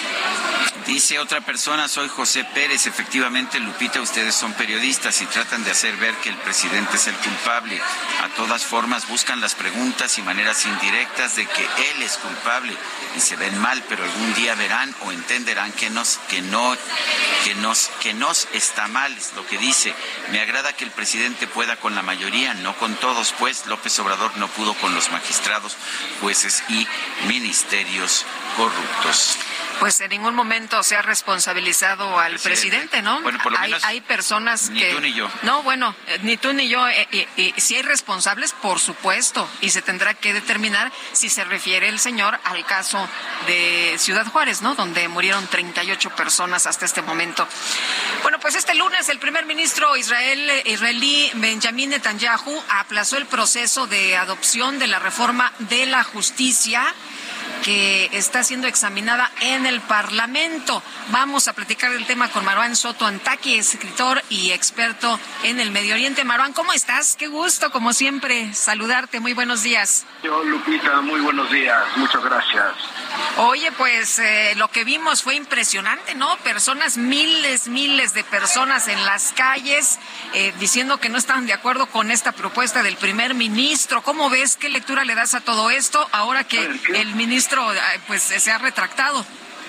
Dice otra persona, soy José Pérez. Efectivamente, Lupita, ustedes son periodistas y tratan de hacer ver que el presidente es el culpable. A todas formas buscan las preguntas y maneras indirectas de que él es culpable y se ven mal, pero algún día verán o entenderán que nos, que no, que nos, que nos está mal, es lo que dice. Me agrada que el presidente pueda con la mayoría, no con todos, pues López Obrador no pudo con los magistrados, jueces y ministerios corruptos. Pues en ningún momento se ha responsabilizado al presidente, presidente ¿no? Bueno, por lo menos hay, hay personas ni que... Ni tú ni yo. No, bueno, ni tú ni yo. Eh, eh, eh, si hay responsables, por supuesto, y se tendrá que determinar si se refiere el señor al caso de Ciudad Juárez, ¿no? Donde murieron treinta y ocho personas hasta este momento. Bueno, pues este lunes el primer ministro israel, israelí Benjamín Netanyahu aplazó el proceso de adopción de la reforma de la justicia que está siendo examinada en el Parlamento. Vamos a platicar del tema con Marwan Soto Antaki, escritor y experto en el Medio Oriente. Marwan, ¿cómo estás? Qué gusto, como siempre, saludarte. Muy buenos días. Yo, Lupita, muy buenos días. Muchas gracias. Oye, pues eh, lo que vimos fue impresionante, ¿no? Personas, miles, miles de personas en las calles eh, diciendo que no estaban de acuerdo con esta propuesta del primer ministro. ¿Cómo ves? ¿Qué lectura le das a todo esto ahora que el ministro pues se ha retractado?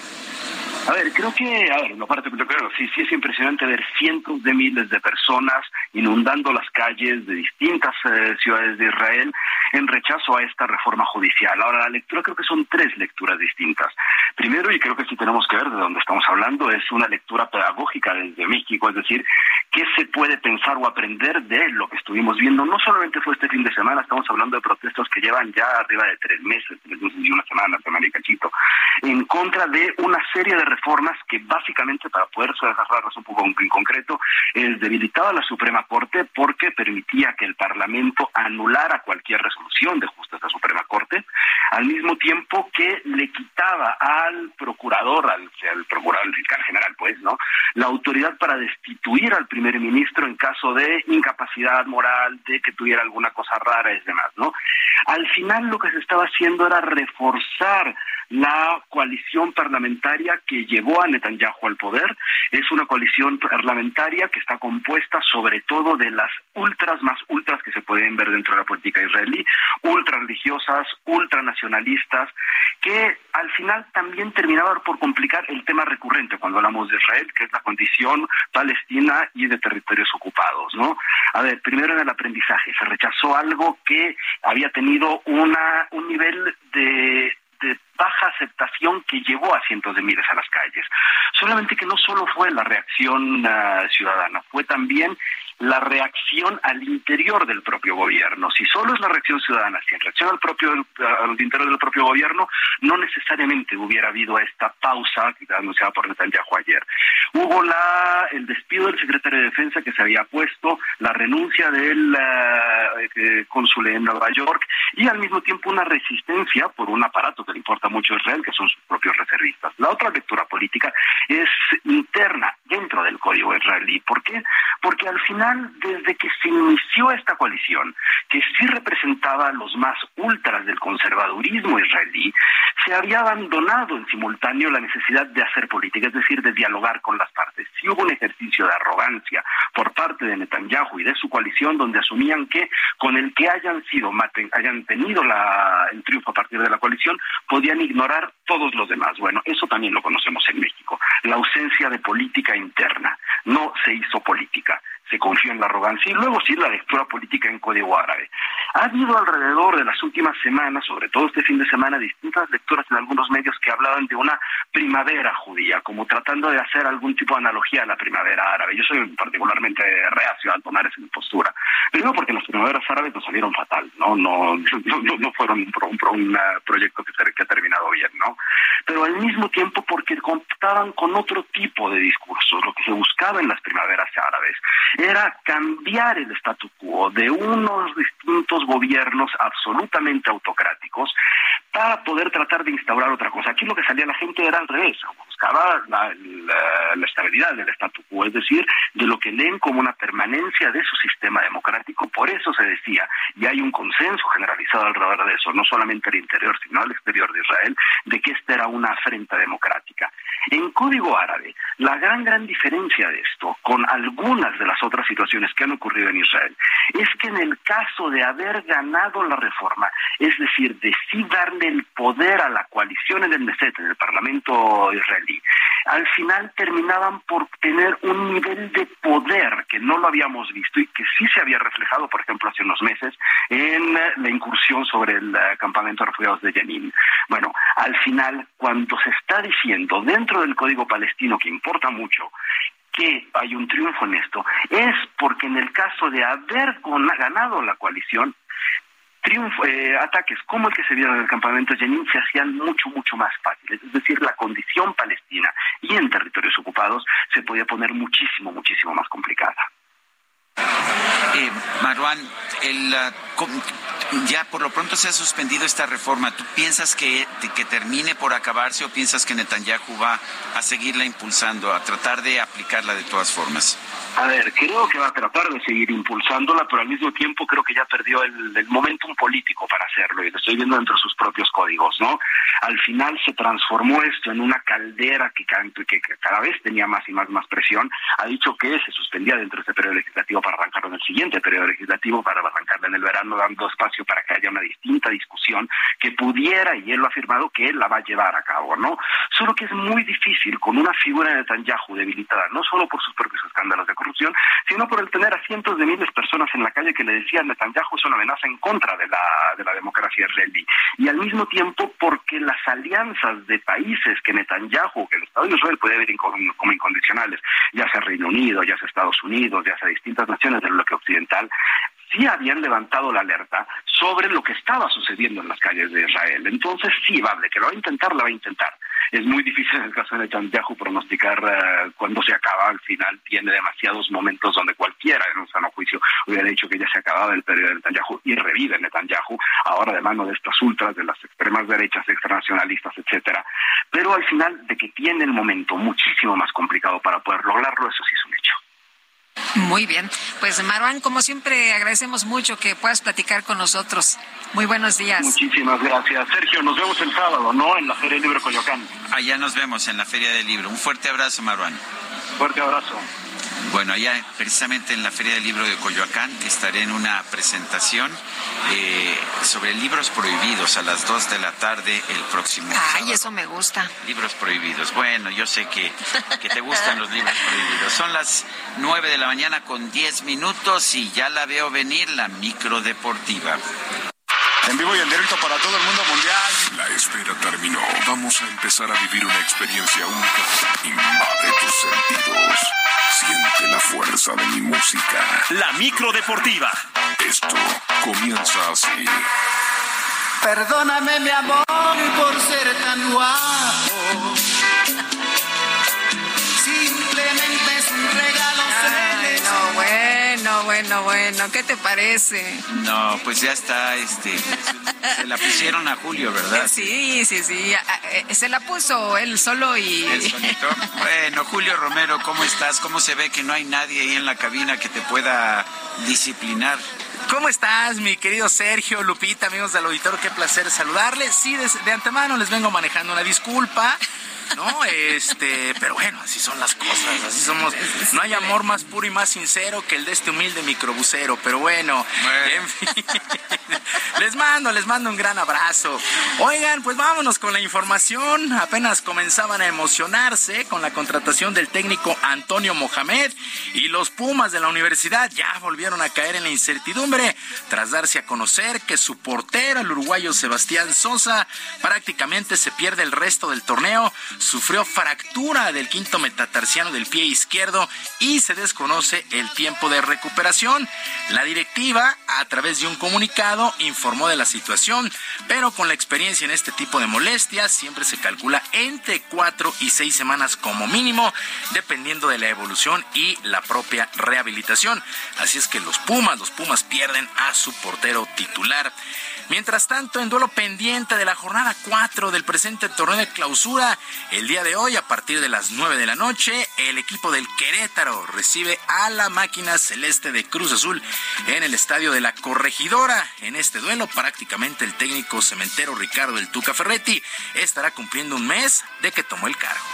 A ver, creo que, a ver, lo parte que creo, sí, sí es impresionante ver cientos de miles de personas inundando las calles de distintas eh, ciudades de Israel en rechazo a esta reforma judicial. Ahora, la lectura creo que son tres lecturas distintas. Primero, y creo que sí tenemos que ver de dónde estamos hablando, es una lectura pedagógica desde México, es decir, qué se puede pensar o aprender de lo que estuvimos viendo. No solamente fue este fin de semana, estamos hablando de protestas que llevan ya arriba de tres meses, tres meses y una semana, semana y cachito, en contra de una serie de reformas que básicamente, para poder desarrollarlas un poco en concreto, es debilitaba la Suprema Corte porque permitía que el Parlamento anulara cualquier resolución de justicia de la Suprema Corte, al mismo tiempo que le quitaba al procurador, al, al procurador, al fiscal general, pues, ¿no?, la autoridad para destituir al primer ministro en caso de incapacidad moral, de que tuviera alguna cosa rara y demás, ¿no? Al final lo que se estaba haciendo era reforzar la coalición parlamentaria que llevó a Netanyahu al poder. Es una coalición parlamentaria que está compuesta sobre todo de las ultras más ultras que se pueden ver dentro de la política israelí, ultra religiosas, ultranacionalistas, que al final también terminaban por complicar el tema recurrente cuando hablamos de Israel, que es la condición palestina y de territorios ocupados, ¿no? A ver, primero en el aprendizaje, se rechazó algo que había tenido una un nivel de de baja aceptación que llevó a cientos de miles a las calles. Solamente que no solo fue la reacción uh, ciudadana, fue también la reacción al interior del propio gobierno. Si solo es la reacción ciudadana, si en reacción al propio al interior del propio gobierno, no necesariamente hubiera habido esta pausa que anunciada por Netanyahu ayer. Hubo la el despido del secretario de Defensa que se había puesto, la renuncia del uh, cónsul en Nueva York y al mismo tiempo una resistencia por un aparato que le importa mucho a Israel, que son sus propios reservistas. La otra lectura política es interna dentro del código israelí. ¿Por qué? Porque al final, desde que se inició esta coalición, que sí representaba a los más ultras del conservadurismo israelí, se había abandonado en simultáneo la necesidad de hacer política, es decir, de dialogar con las partes. Sí hubo un ejercicio de arrogancia por parte de Netanyahu y de su coalición, donde asumían que con el que hayan sido, hayan tenido la, el triunfo a partir de la coalición, podían ignorar todos los demás. Bueno, eso también lo conocemos en México. La ausencia de política interna. No se hizo política. se confió en la arrogancia. Y luego sí, la lectura política en código árabe. Ha habido alrededor de las últimas semanas, sobre todo este fin de semana, distintas lecturas en algunos medios que hablaban de una primavera judía, como tratando de hacer algún tipo de analogía a la primavera árabe. Yo soy particularmente reacio a tomar esa postura. Primero porque las primaveras árabes nos salieron fatal, ¿no? No, no, no, no fueron un, un, un proyecto que, ter, que ha terminado bien, ¿no? Pero al mismo tiempo porque contaban con otro tipo de discursos. Lo que se buscaba en las primaveras árabes era cambiar el statu quo de unos distintos gobiernos absolutamente autocráticos para poder tratar de instaurar otra cosa. Aquí lo que salía la gente era al revés, buscaba la, la, la estabilidad del statu quo, es decir, de lo que leen como una permanencia de su sistema democrático. Por eso se decía, y hay un consenso generalizado alrededor de eso, no solamente al interior, sino al exterior de Israel, de que esta era una afrenta democrática. En código árabe, la gran, gran diferencia de esto, con algunas de las otras situaciones que han ocurrido en Israel, es que en el caso de haber ganado la reforma, es decir, de sí darle el poder a la coalición en el Knesset, en el Parlamento israelí, al final terminaban por tener un nivel de poder que no lo habíamos visto y que sí se había reflejado, por ejemplo, hace unos meses en la incursión sobre el campamento de refugiados de Jenin. Bueno, al final, cuando se está diciendo dentro del Código Palestino, que importa mucho, que hay un triunfo en esto, es porque en el caso de haber ganado la coalición, triunfo, eh, ataques como el que se vieron en el campamento de Jenin se hacían mucho, mucho más fáciles. Es decir, la condición palestina y en territorios ocupados se podía poner muchísimo, muchísimo más complicada. Eh, Marwan, el, uh, ya por lo pronto se ha suspendido esta reforma. ¿Tú piensas que, que termine por acabarse o piensas que Netanyahu va a seguirla impulsando, a tratar de aplicarla de todas formas? A ver, creo que va a tratar de seguir impulsándola, pero al mismo tiempo creo que ya perdió el, el momentum político para hacerlo, y lo estoy viendo dentro de sus propios códigos, ¿no? Al final se transformó esto en una caldera que, que, que cada vez tenía más y más, más presión. Ha dicho que se suspendía dentro de este periodo legislativo para arrancarlo en el siguiente periodo legislativo, para arrancarlo en el verano, dando espacio para que haya una distinta discusión que pudiera, y él lo ha afirmado, que él la va a llevar a cabo, ¿no? Solo que es muy difícil con una figura de Netanyahu debilitada, no solo por sus propios escándalos de corrupción, sino por el tener a cientos de miles de personas en la calle que le decían Netanyahu es una amenaza en contra de la de la democracia israelí, y al mismo tiempo porque las alianzas de países que Netanyahu, que el Estado de Israel puede ver como incondicionales, ya sea Reino Unido, ya sea Estados Unidos, ya sea distintas naciones del bloque occidental, sí habían levantado la alerta sobre lo que estaba sucediendo en las calles de Israel. Entonces sí, vale, que lo va a intentar, la va a intentar. Es muy difícil en el caso de Netanyahu pronosticar uh, cuándo se acaba. Al final tiene demasiados momentos donde cualquiera en un sano juicio hubiera dicho que ya se acababa el periodo de Netanyahu y revive Netanyahu, ahora de mano de estas ultras, de las extremas derechas, extranacionalistas, etcétera. Pero al final, de que tiene el momento muchísimo más complicado para poder lograrlo, eso sí es un hecho. Muy bien. Pues Marwan, como siempre, agradecemos mucho que puedas platicar con nosotros. Muy buenos días. Muchísimas gracias. Sergio, nos vemos el sábado, ¿no? En la Feria del Libro Coyoacán. Allá nos vemos en la Feria del Libro. Un fuerte abrazo, Marwan. Fuerte abrazo. Bueno, allá precisamente en la Feria del Libro de Coyoacán estaré en una presentación eh, sobre libros prohibidos a las dos de la tarde el próximo Ay, sábado. Eso me gusta. Libros prohibidos. Bueno, yo sé que, que te gustan los libros prohibidos. Son las nueve de la mañana con diez minutos y ya la veo venir, la micro deportiva. En vivo y en directo para todo el mundo mundial. La espera terminó. Vamos a empezar a vivir una experiencia única. Invade tus sentidos. Siente la fuerza de mi música. La micro deportiva. Esto comienza así. Perdóname, mi amor, por ser tan guapo. Simplemente es un regalo. Ay, no, bueno, bueno, bueno. ¿Qué te parece? No, pues ya está, este, se la pusieron a Julio, ¿verdad? Sí, sí, sí. Se la puso él solo y... ¿El solito? Bueno, Julio Romero, ¿cómo estás? ¿Cómo se ve que no hay nadie ahí en la cabina que te pueda disciplinar? ¿Cómo estás, mi querido Sergio, Lupita, amigos del auditorio? Qué placer saludarles. Sí, de, de antemano les vengo manejando una disculpa. ¿no? Este, pero bueno, así son las cosas, así somos. No hay amor más puro y más sincero que el de este humilde microbusero, pero bueno, bueno. En fin. Les mando, les mando un gran abrazo. Oigan, pues vámonos con la información. Apenas comenzaban a emocionarse con la contratación del técnico Antonio Mohamed y los Pumas de la universidad ya volvieron a caer en la incertidumbre tras darse a conocer que su portero, el uruguayo Sebastián Sosa, prácticamente se pierde el resto del torneo, sufrió fractura del quinto metatarsiano del pie izquierdo y se desconoce el tiempo de recuperación. La directiva, a través de un comunicado, informó de la situación, pero con la experiencia en este tipo de molestias siempre se calcula entre cuatro y seis semanas como mínimo, dependiendo de la evolución y la propia rehabilitación. Así es que los Pumas, los Pumas pierden a su portero titular. Mientras tanto, en duelo pendiente de la jornada cuatro del presente torneo de clausura, el día de hoy, a partir de las nueve de la noche, el equipo del Querétaro recibe a la máquina celeste de Cruz Azul en el estadio de la Corregidora. En este duelo, prácticamente el técnico cementero Ricardo El Tuca Ferretti estará cumpliendo un mes de que tomó el cargo.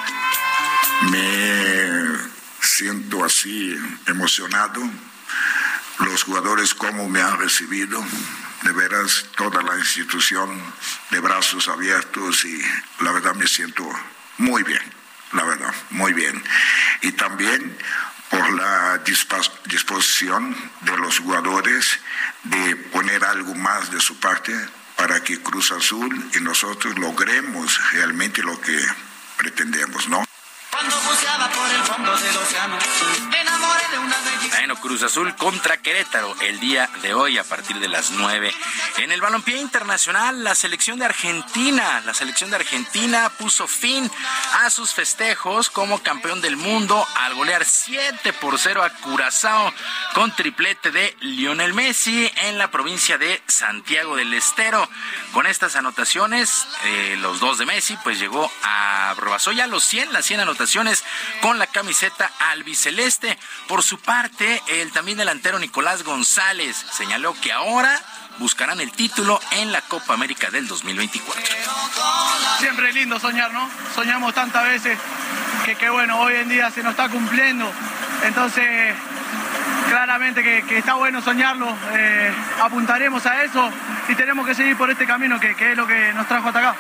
Me siento así emocionado. Los jugadores cómo me han recibido. De veras, toda la institución de brazos abiertos y la verdad me siento muy bien, la verdad, muy bien. Y también por la disposición de los jugadores de poner algo más de su parte para que Cruz Azul y nosotros logremos realmente lo que pretendemos, ¿no? Cuando buceaba por el fondo del océano, me enamoré de una belleza. Bueno, Cruz Azul contra Querétaro el día de hoy a partir de las nueve. En el balompié internacional, la selección de Argentina, la selección de Argentina puso fin a sus festejos como campeón del mundo al golear siete por cero a Curazao con triplete de Lionel Messi en la provincia de Santiago del Estero. Con estas anotaciones, eh, los dos de Messi, pues llegó a rebasó ya los cien, las cien anotaciones con la camiseta albiceleste. Por su parte, el también delantero Nicolás González señaló que ahora buscarán el título en la Copa América del dos mil veinticuatro. Siempre es lindo soñar, ¿no? Soñamos tantas veces que, que bueno, hoy en día se nos está cumpliendo. Entonces, claramente que, que está bueno soñarlo. Eh, apuntaremos a eso y tenemos que seguir por este camino que, que es lo que nos trajo hasta acá.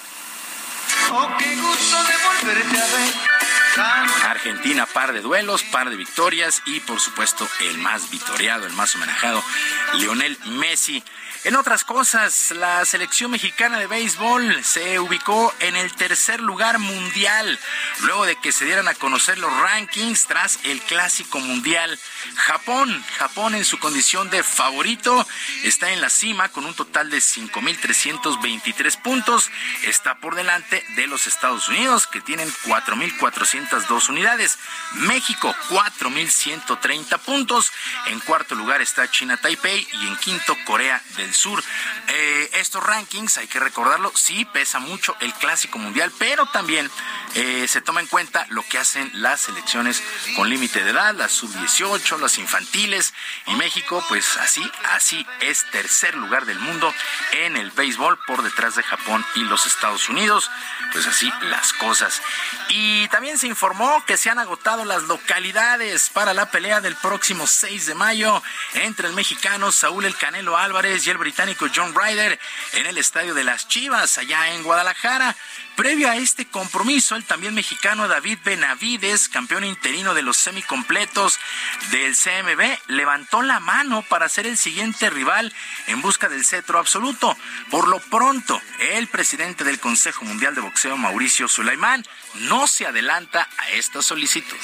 Oh, qué gusto de volverte a ver. Argentina, par de duelos, par de victorias y por supuesto el más victoriado, el más homenajado, Lionel Messi. En otras cosas, la selección mexicana de béisbol se ubicó en el tercer lugar mundial, luego de que se dieran a conocer los rankings tras el Clásico Mundial. Japón, Japón en su condición de favorito, está en la cima con un total de cinco mil trescientos veintitrés puntos. Está por delante de los Estados Unidos, que tienen cuatro mil cuatrocientas dos unidades. México, cuatro mil ciento treinta puntos. En cuarto lugar está China Taipei y en quinto Corea del Sur. Eh, estos rankings, hay que recordarlo, sí pesa mucho el Clásico Mundial, pero también eh, se toma en cuenta lo que hacen las selecciones con límite de edad, las sub dieciocho, las infantiles, y México, pues así, así es tercer lugar del mundo en el béisbol por detrás de Japón y los Estados Unidos. Pues así las cosas. Y también se informó que se han agotado las localidades para la pelea del próximo seis de mayo entre el mexicano Saúl El Canelo Álvarez y el británico John Ryder en el estadio de las Chivas, allá en Guadalajara. Previo a este compromiso, el también mexicano David Benavides, campeón interino de los semicompletos del C M B, levantó la mano para ser el siguiente rival en busca del cetro absoluto. Por lo pronto, el presidente del Consejo Mundial de Boxeo, Mauricio Sulaimán, no se adelanta a esta solicitud.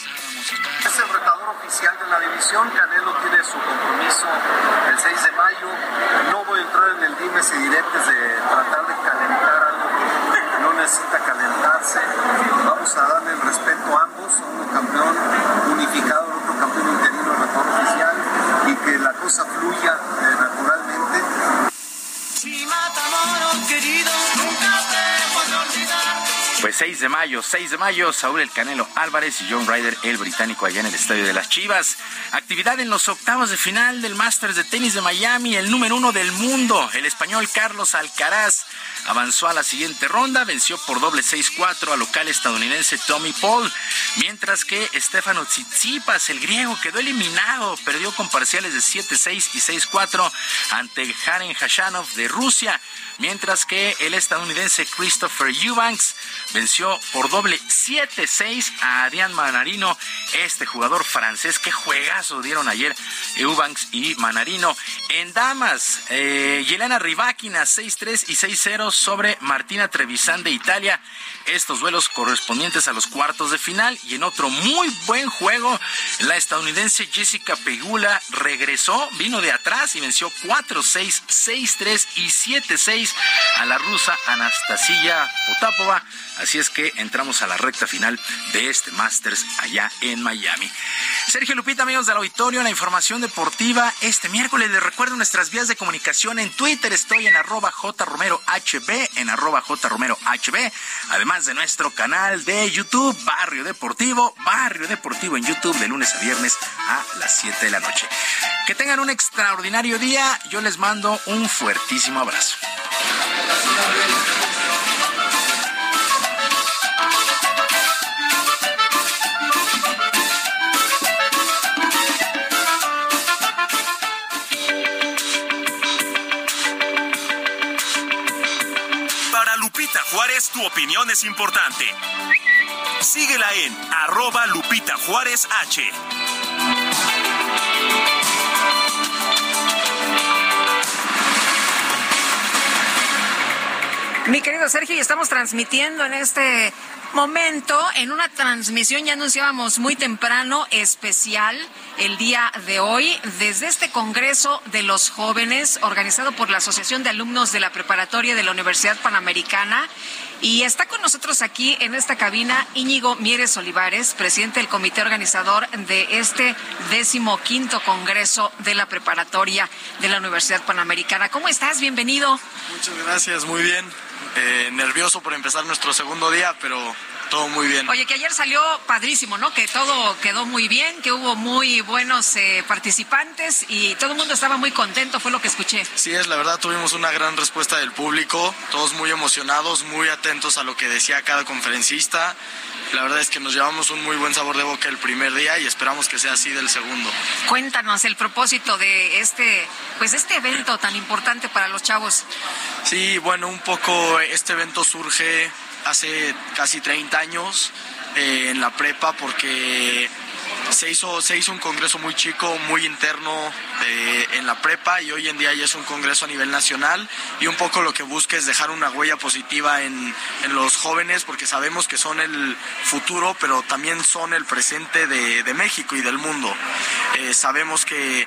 Es el retador oficial de la división. Canelo tiene su compromiso el seis de mayo. No voy a entrar en el dimes y diretes de tratar de calentar algo que no necesita calentarse. Vamos a darle el respeto a ambos, uno campeón unificado, el otro campeón interino, el retador oficial, y que la cosa fluya eh, naturalmente. Si Matamoros, querido, nunca te podré olvidar. Pues seis de mayo, seis de mayo, Saúl El Canelo Álvarez y John Ryder, el británico, allá en el estadio de las Chivas. Actividad en los octavos de final del Masters de tenis de Miami. El número uno del mundo, el español Carlos Alcaraz, avanzó a la siguiente ronda, venció por doble seis cuatro al local estadounidense Tommy Paul, mientras que Stefano Tsitsipas, el griego, quedó eliminado, perdió con parciales de siete seis y seis cuatro ante Karen Khachanov de Rusia, mientras que el estadounidense Christopher Eubanks venció por doble siete seis a Adrián Manarino, este jugador francés. Qué juegazo dieron ayer Eubanks y Manarino. En damas, eh, Yelena Rybakina seis tres y seis cero sobre Martina Trevisan de Italia, estos duelos correspondientes a los cuartos de final. Y en otro muy buen juego, la estadounidense Jessica Pegula regresó, vino de atrás y venció cuatro seis, seis tres y siete seis a la rusa Anastasia Potapova. Así es que entramos a la recta final de este Masters allá en Miami. Sergio, Lupita, amigos del auditorio, la información deportiva este miércoles. Les recuerdo nuestras vías de comunicación. En Twitter estoy en arroba jromerohb, en arroba jromerohb, además de nuestro canal de YouTube, Barrio Deportivo, Barrio Deportivo en YouTube, de lunes a viernes a las siete de la noche. Que tengan un extraordinario día. Yo les mando un fuertísimo abrazo. Para Lupita Juárez, tu opinión es importante. Síguela en arroba Lupita Juárez H. Mi querido Sergio, y estamos transmitiendo en este momento, en una transmisión, ya anunciábamos muy temprano, especial el día de hoy, desde este Congreso de los Jóvenes, organizado por la Asociación de Alumnos de la Preparatoria de la Universidad Panamericana. Y está con nosotros aquí en esta cabina Íñigo Mieres Olivares, presidente del comité organizador de este decimoquinto Congreso de la Preparatoria de la Universidad Panamericana. ¿Cómo estás? Bienvenido. Muchas gracias, muy bien. Eh, nervioso por empezar nuestro segundo día, pero todo muy bien. Oye, que ayer salió padrísimo, ¿no? Que todo quedó muy bien, que hubo muy buenos eh, participantes y todo el mundo estaba muy contento, fue lo que escuché. Sí, es la verdad, tuvimos una gran respuesta del público, todos muy emocionados, muy atentos a lo que decía cada conferencista. La verdad es que nos llevamos un muy buen sabor de boca el primer día y esperamos que sea así del segundo. Cuéntanos el propósito de este, pues este evento tan importante para los chavos. Sí, bueno, un poco este evento surge hace casi treinta años eh, en la prepa porque se hizo, se hizo un congreso muy chico, muy interno eh, en la prepa y hoy en día ya es un congreso a nivel nacional y un poco lo que busca es dejar una huella positiva en, en los jóvenes porque sabemos que son el futuro pero también son el presente de, de México y del mundo. Eh, sabemos que,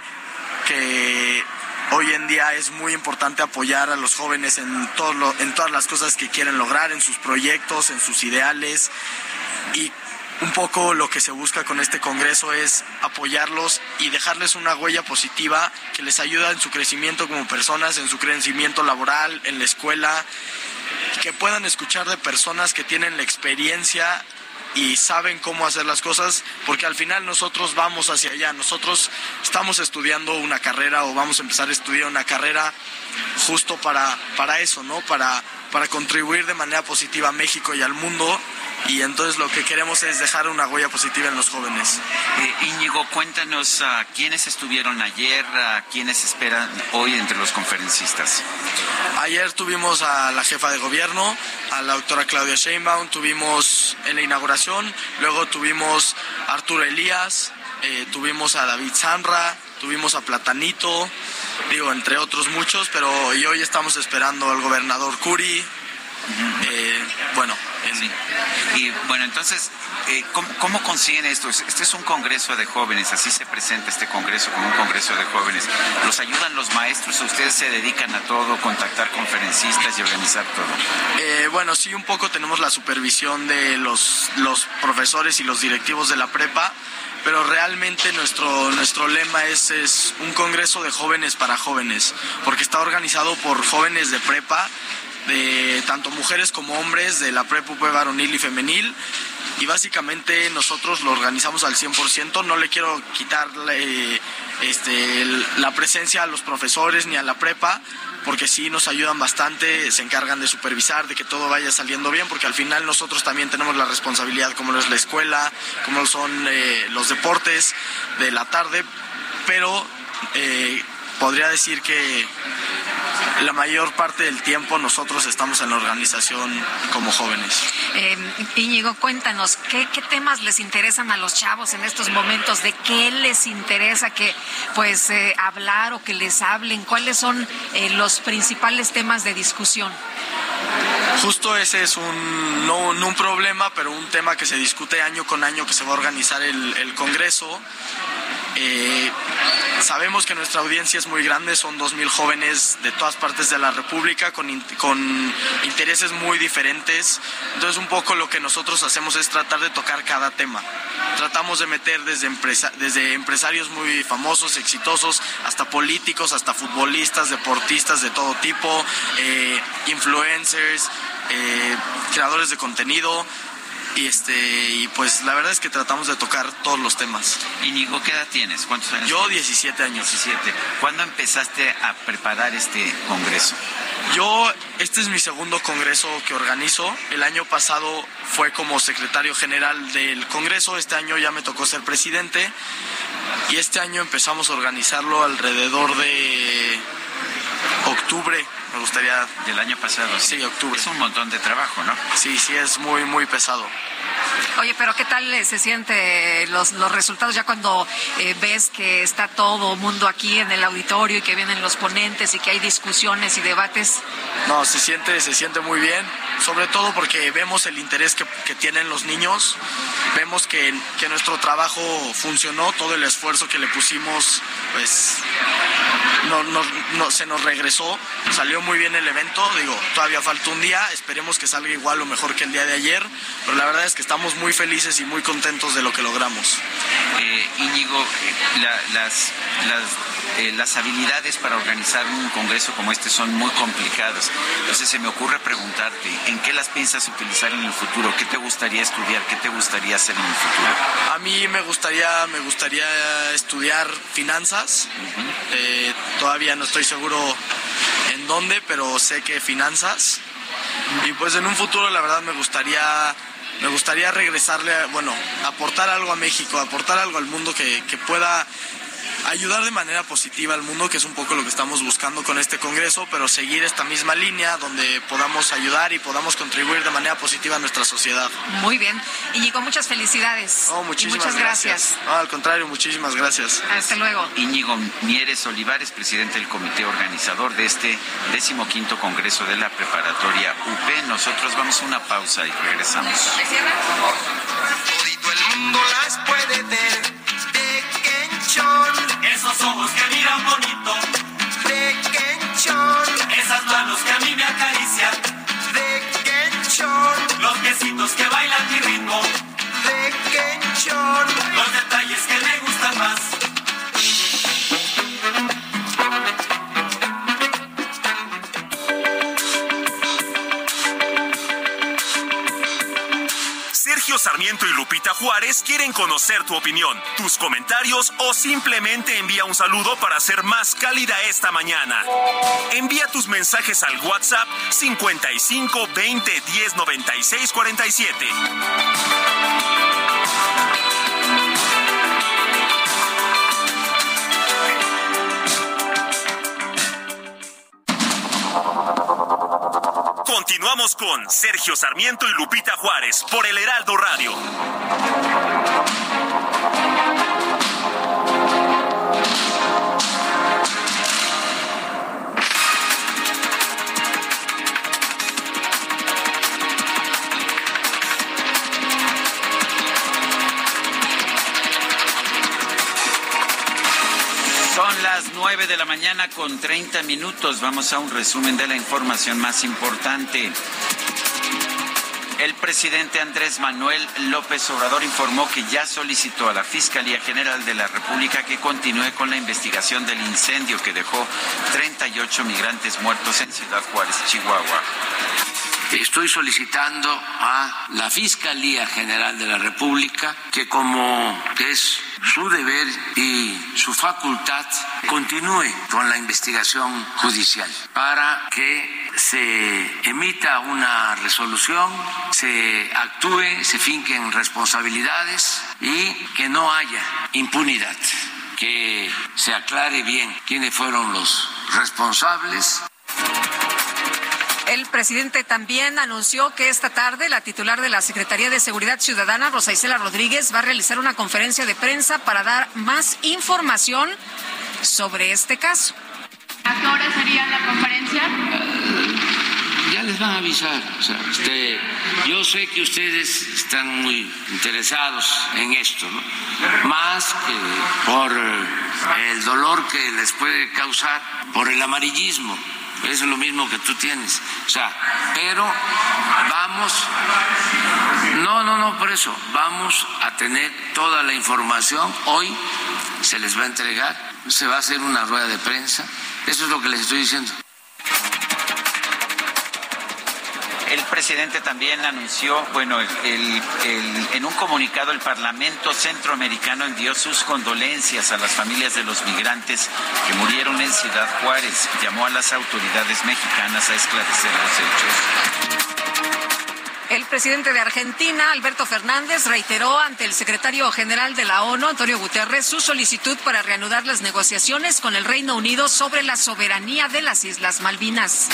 que hoy en día es muy importante apoyar a los jóvenes en, todo lo, en todas las cosas que quieren lograr, en sus proyectos, en sus ideales y un poco lo que se busca con este congreso es apoyarlos y dejarles una huella positiva que les ayuda en su crecimiento como personas, en su crecimiento laboral, en la escuela, que puedan escuchar de personas que tienen la experiencia y saben cómo hacer las cosas, porque al final nosotros vamos hacia allá, nosotros estamos estudiando una carrera o vamos a empezar a estudiar una carrera justo para, para eso, ¿no? Para, para contribuir de manera positiva a México y al mundo. Y entonces lo que queremos es dejar una huella positiva en los jóvenes. Eh, Íñigo, cuéntanos a uh, quiénes estuvieron ayer, a quiénes esperan hoy entre los conferencistas. Ayer tuvimos a la jefa de gobierno, a la doctora Claudia Sheinbaum, tuvimos en la inauguración, luego tuvimos a Arturo Elías, eh, tuvimos a David Sanra, tuvimos a Platanito, digo, entre otros muchos, pero y hoy estamos esperando al gobernador Curi. Uh-huh. eh, bueno, en... sí. Y bueno, entonces, eh, ¿cómo, ¿cómo consiguen esto? Este es un congreso de jóvenes, así se presenta este congreso como un congreso de jóvenes. ¿Los ayudan los maestros o ustedes se dedican a todo, contactar conferencistas y organizar todo? Eh, bueno, sí, un poco tenemos la supervisión de los, los profesores y los directivos de la prepa, pero realmente nuestro, nuestro lema es, es un congreso de jóvenes para jóvenes, porque está organizado por jóvenes de prepa, de tanto mujeres como hombres, de la prepa varonil y femenil, y básicamente nosotros lo organizamos al cien por ciento. No le quiero quitar eh, este, el, la presencia a los profesores ni a la prepa, porque sí nos ayudan bastante, se encargan de supervisar, de que todo vaya saliendo bien, porque al final nosotros también tenemos la responsabilidad, como lo es la escuela, como lo son eh, los deportes de la tarde, pero eh, podría decir que la mayor parte del tiempo nosotros estamos en la organización como jóvenes. Eh, Íñigo, cuéntanos, ¿qué, ¿qué temas les interesan a los chavos en estos momentos? ¿De qué les interesa que pues eh, hablar o que les hablen? ¿Cuáles son eh, los principales temas de discusión? Justo ese es un, no, no un problema, pero un tema que se discute año con año, que se va a organizar el, el Congreso. Eh, sabemos que nuestra audiencia es muy grande, son dos mil jóvenes de todas partes de la República con, con intereses muy diferentes, entonces un poco lo que nosotros hacemos es tratar de tocar cada tema. Tratamos de meter desde, empresa, desde empresarios muy famosos, exitosos, hasta políticos, hasta futbolistas, deportistas de todo tipo, eh, influencers, eh, creadores de contenido. Y este y pues la verdad es que tratamos de tocar todos los temas. Íñigo, ¿qué edad tienes? ¿Cuántos años? Yo diecisiete años. diecisiete. ¿Cuándo empezaste a preparar este congreso? Yo, este es mi segundo congreso que organizo. El año pasado fue como secretario general del congreso, este año ya me tocó ser presidente y este año empezamos a organizarlo alrededor de octubre. Me gustaría... Del año pasado. Sí, octubre. Es un montón de trabajo, ¿no? Sí, sí, es muy, muy pesado. Oye, pero ¿qué tal eh, se siente los, los resultados ya cuando eh, ves que está todo mundo aquí en el auditorio y que vienen los ponentes y que hay discusiones y debates? No, se siente, se siente muy bien, sobre todo porque vemos el interés que, que tienen los niños, vemos que, que nuestro trabajo funcionó, todo el esfuerzo que le pusimos, pues no, no, no, se nos regresó, salió muy bien el evento, digo, todavía falta un día, esperemos que salga igual o mejor que el día de ayer, pero la verdad es que estamos muy felices y muy contentos de lo que logramos. Eh, Íñigo, la, las, las, eh, las habilidades para organizar un congreso como este son muy complicadas, entonces se me ocurre preguntarte, ¿en qué las piensas utilizar en el futuro? ¿Qué te gustaría estudiar? ¿Qué te gustaría hacer en el futuro? A mí me gustaría, me gustaría estudiar finanzas, uh-huh. eh, todavía no estoy seguro en dónde, pero sé que finanzas, y pues en un futuro la verdad me gustaría... Me gustaría regresarle, bueno, aportar algo a México, aportar algo al mundo que, que pueda ayudar de manera positiva al mundo, que es un poco lo que estamos buscando con este congreso, pero seguir esta misma línea donde podamos ayudar y podamos contribuir de manera positiva a nuestra sociedad. Muy bien. Íñigo, muchas felicidades. Oh, muchísimas muchas gracias. gracias. No, al contrario, muchísimas gracias. Hasta luego. Íñigo Mieres Olivares, presidente del comité organizador de este decimoquinto congreso de la preparatoria U P. Nosotros vamos a una pausa y regresamos. Todito el mundo las puede ver. Esos ojos que miran bonito, pequenchón. Esas manos que a mí me acarician, pequenchón. Los piecitos que bailan mi ritmo, pequenchón. Los detalles que me gustan más. Sergio Sarmiento y Lupita Juárez quieren conocer tu opinión, tus comentarios o simplemente envía un saludo para ser más cálida esta mañana. Envía tus mensajes al WhatsApp cincuenta y cinco veinte diez noventa y seis cuarenta y siete. Continuamos con Sergio Sarmiento y Lupita Juárez por el Heraldo Radio. Son las nueve de la mañana con treinta minutos. Vamos a un resumen de la información más importante. El presidente Andrés Manuel López Obrador informó que ya solicitó a la Fiscalía General de la República que continúe con la investigación del incendio que dejó treinta y ocho migrantes muertos en Ciudad Juárez, Chihuahua. Estoy solicitando a la Fiscalía General de la República que, como es su deber y su facultad, continúe con la investigación judicial para que se emita una resolución, se actúe, se finquen responsabilidades y que no haya impunidad, que se aclare bien quiénes fueron los responsables. El presidente también anunció que esta tarde la titular de la Secretaría de Seguridad Ciudadana, Rosa Isela Rodríguez, va a realizar una conferencia de prensa para dar más información sobre este caso. ¿A qué hora sería la conferencia? Uh, ya les van a avisar. O sea, usted, yo sé que ustedes están muy interesados en esto, ¿no? Más que por el dolor que les puede causar por el amarillismo. Eso es lo mismo que tú tienes. O sea, pero vamos, no, no, no, por eso, vamos a tener toda la información. Hoy se les va a entregar, se va a hacer una rueda de prensa. Eso es lo que les estoy diciendo. El presidente también anunció, bueno, el, el, el, en un comunicado el Parlamento Centroamericano envió sus condolencias a las familias de los migrantes que murieron en Ciudad Juárez. Llamó a las autoridades mexicanas a esclarecer los hechos. El presidente de Argentina, Alberto Fernández, reiteró ante el secretario general de la ONU, Antonio Guterres, su solicitud para reanudar las negociaciones con el Reino Unido sobre la soberanía de las Islas Malvinas.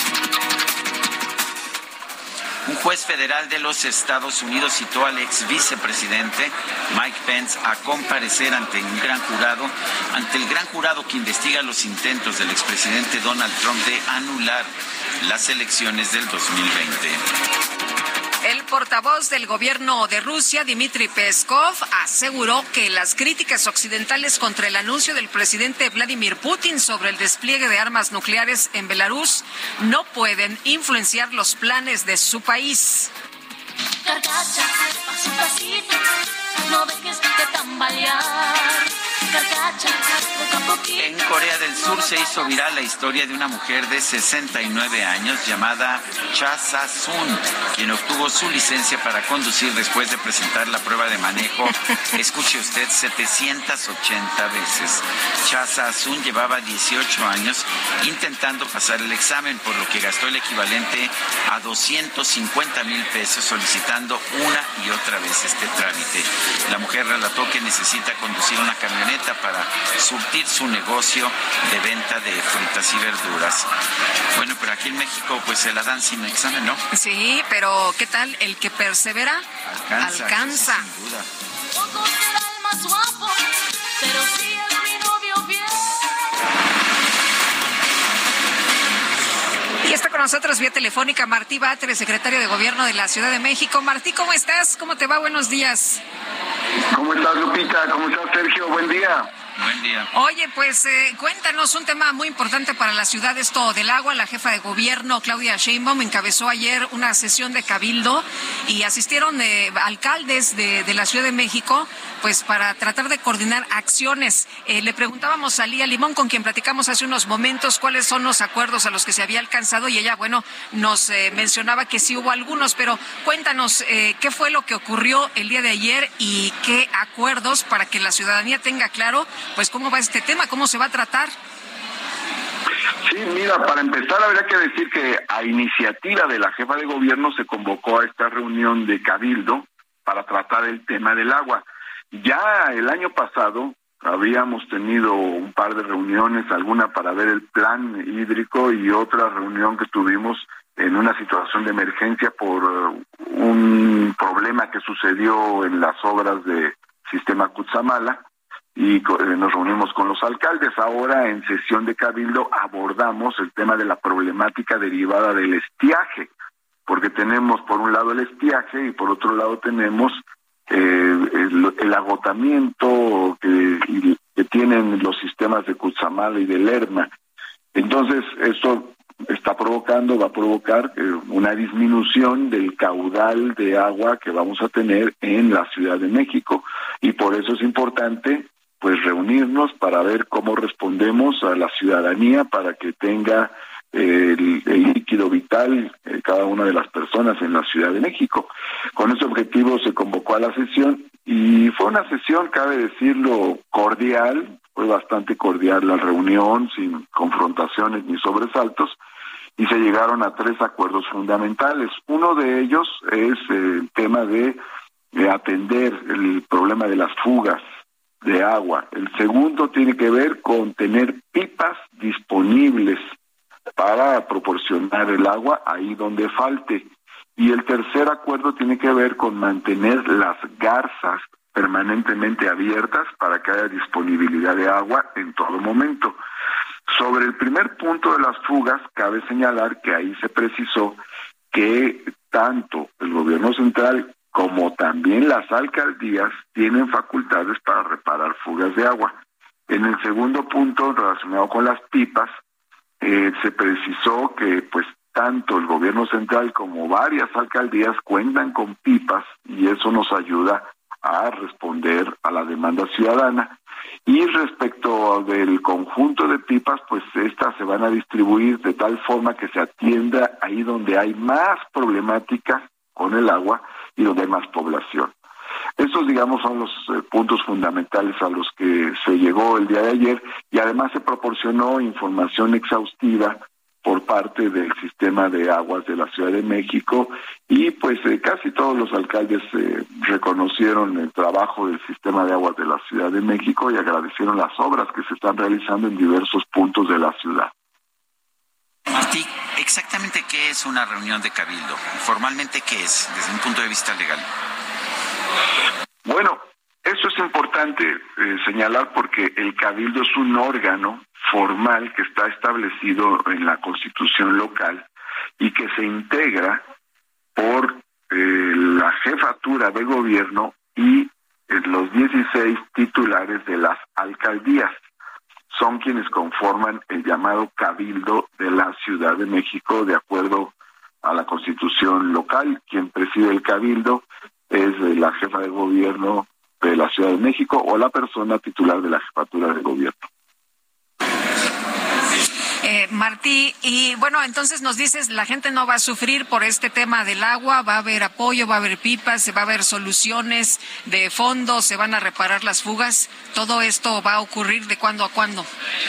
Un juez federal de los Estados Unidos citó al ex vicepresidente Mike Pence a comparecer ante un gran jurado, ante el gran jurado que investiga los intentos del expresidente Donald Trump de anular las elecciones del dos mil veinte. El portavoz del gobierno de Rusia, Dmitry Peskov, aseguró que las críticas occidentales contra el anuncio del presidente Vladimir Putin sobre el despliegue de armas nucleares en Belarus no pueden influenciar los planes de su país. Carcacha, pasito a pasito, no dejes de tambalear. Carcacha, poco a poquito. En Corea del Sur se hizo viral la historia de una mujer de sesenta y nueve años llamada Cha Sa-sun, quien obtuvo su licencia para conducir después de presentar la prueba de manejo, escuche usted, setecientas ochenta veces. Cha Sa-sun llevaba dieciocho años intentando pasar el examen, por lo que gastó el equivalente a doscientos cincuenta mil pesos solicitando una y otra vez este trámite. La mujer relató que necesita conducir una camioneta para surtir su negocio de venta de frutas y verduras. Bueno, pero aquí en México pues se la dan sin examen, ¿no? Sí, pero ¿qué tal? El que persevera alcanza. alcanza. Sí, sin duda. Poco será el más guapo, pero sí es mi novio bien. Y está con nosotros vía telefónica Martí Batres, secretario de Gobierno de la Ciudad de México. Martí, ¿cómo estás? ¿Cómo te va? Buenos días. ¿Cómo estás, Lupita? ¿Cómo estás, Sergio? Buen día. Buen día. Oye, pues eh, cuéntanos un tema muy importante para la ciudad, esto del agua. La jefa de gobierno, Claudia Sheinbaum, encabezó ayer una sesión de cabildo y asistieron eh, alcaldes de, de la Ciudad de México, pues para tratar de coordinar acciones. Eh, le preguntábamos a Lía Limón, con quien platicamos hace unos momentos, cuáles son los acuerdos a los que se había alcanzado y ella, bueno, nos eh, mencionaba que sí hubo algunos, pero cuéntanos eh, qué fue lo que ocurrió el día de ayer y qué acuerdos para que la ciudadanía tenga claro pues cómo va este tema, cómo se va a tratar. Sí, mira, para empezar habría que decir que a iniciativa de la jefa de gobierno se convocó a esta reunión de cabildo para tratar el tema del agua. Ya el año pasado habíamos tenido un par de reuniones, alguna para ver el plan hídrico y otra reunión que tuvimos en una situación de emergencia por un problema que sucedió en las obras de Sistema Cutzamala. Y nos reunimos con los alcaldes. Ahora en sesión de cabildo abordamos el tema de la problemática derivada del estiaje, porque tenemos por un lado el estiaje y por otro lado tenemos eh, el, el agotamiento que, que tienen los sistemas de Cutzamala y de Lerma. Entonces esto está provocando, va a provocar eh, una disminución del caudal de agua que vamos a tener en la Ciudad de México, y por eso es importante pues reunirnos para ver cómo respondemos a la ciudadanía para que tenga el, el líquido vital eh, cada una de las personas en la Ciudad de México. Con ese objetivo se convocó a la sesión y fue una sesión, cabe decirlo, cordial, fue bastante cordial la reunión, sin confrontaciones ni sobresaltos, y se llegaron a tres acuerdos fundamentales. Uno de ellos es el tema de, de atender el problema de las fugas de agua. El segundo tiene que ver con tener pipas disponibles para proporcionar el agua ahí donde falte. Y el tercer acuerdo tiene que ver con mantener las garzas permanentemente abiertas para que haya disponibilidad de agua en todo momento. Sobre el primer punto de las fugas, cabe señalar que ahí se precisó que tanto el gobierno central como también las alcaldías tienen facultades para reparar fugas de agua. En el segundo punto, relacionado con las pipas, eh, se precisó que pues tanto el gobierno central como varias alcaldías cuentan con pipas y eso nos ayuda a responder a la demanda ciudadana. Y respecto del conjunto de pipas, pues estas se van a distribuir de tal forma que se atienda ahí donde hay más problemática con el agua y donde hay más población. Estos, digamos, son los eh, puntos fundamentales a los que se llegó el día de ayer y además se proporcionó información exhaustiva por parte del sistema de aguas de la Ciudad de México y pues eh, casi todos los alcaldes eh, reconocieron el trabajo del sistema de aguas de la Ciudad de México y agradecieron las obras que se están realizando en diversos puntos de la ciudad. Martí, ¿exactamente qué es una reunión de cabildo? Formalmente, ¿qué es desde un punto de vista legal? Bueno, eso es importante eh, señalar porque el cabildo es un órgano formal que está establecido en la Constitución local y que se integra por eh, la jefatura de gobierno y eh, los dieciséis titulares de las alcaldías. Son quienes conforman el llamado Cabildo de la Ciudad de México de acuerdo a la Constitución local. Quien preside el Cabildo es la jefa de gobierno de la Ciudad de México o la persona titular de la jefatura de gobierno. Eh, Martí, y bueno, entonces nos dices, la gente no va a sufrir por este tema del agua, va a haber apoyo, va a haber pipas, se va a haber soluciones de fondo, se van a reparar las fugas, ¿todo esto va a ocurrir de cuándo a cuándo?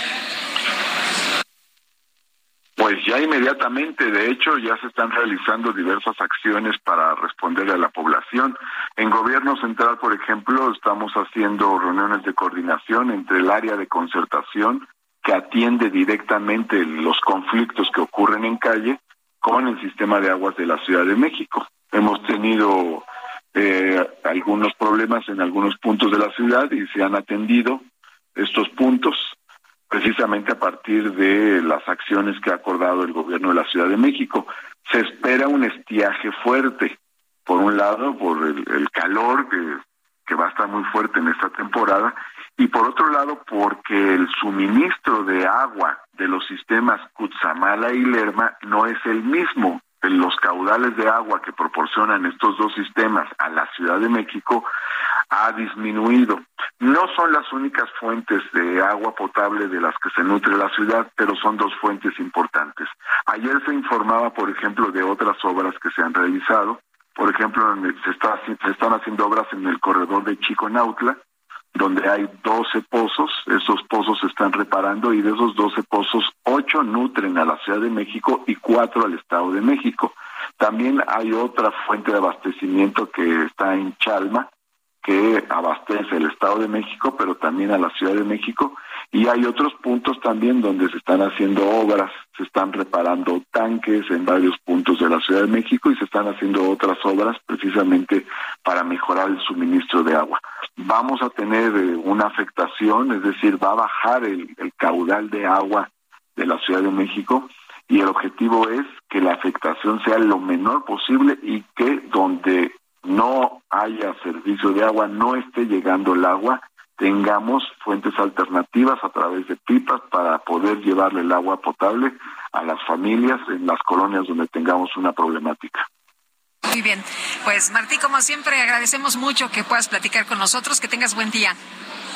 Pues ya inmediatamente, de hecho, ya se están realizando diversas acciones para responder a la población. En gobierno central, por ejemplo, estamos haciendo reuniones de coordinación entre el área de concertación, que atiende directamente los conflictos que ocurren en calle, con el sistema de aguas de la Ciudad de México. Hemos tenido eh, algunos problemas en algunos puntos de la ciudad y se han atendido estos puntos precisamente a partir de las acciones que ha acordado el gobierno de la Ciudad de México. Se espera un estiaje fuerte, por un lado, por el, el calor que, que va a estar muy fuerte en esta temporada, y por otro lado, porque el suministro de agua de los sistemas Cutzamala y Lerma no es el mismo. Los caudales de agua que proporcionan estos dos sistemas a la Ciudad de México ha disminuido. No son las únicas fuentes de agua potable de las que se nutre la ciudad, pero son dos fuentes importantes. Ayer se informaba, por ejemplo, de otras obras que se han realizado. Por ejemplo, se, está, se están haciendo obras en el corredor de Chiconautla, donde hay doce pozos. Esos pozos se están reparando y de esos doce pozos, ocho nutren a la Ciudad de México y cuatro al Estado de México. También hay otra fuente de abastecimiento que está en Chalma, que abastece el Estado de México, pero también a la Ciudad de México, y hay otros puntos también donde se están haciendo obras, se están reparando tanques en varios puntos de la Ciudad de México y se están haciendo otras obras precisamente para mejorar el suministro de agua. Vamos a tener eh, una afectación, es decir, va a bajar el, el caudal de agua de la Ciudad de México y el objetivo es que la afectación sea lo menor posible y que donde no haya servicio de agua, no esté llegando el agua, tengamos fuentes alternativas a través de pipas para poder llevarle el agua potable a las familias en las colonias donde tengamos una problemática. Muy bien, pues Martí, como siempre, agradecemos mucho que puedas platicar con nosotros, que tengas buen día.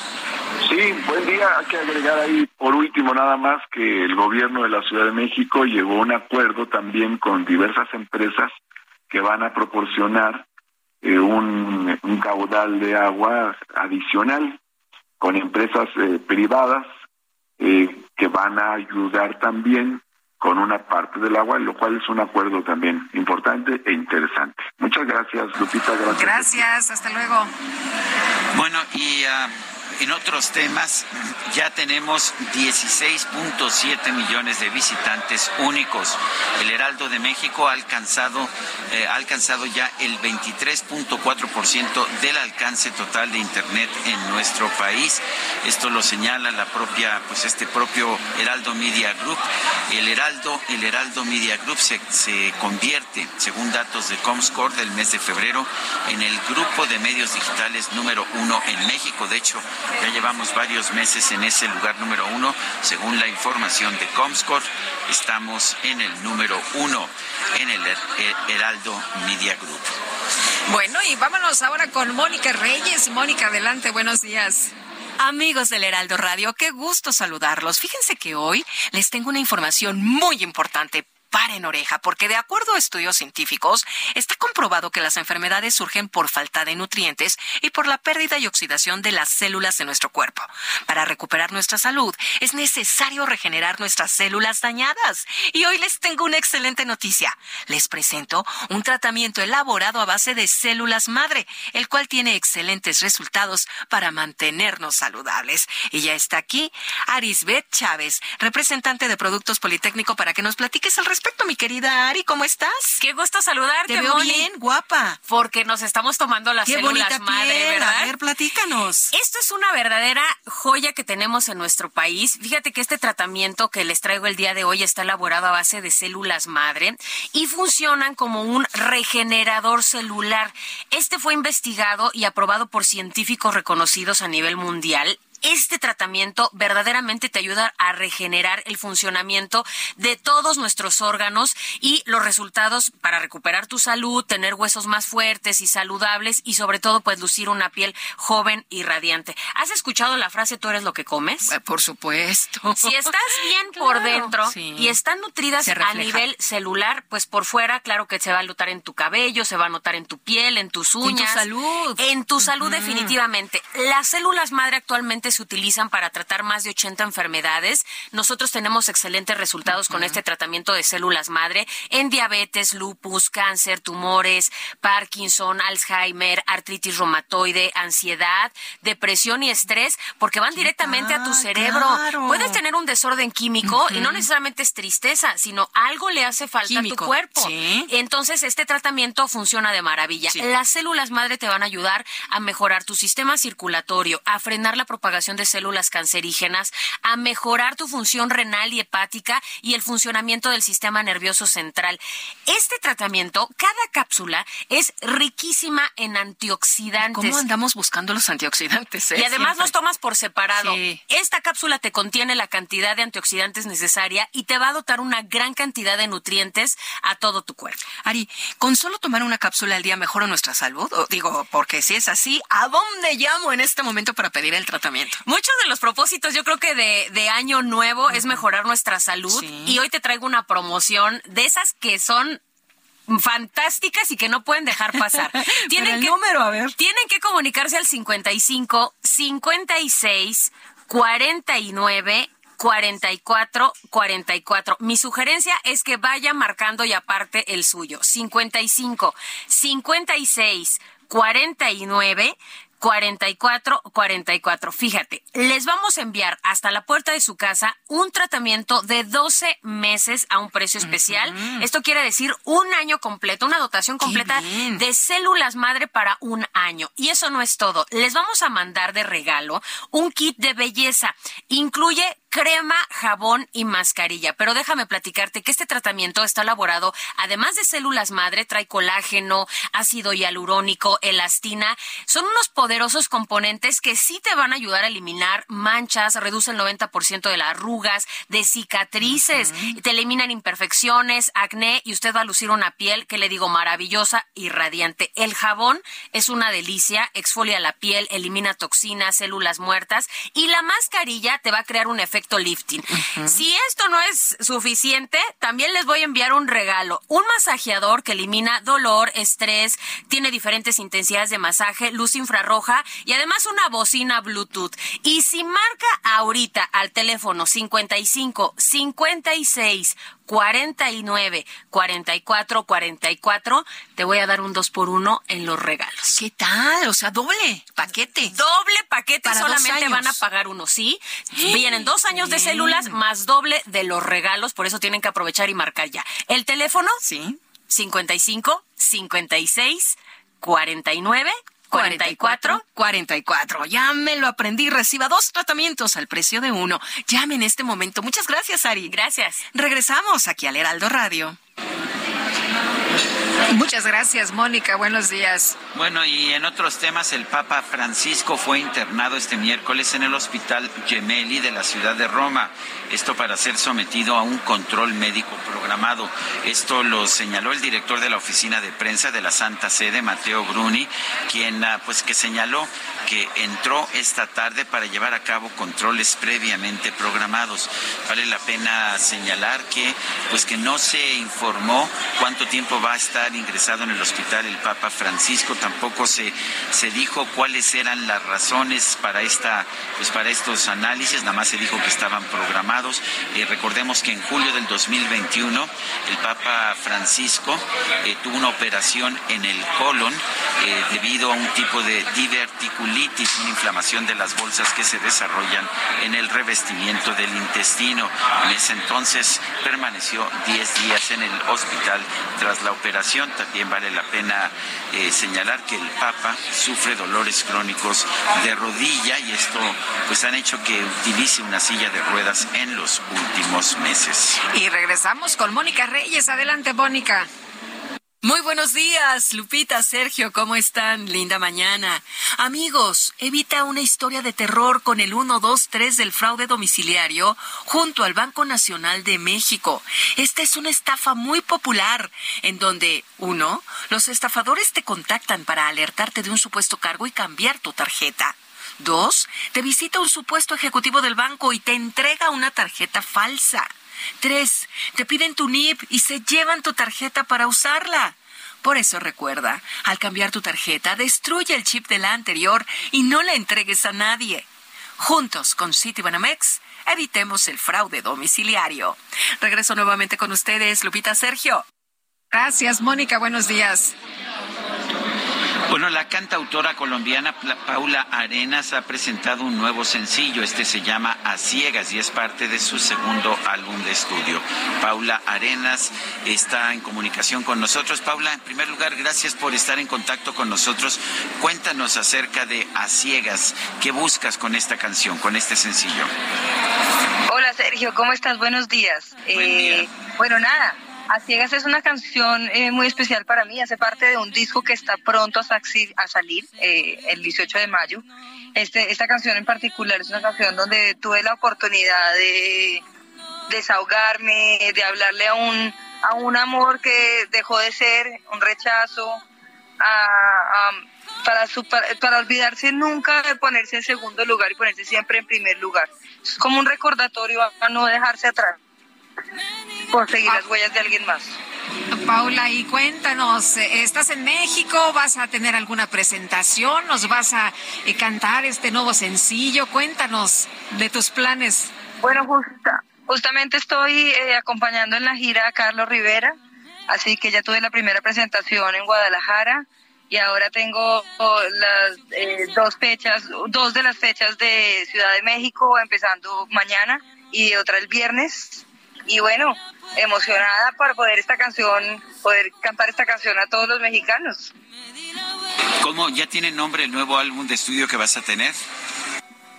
Sí, buen día. Hay que agregar ahí, por último, nada más que el gobierno de la Ciudad de México llegó a un acuerdo también con diversas empresas que van a proporcionar eh, un, un caudal de agua adicional con empresas eh, privadas eh, que van a ayudar también con una parte del agua, lo cual es un acuerdo también importante e interesante. Muchas gracias, Lupita. Gracias. Gracias, hasta luego. Bueno, y uh, en otros temas, ya tenemos dieciséis punto siete millones de visitantes únicos. El Heraldo de México ha alcanzado, eh, ha alcanzado ya el veintitrés punto cuatro por ciento del alcance total de Internet en nuestro país. Esto lo señala la propia, pues este propio Heraldo Media Group. El Heraldo, el Heraldo Media Group se, se convierte, según datos de Comscore del mes de febrero, en el grupo de medios digitales número uno en México. De hecho, ya llevamos varios meses en ese lugar número uno. Según la información de Comscore, estamos en el número uno en el Heraldo Media Group. Bueno, y vámonos ahora con Mónica Reyes. Mónica, adelante, buenos días. Amigos del Heraldo Radio, qué gusto saludarlos. Fíjense que hoy les tengo una información muy importante. Paren oreja, porque de acuerdo a estudios científicos, está comprobado que las enfermedades surgen por falta de nutrientes y por la pérdida y oxidación de las células de nuestro cuerpo. Para recuperar nuestra salud, es necesario regenerar nuestras células dañadas. Y hoy les tengo una excelente noticia. Les presento un tratamiento elaborado a base de células madre, el cual tiene excelentes resultados para mantenernos saludables. Y ya está aquí Arisbeth Chávez, representante de Productos Politécnico, para que nos platiques al respecto. Respecto, mi querida Ari, ¿cómo estás? Qué gusto saludarte, Te veo Moni. bien, guapa. Porque nos estamos tomando las Qué células bonita madre, piel. ¿verdad? A ver, platícanos. Esto es una verdadera joya que tenemos en nuestro país. Fíjate que este tratamiento que les traigo el día de hoy está elaborado a base de células madre y funcionan como un regenerador celular. Este fue investigado y aprobado por científicos reconocidos a nivel mundial. Este tratamiento verdaderamente te ayuda a regenerar el funcionamiento de todos nuestros órganos y los resultados para recuperar tu salud, tener huesos más fuertes y saludables y sobre todo pues lucir una piel joven y radiante. ¿Has escuchado la frase tú eres lo que comes? Eh, por supuesto. Si estás bien Claro, por dentro sí. y están nutridas a nivel celular, pues por fuera claro que se va a notar en tu cabello, se va a notar en tu piel, en tus uñas. En tu salud. En tu salud, Ujú. definitivamente. Las células madre actualmente se utilizan para tratar más de ochenta enfermedades. Nosotros tenemos excelentes resultados uh-huh. con este tratamiento de células madre en diabetes, lupus, cáncer, tumores, Parkinson, Alzheimer, artritis reumatoide, ansiedad, depresión y estrés, porque van directamente tal? a tu cerebro. Claro. Puedes tener un desorden químico uh-huh. y no necesariamente es tristeza, sino algo le hace falta Químico. a tu cuerpo. Sí. Entonces, este tratamiento funciona de maravilla. Sí. Las células madre te van a ayudar a mejorar tu sistema circulatorio, a frenar la propagación de células cancerígenas, a mejorar tu función renal y hepática y el funcionamiento del sistema nervioso central. Este tratamiento, cada cápsula es riquísima en antioxidantes. ¿Cómo andamos buscando los antioxidantes? Eh? Y además Siempre. los tomas por separado. Sí. Esta cápsula te contiene la cantidad de antioxidantes necesaria y te va a dotar una gran cantidad de nutrientes a todo tu cuerpo. Ari, ¿con solo tomar una cápsula al día mejora nuestra salud? O, digo, porque si es así, ¿a dónde llamo en este momento para pedir el tratamiento? Muchos de los propósitos, yo creo que de, de año nuevo uh-huh. es mejorar nuestra salud. Sí. Y hoy te traigo una promoción de esas que son fantásticas y que no pueden dejar pasar. Tienen el que, número, a ver. Tienen que comunicarse al cincuenta y cinco, cincuenta y seis, cuarenta y nueve, cuarenta y cuatro, cuarenta y cuatro. Mi sugerencia es que vaya marcando y aparte el suyo. cincuenta y cinco, cincuenta y seis, cuarenta y nueve, cuarenta y cuatro, cuarenta y cuatro. Fíjate, les vamos a enviar hasta la puerta de su casa un tratamiento de doce meses a un precio especial. Uh-huh. Esto quiere decir un año completo, una dotación completa de células madre para un año. Y eso no es todo. Les vamos a mandar de regalo un kit de belleza. Incluye crema, jabón y mascarilla. Pero déjame platicarte que este tratamiento está elaborado, además de células madre, trae colágeno, ácido hialurónico, elastina. Son unos poderosos componentes que sí te van a ayudar a eliminar manchas, reduce el noventa por ciento de las arrugas, de cicatrices, uh-huh. te eliminan imperfecciones, acné, y usted va a lucir una piel que le digo maravillosa y radiante. El jabón es una delicia, exfolia la piel, elimina toxinas, células muertas, y la mascarilla te va a crear un efecto lifting. Uh-huh. Si esto no es suficiente, también les voy a enviar un regalo, un masajeador que elimina dolor, estrés, tiene diferentes intensidades de masaje, luz infrarroja y además una bocina Bluetooth. Y si marca ahorita al teléfono cincuenta y cinco, cincuenta y seis, cuarenta y nueve, cuarenta y cuatro, cuarenta y cuatro, te voy a dar un dos por uno en los regalos. ¿Qué tal? O sea, doble paquete. Doble paquete, para solamente van a pagar uno, ¿sí? ¡Eh! Vienen dos años Bien. de células más doble de los regalos, por eso tienen que aprovechar y marcar ya. El teléfono, sí, cincuenta y cinco, cincuenta y seis, cuarenta y nueve, cuarenta y cuatro, cuarenta y cuatro. Ya me lo aprendí. Reciba dos tratamientos al precio de uno. Llame en este momento. Muchas gracias, Ari. Gracias. Regresamos aquí al Heraldo Radio. Muchas gracias, Mónica. Buenos días. Bueno, y en otros temas, el Papa Francisco fue internado este miércoles en el Hospital Gemelli de la ciudad de Roma. Esto para ser sometido a un control médico programado. Esto lo señaló el director de la oficina de prensa de la Santa Sede, Matteo Bruni, quien pues que señaló que entró esta tarde para llevar a cabo controles previamente programados. Vale la pena señalar que pues que no se informó cuánto tiempo va a estar ingresado en el hospital el Papa Francisco, tampoco se se dijo cuáles eran las razones para esta pues para estos análisis, nada más se dijo que estaban programados. Eh, recordemos que en julio del dos mil veintiuno el Papa Francisco eh, tuvo una operación en el colon eh, debido a un tipo de diverticulitis, una inflamación de las bolsas que se desarrollan en el revestimiento del intestino. En ese entonces permaneció diez días en el hospital tras la operación. También vale la pena eh, señalar que el Papa sufre dolores crónicos de rodilla y esto pues han hecho que utilice una silla de ruedas en los últimos meses. Y regresamos con Mónica Reyes. Adelante, Mónica. Muy buenos días, Lupita, Sergio, ¿cómo están? Linda mañana. Amigos, evita una historia de terror con el uno dos tres del fraude domiciliario junto al Banco Nacional de México. Esta es una estafa muy popular en donde, uno, los estafadores te contactan para alertarte de un supuesto cargo y cambiar tu tarjeta. Dos, te visita un supuesto ejecutivo del banco y te entrega una tarjeta falsa. Tres, te piden tu N I P y se llevan tu tarjeta para usarla. Por eso recuerda, al cambiar tu tarjeta, destruye el chip de la anterior y no la entregues a nadie. Juntos con Citibanamex, evitemos el fraude domiciliario. Regreso nuevamente con ustedes, Lupita, Sergio. Gracias, Mónica. Buenos días. Bueno, la cantautora colombiana Paula Arenas ha presentado un nuevo sencillo. Este se llama A Ciegas y es parte de su segundo álbum de estudio. Paula Arenas está en comunicación con nosotros. Paula, en primer lugar, gracias por estar en contacto con nosotros. Cuéntanos acerca de A Ciegas. ¿Qué buscas con esta canción, con este sencillo? Hola, Sergio, ¿cómo estás? Buenos días. Buen día. Eh, bueno, nada. A Ciegas es una canción eh, muy especial para mí, hace parte de un disco que está pronto a, saxi- a salir eh, el dieciocho de mayo. Este, esta canción en particular es una canción donde tuve la oportunidad de desahogarme, de hablarle a un, a un amor que dejó de ser, un rechazo, a, a, para, su, para, para olvidarse nunca de ponerse en segundo lugar y ponerse siempre en primer lugar. Es como un recordatorio a, a no dejarse atrás por seguir las huellas de alguien más. Paula, y cuéntanos, ¿estás en México? ¿Vas a tener alguna presentación? ¿Nos vas a eh, cantar este nuevo sencillo? Cuéntanos de tus planes. Bueno, justa, justamente estoy eh, acompañando en la gira a Carlos Rivera, así que ya tuve la primera presentación en Guadalajara y ahora tengo oh, las eh, dos fechas, dos de las fechas de Ciudad de México, empezando mañana y otra el viernes. Y bueno, emocionada para poder esta canción, poder cantar esta canción a todos los mexicanos. ¿Cómo ya tiene nombre el nuevo álbum de estudio que vas a tener?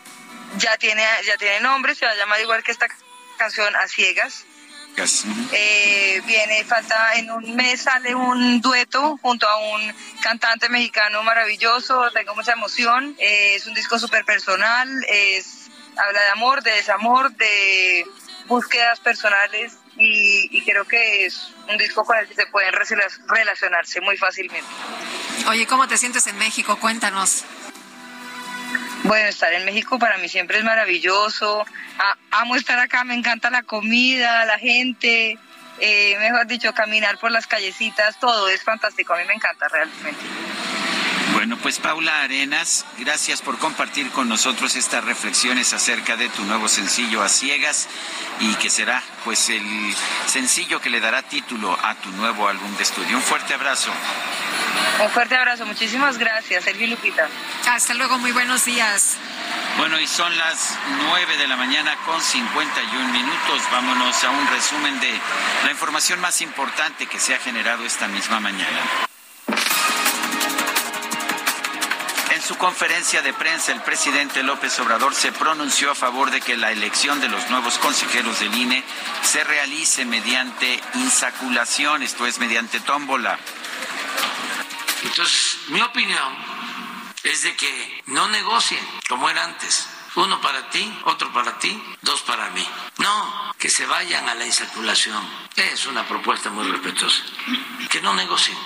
ya tiene, ya tiene nombre, se va a llamar igual que esta canción, A Ciegas. Eh, viene, falta, en un mes sale un dueto junto a un cantante mexicano maravilloso, tengo mucha emoción, eh, es un disco súper personal, es, habla de amor, de desamor, de búsquedas personales y, y creo que es un disco con el que se pueden relacionarse muy fácilmente. Oye, ¿cómo te sientes en México? Cuéntanos. Bueno, estar en México para mí siempre es maravilloso. A, amo estar acá, me encanta la comida, la gente, eh, mejor dicho, caminar por las callecitas, todo es fantástico, a mí me encanta realmente. Bueno, pues Paula Arenas, gracias por compartir con nosotros estas reflexiones acerca de tu nuevo sencillo A Ciegas y que será pues el sencillo que le dará título a tu nuevo álbum de estudio. Un fuerte abrazo. Un fuerte abrazo, muchísimas gracias, Sergio y Lupita. Hasta luego, muy buenos días. Bueno, y son las nueve de la mañana con cincuenta y un minutos. Vámonos a un resumen de la información más importante que se ha generado esta misma mañana. En su conferencia de prensa, el presidente López Obrador se pronunció a favor de que la elección de los nuevos consejeros del I N E se realice mediante insaculación, esto es, mediante tómbola. Entonces, mi opinión es de que no negocien como era antes. Uno para ti, otro para ti, dos para mí. No, que se vayan a la insaculación. Es una propuesta muy respetuosa. Que no negocien.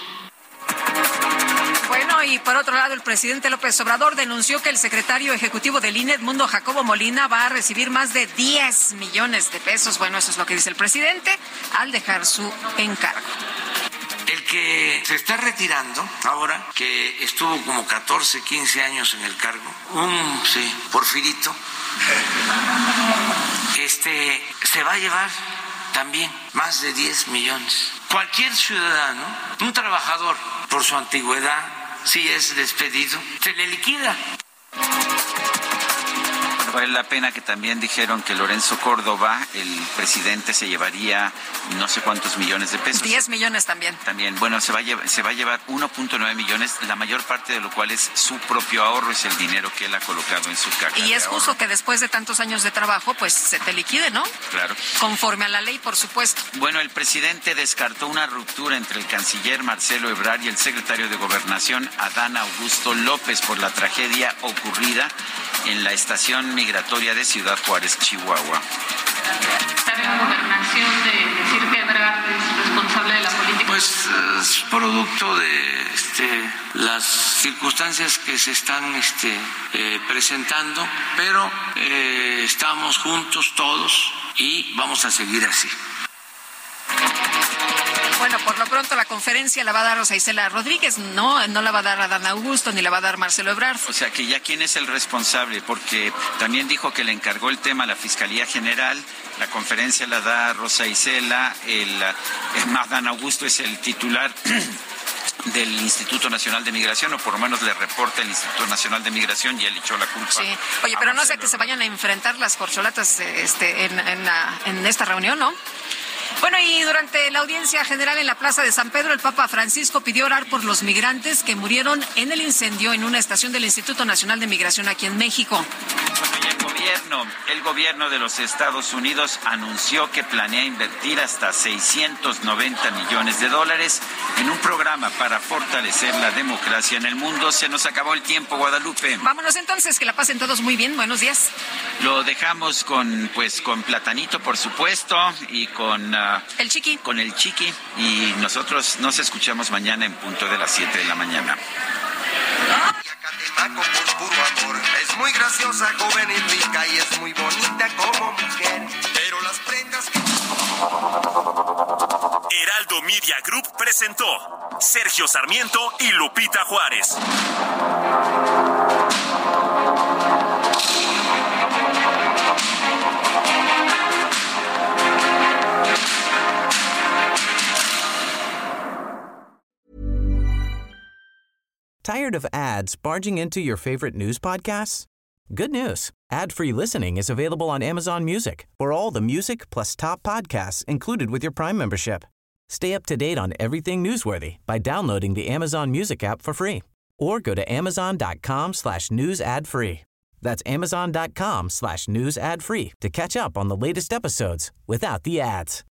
Bueno, y por otro lado, el presidente López Obrador denunció que el secretario ejecutivo del I N E, Edmundo Jacobo Molina, va a recibir más de diez millones de pesos. Bueno, eso es lo que dice el presidente al dejar su encargo. El que se está retirando ahora, que estuvo como catorce, quince años en el cargo, un sí, Porfirito, este, se va a llevar también más de diez millones. Cualquier ciudadano, un trabajador, por su antigüedad, si es despedido, se le liquida. Vale la pena que también dijeron que Lorenzo Córdoba, el presidente, se llevaría no sé cuántos millones de pesos. diez millones también. También, bueno, se va a llevar, se va a llevar uno punto nueve millones, la mayor parte de lo cual es su propio ahorro, es el dinero que él ha colocado en su caja. Y es justo que después de tantos años de trabajo, pues se te liquide, ¿no? Claro. Conforme a la ley, por supuesto. Bueno, el presidente descartó una ruptura entre el canciller Marcelo Ebrard y el secretario de Gobernación, Adán Augusto López, por la tragedia ocurrida en la estación migratoria de Ciudad Juárez, Chihuahua. ¿Está en gobernación de decir que Ebrard es responsable de la política? Pues es producto de este, las circunstancias que se están este, eh, presentando, pero eh, estamos juntos todos y vamos a seguir así. Bueno, por lo pronto la conferencia la va a dar Rosa Isela Rodríguez, no, no la va a dar Adán Augusto ni la va a dar Marcelo Ebrard. O sea que ya quién es el responsable, porque también dijo que le encargó el tema a la Fiscalía General, la conferencia la da Rosa Isela, el, el Adán Augusto es el titular del Instituto Nacional de Migración, o por lo menos le reporta el Instituto Nacional de Migración y él echó la culpa. Sí, oye, pero no sé que se vayan a enfrentar las corcholatas este, en, en, la, en esta reunión, ¿no? Bueno, y durante la audiencia general en la Plaza de San Pedro, el Papa Francisco pidió orar por los migrantes que murieron en el incendio en una estación del Instituto Nacional de Migración aquí en México. Bueno, y el gobierno, el gobierno de los Estados Unidos anunció que planea invertir hasta seiscientos noventa millones de dólares en un programa para fortalecer la democracia en el mundo. Se nos acabó el tiempo, Guadalupe. Vámonos entonces, que la pasen todos muy bien. Buenos días. Lo dejamos con, pues, con Platanito, por supuesto, y con... Uh, el Chiqui. Con el Chiqui. Y nosotros nos escuchamos mañana en punto de las siete de la mañana. Catemaco por puro amor. Es muy graciosa, joven y rica y es muy bonita como mujer. Pero las prendas que... Heraldo Media Group presentó Sergio Sarmiento y Lupita Juárez. Tired of ads barging into your favorite news podcasts? Good news. Ad-free listening is available on Amazon Music for all the music plus top podcasts included with your Prime membership. Stay up to date on everything newsworthy by downloading the Amazon Music app for free or go to amazon.com slash news ad free. That's amazon.com slash news ad free to catch up on the latest episodes without the ads.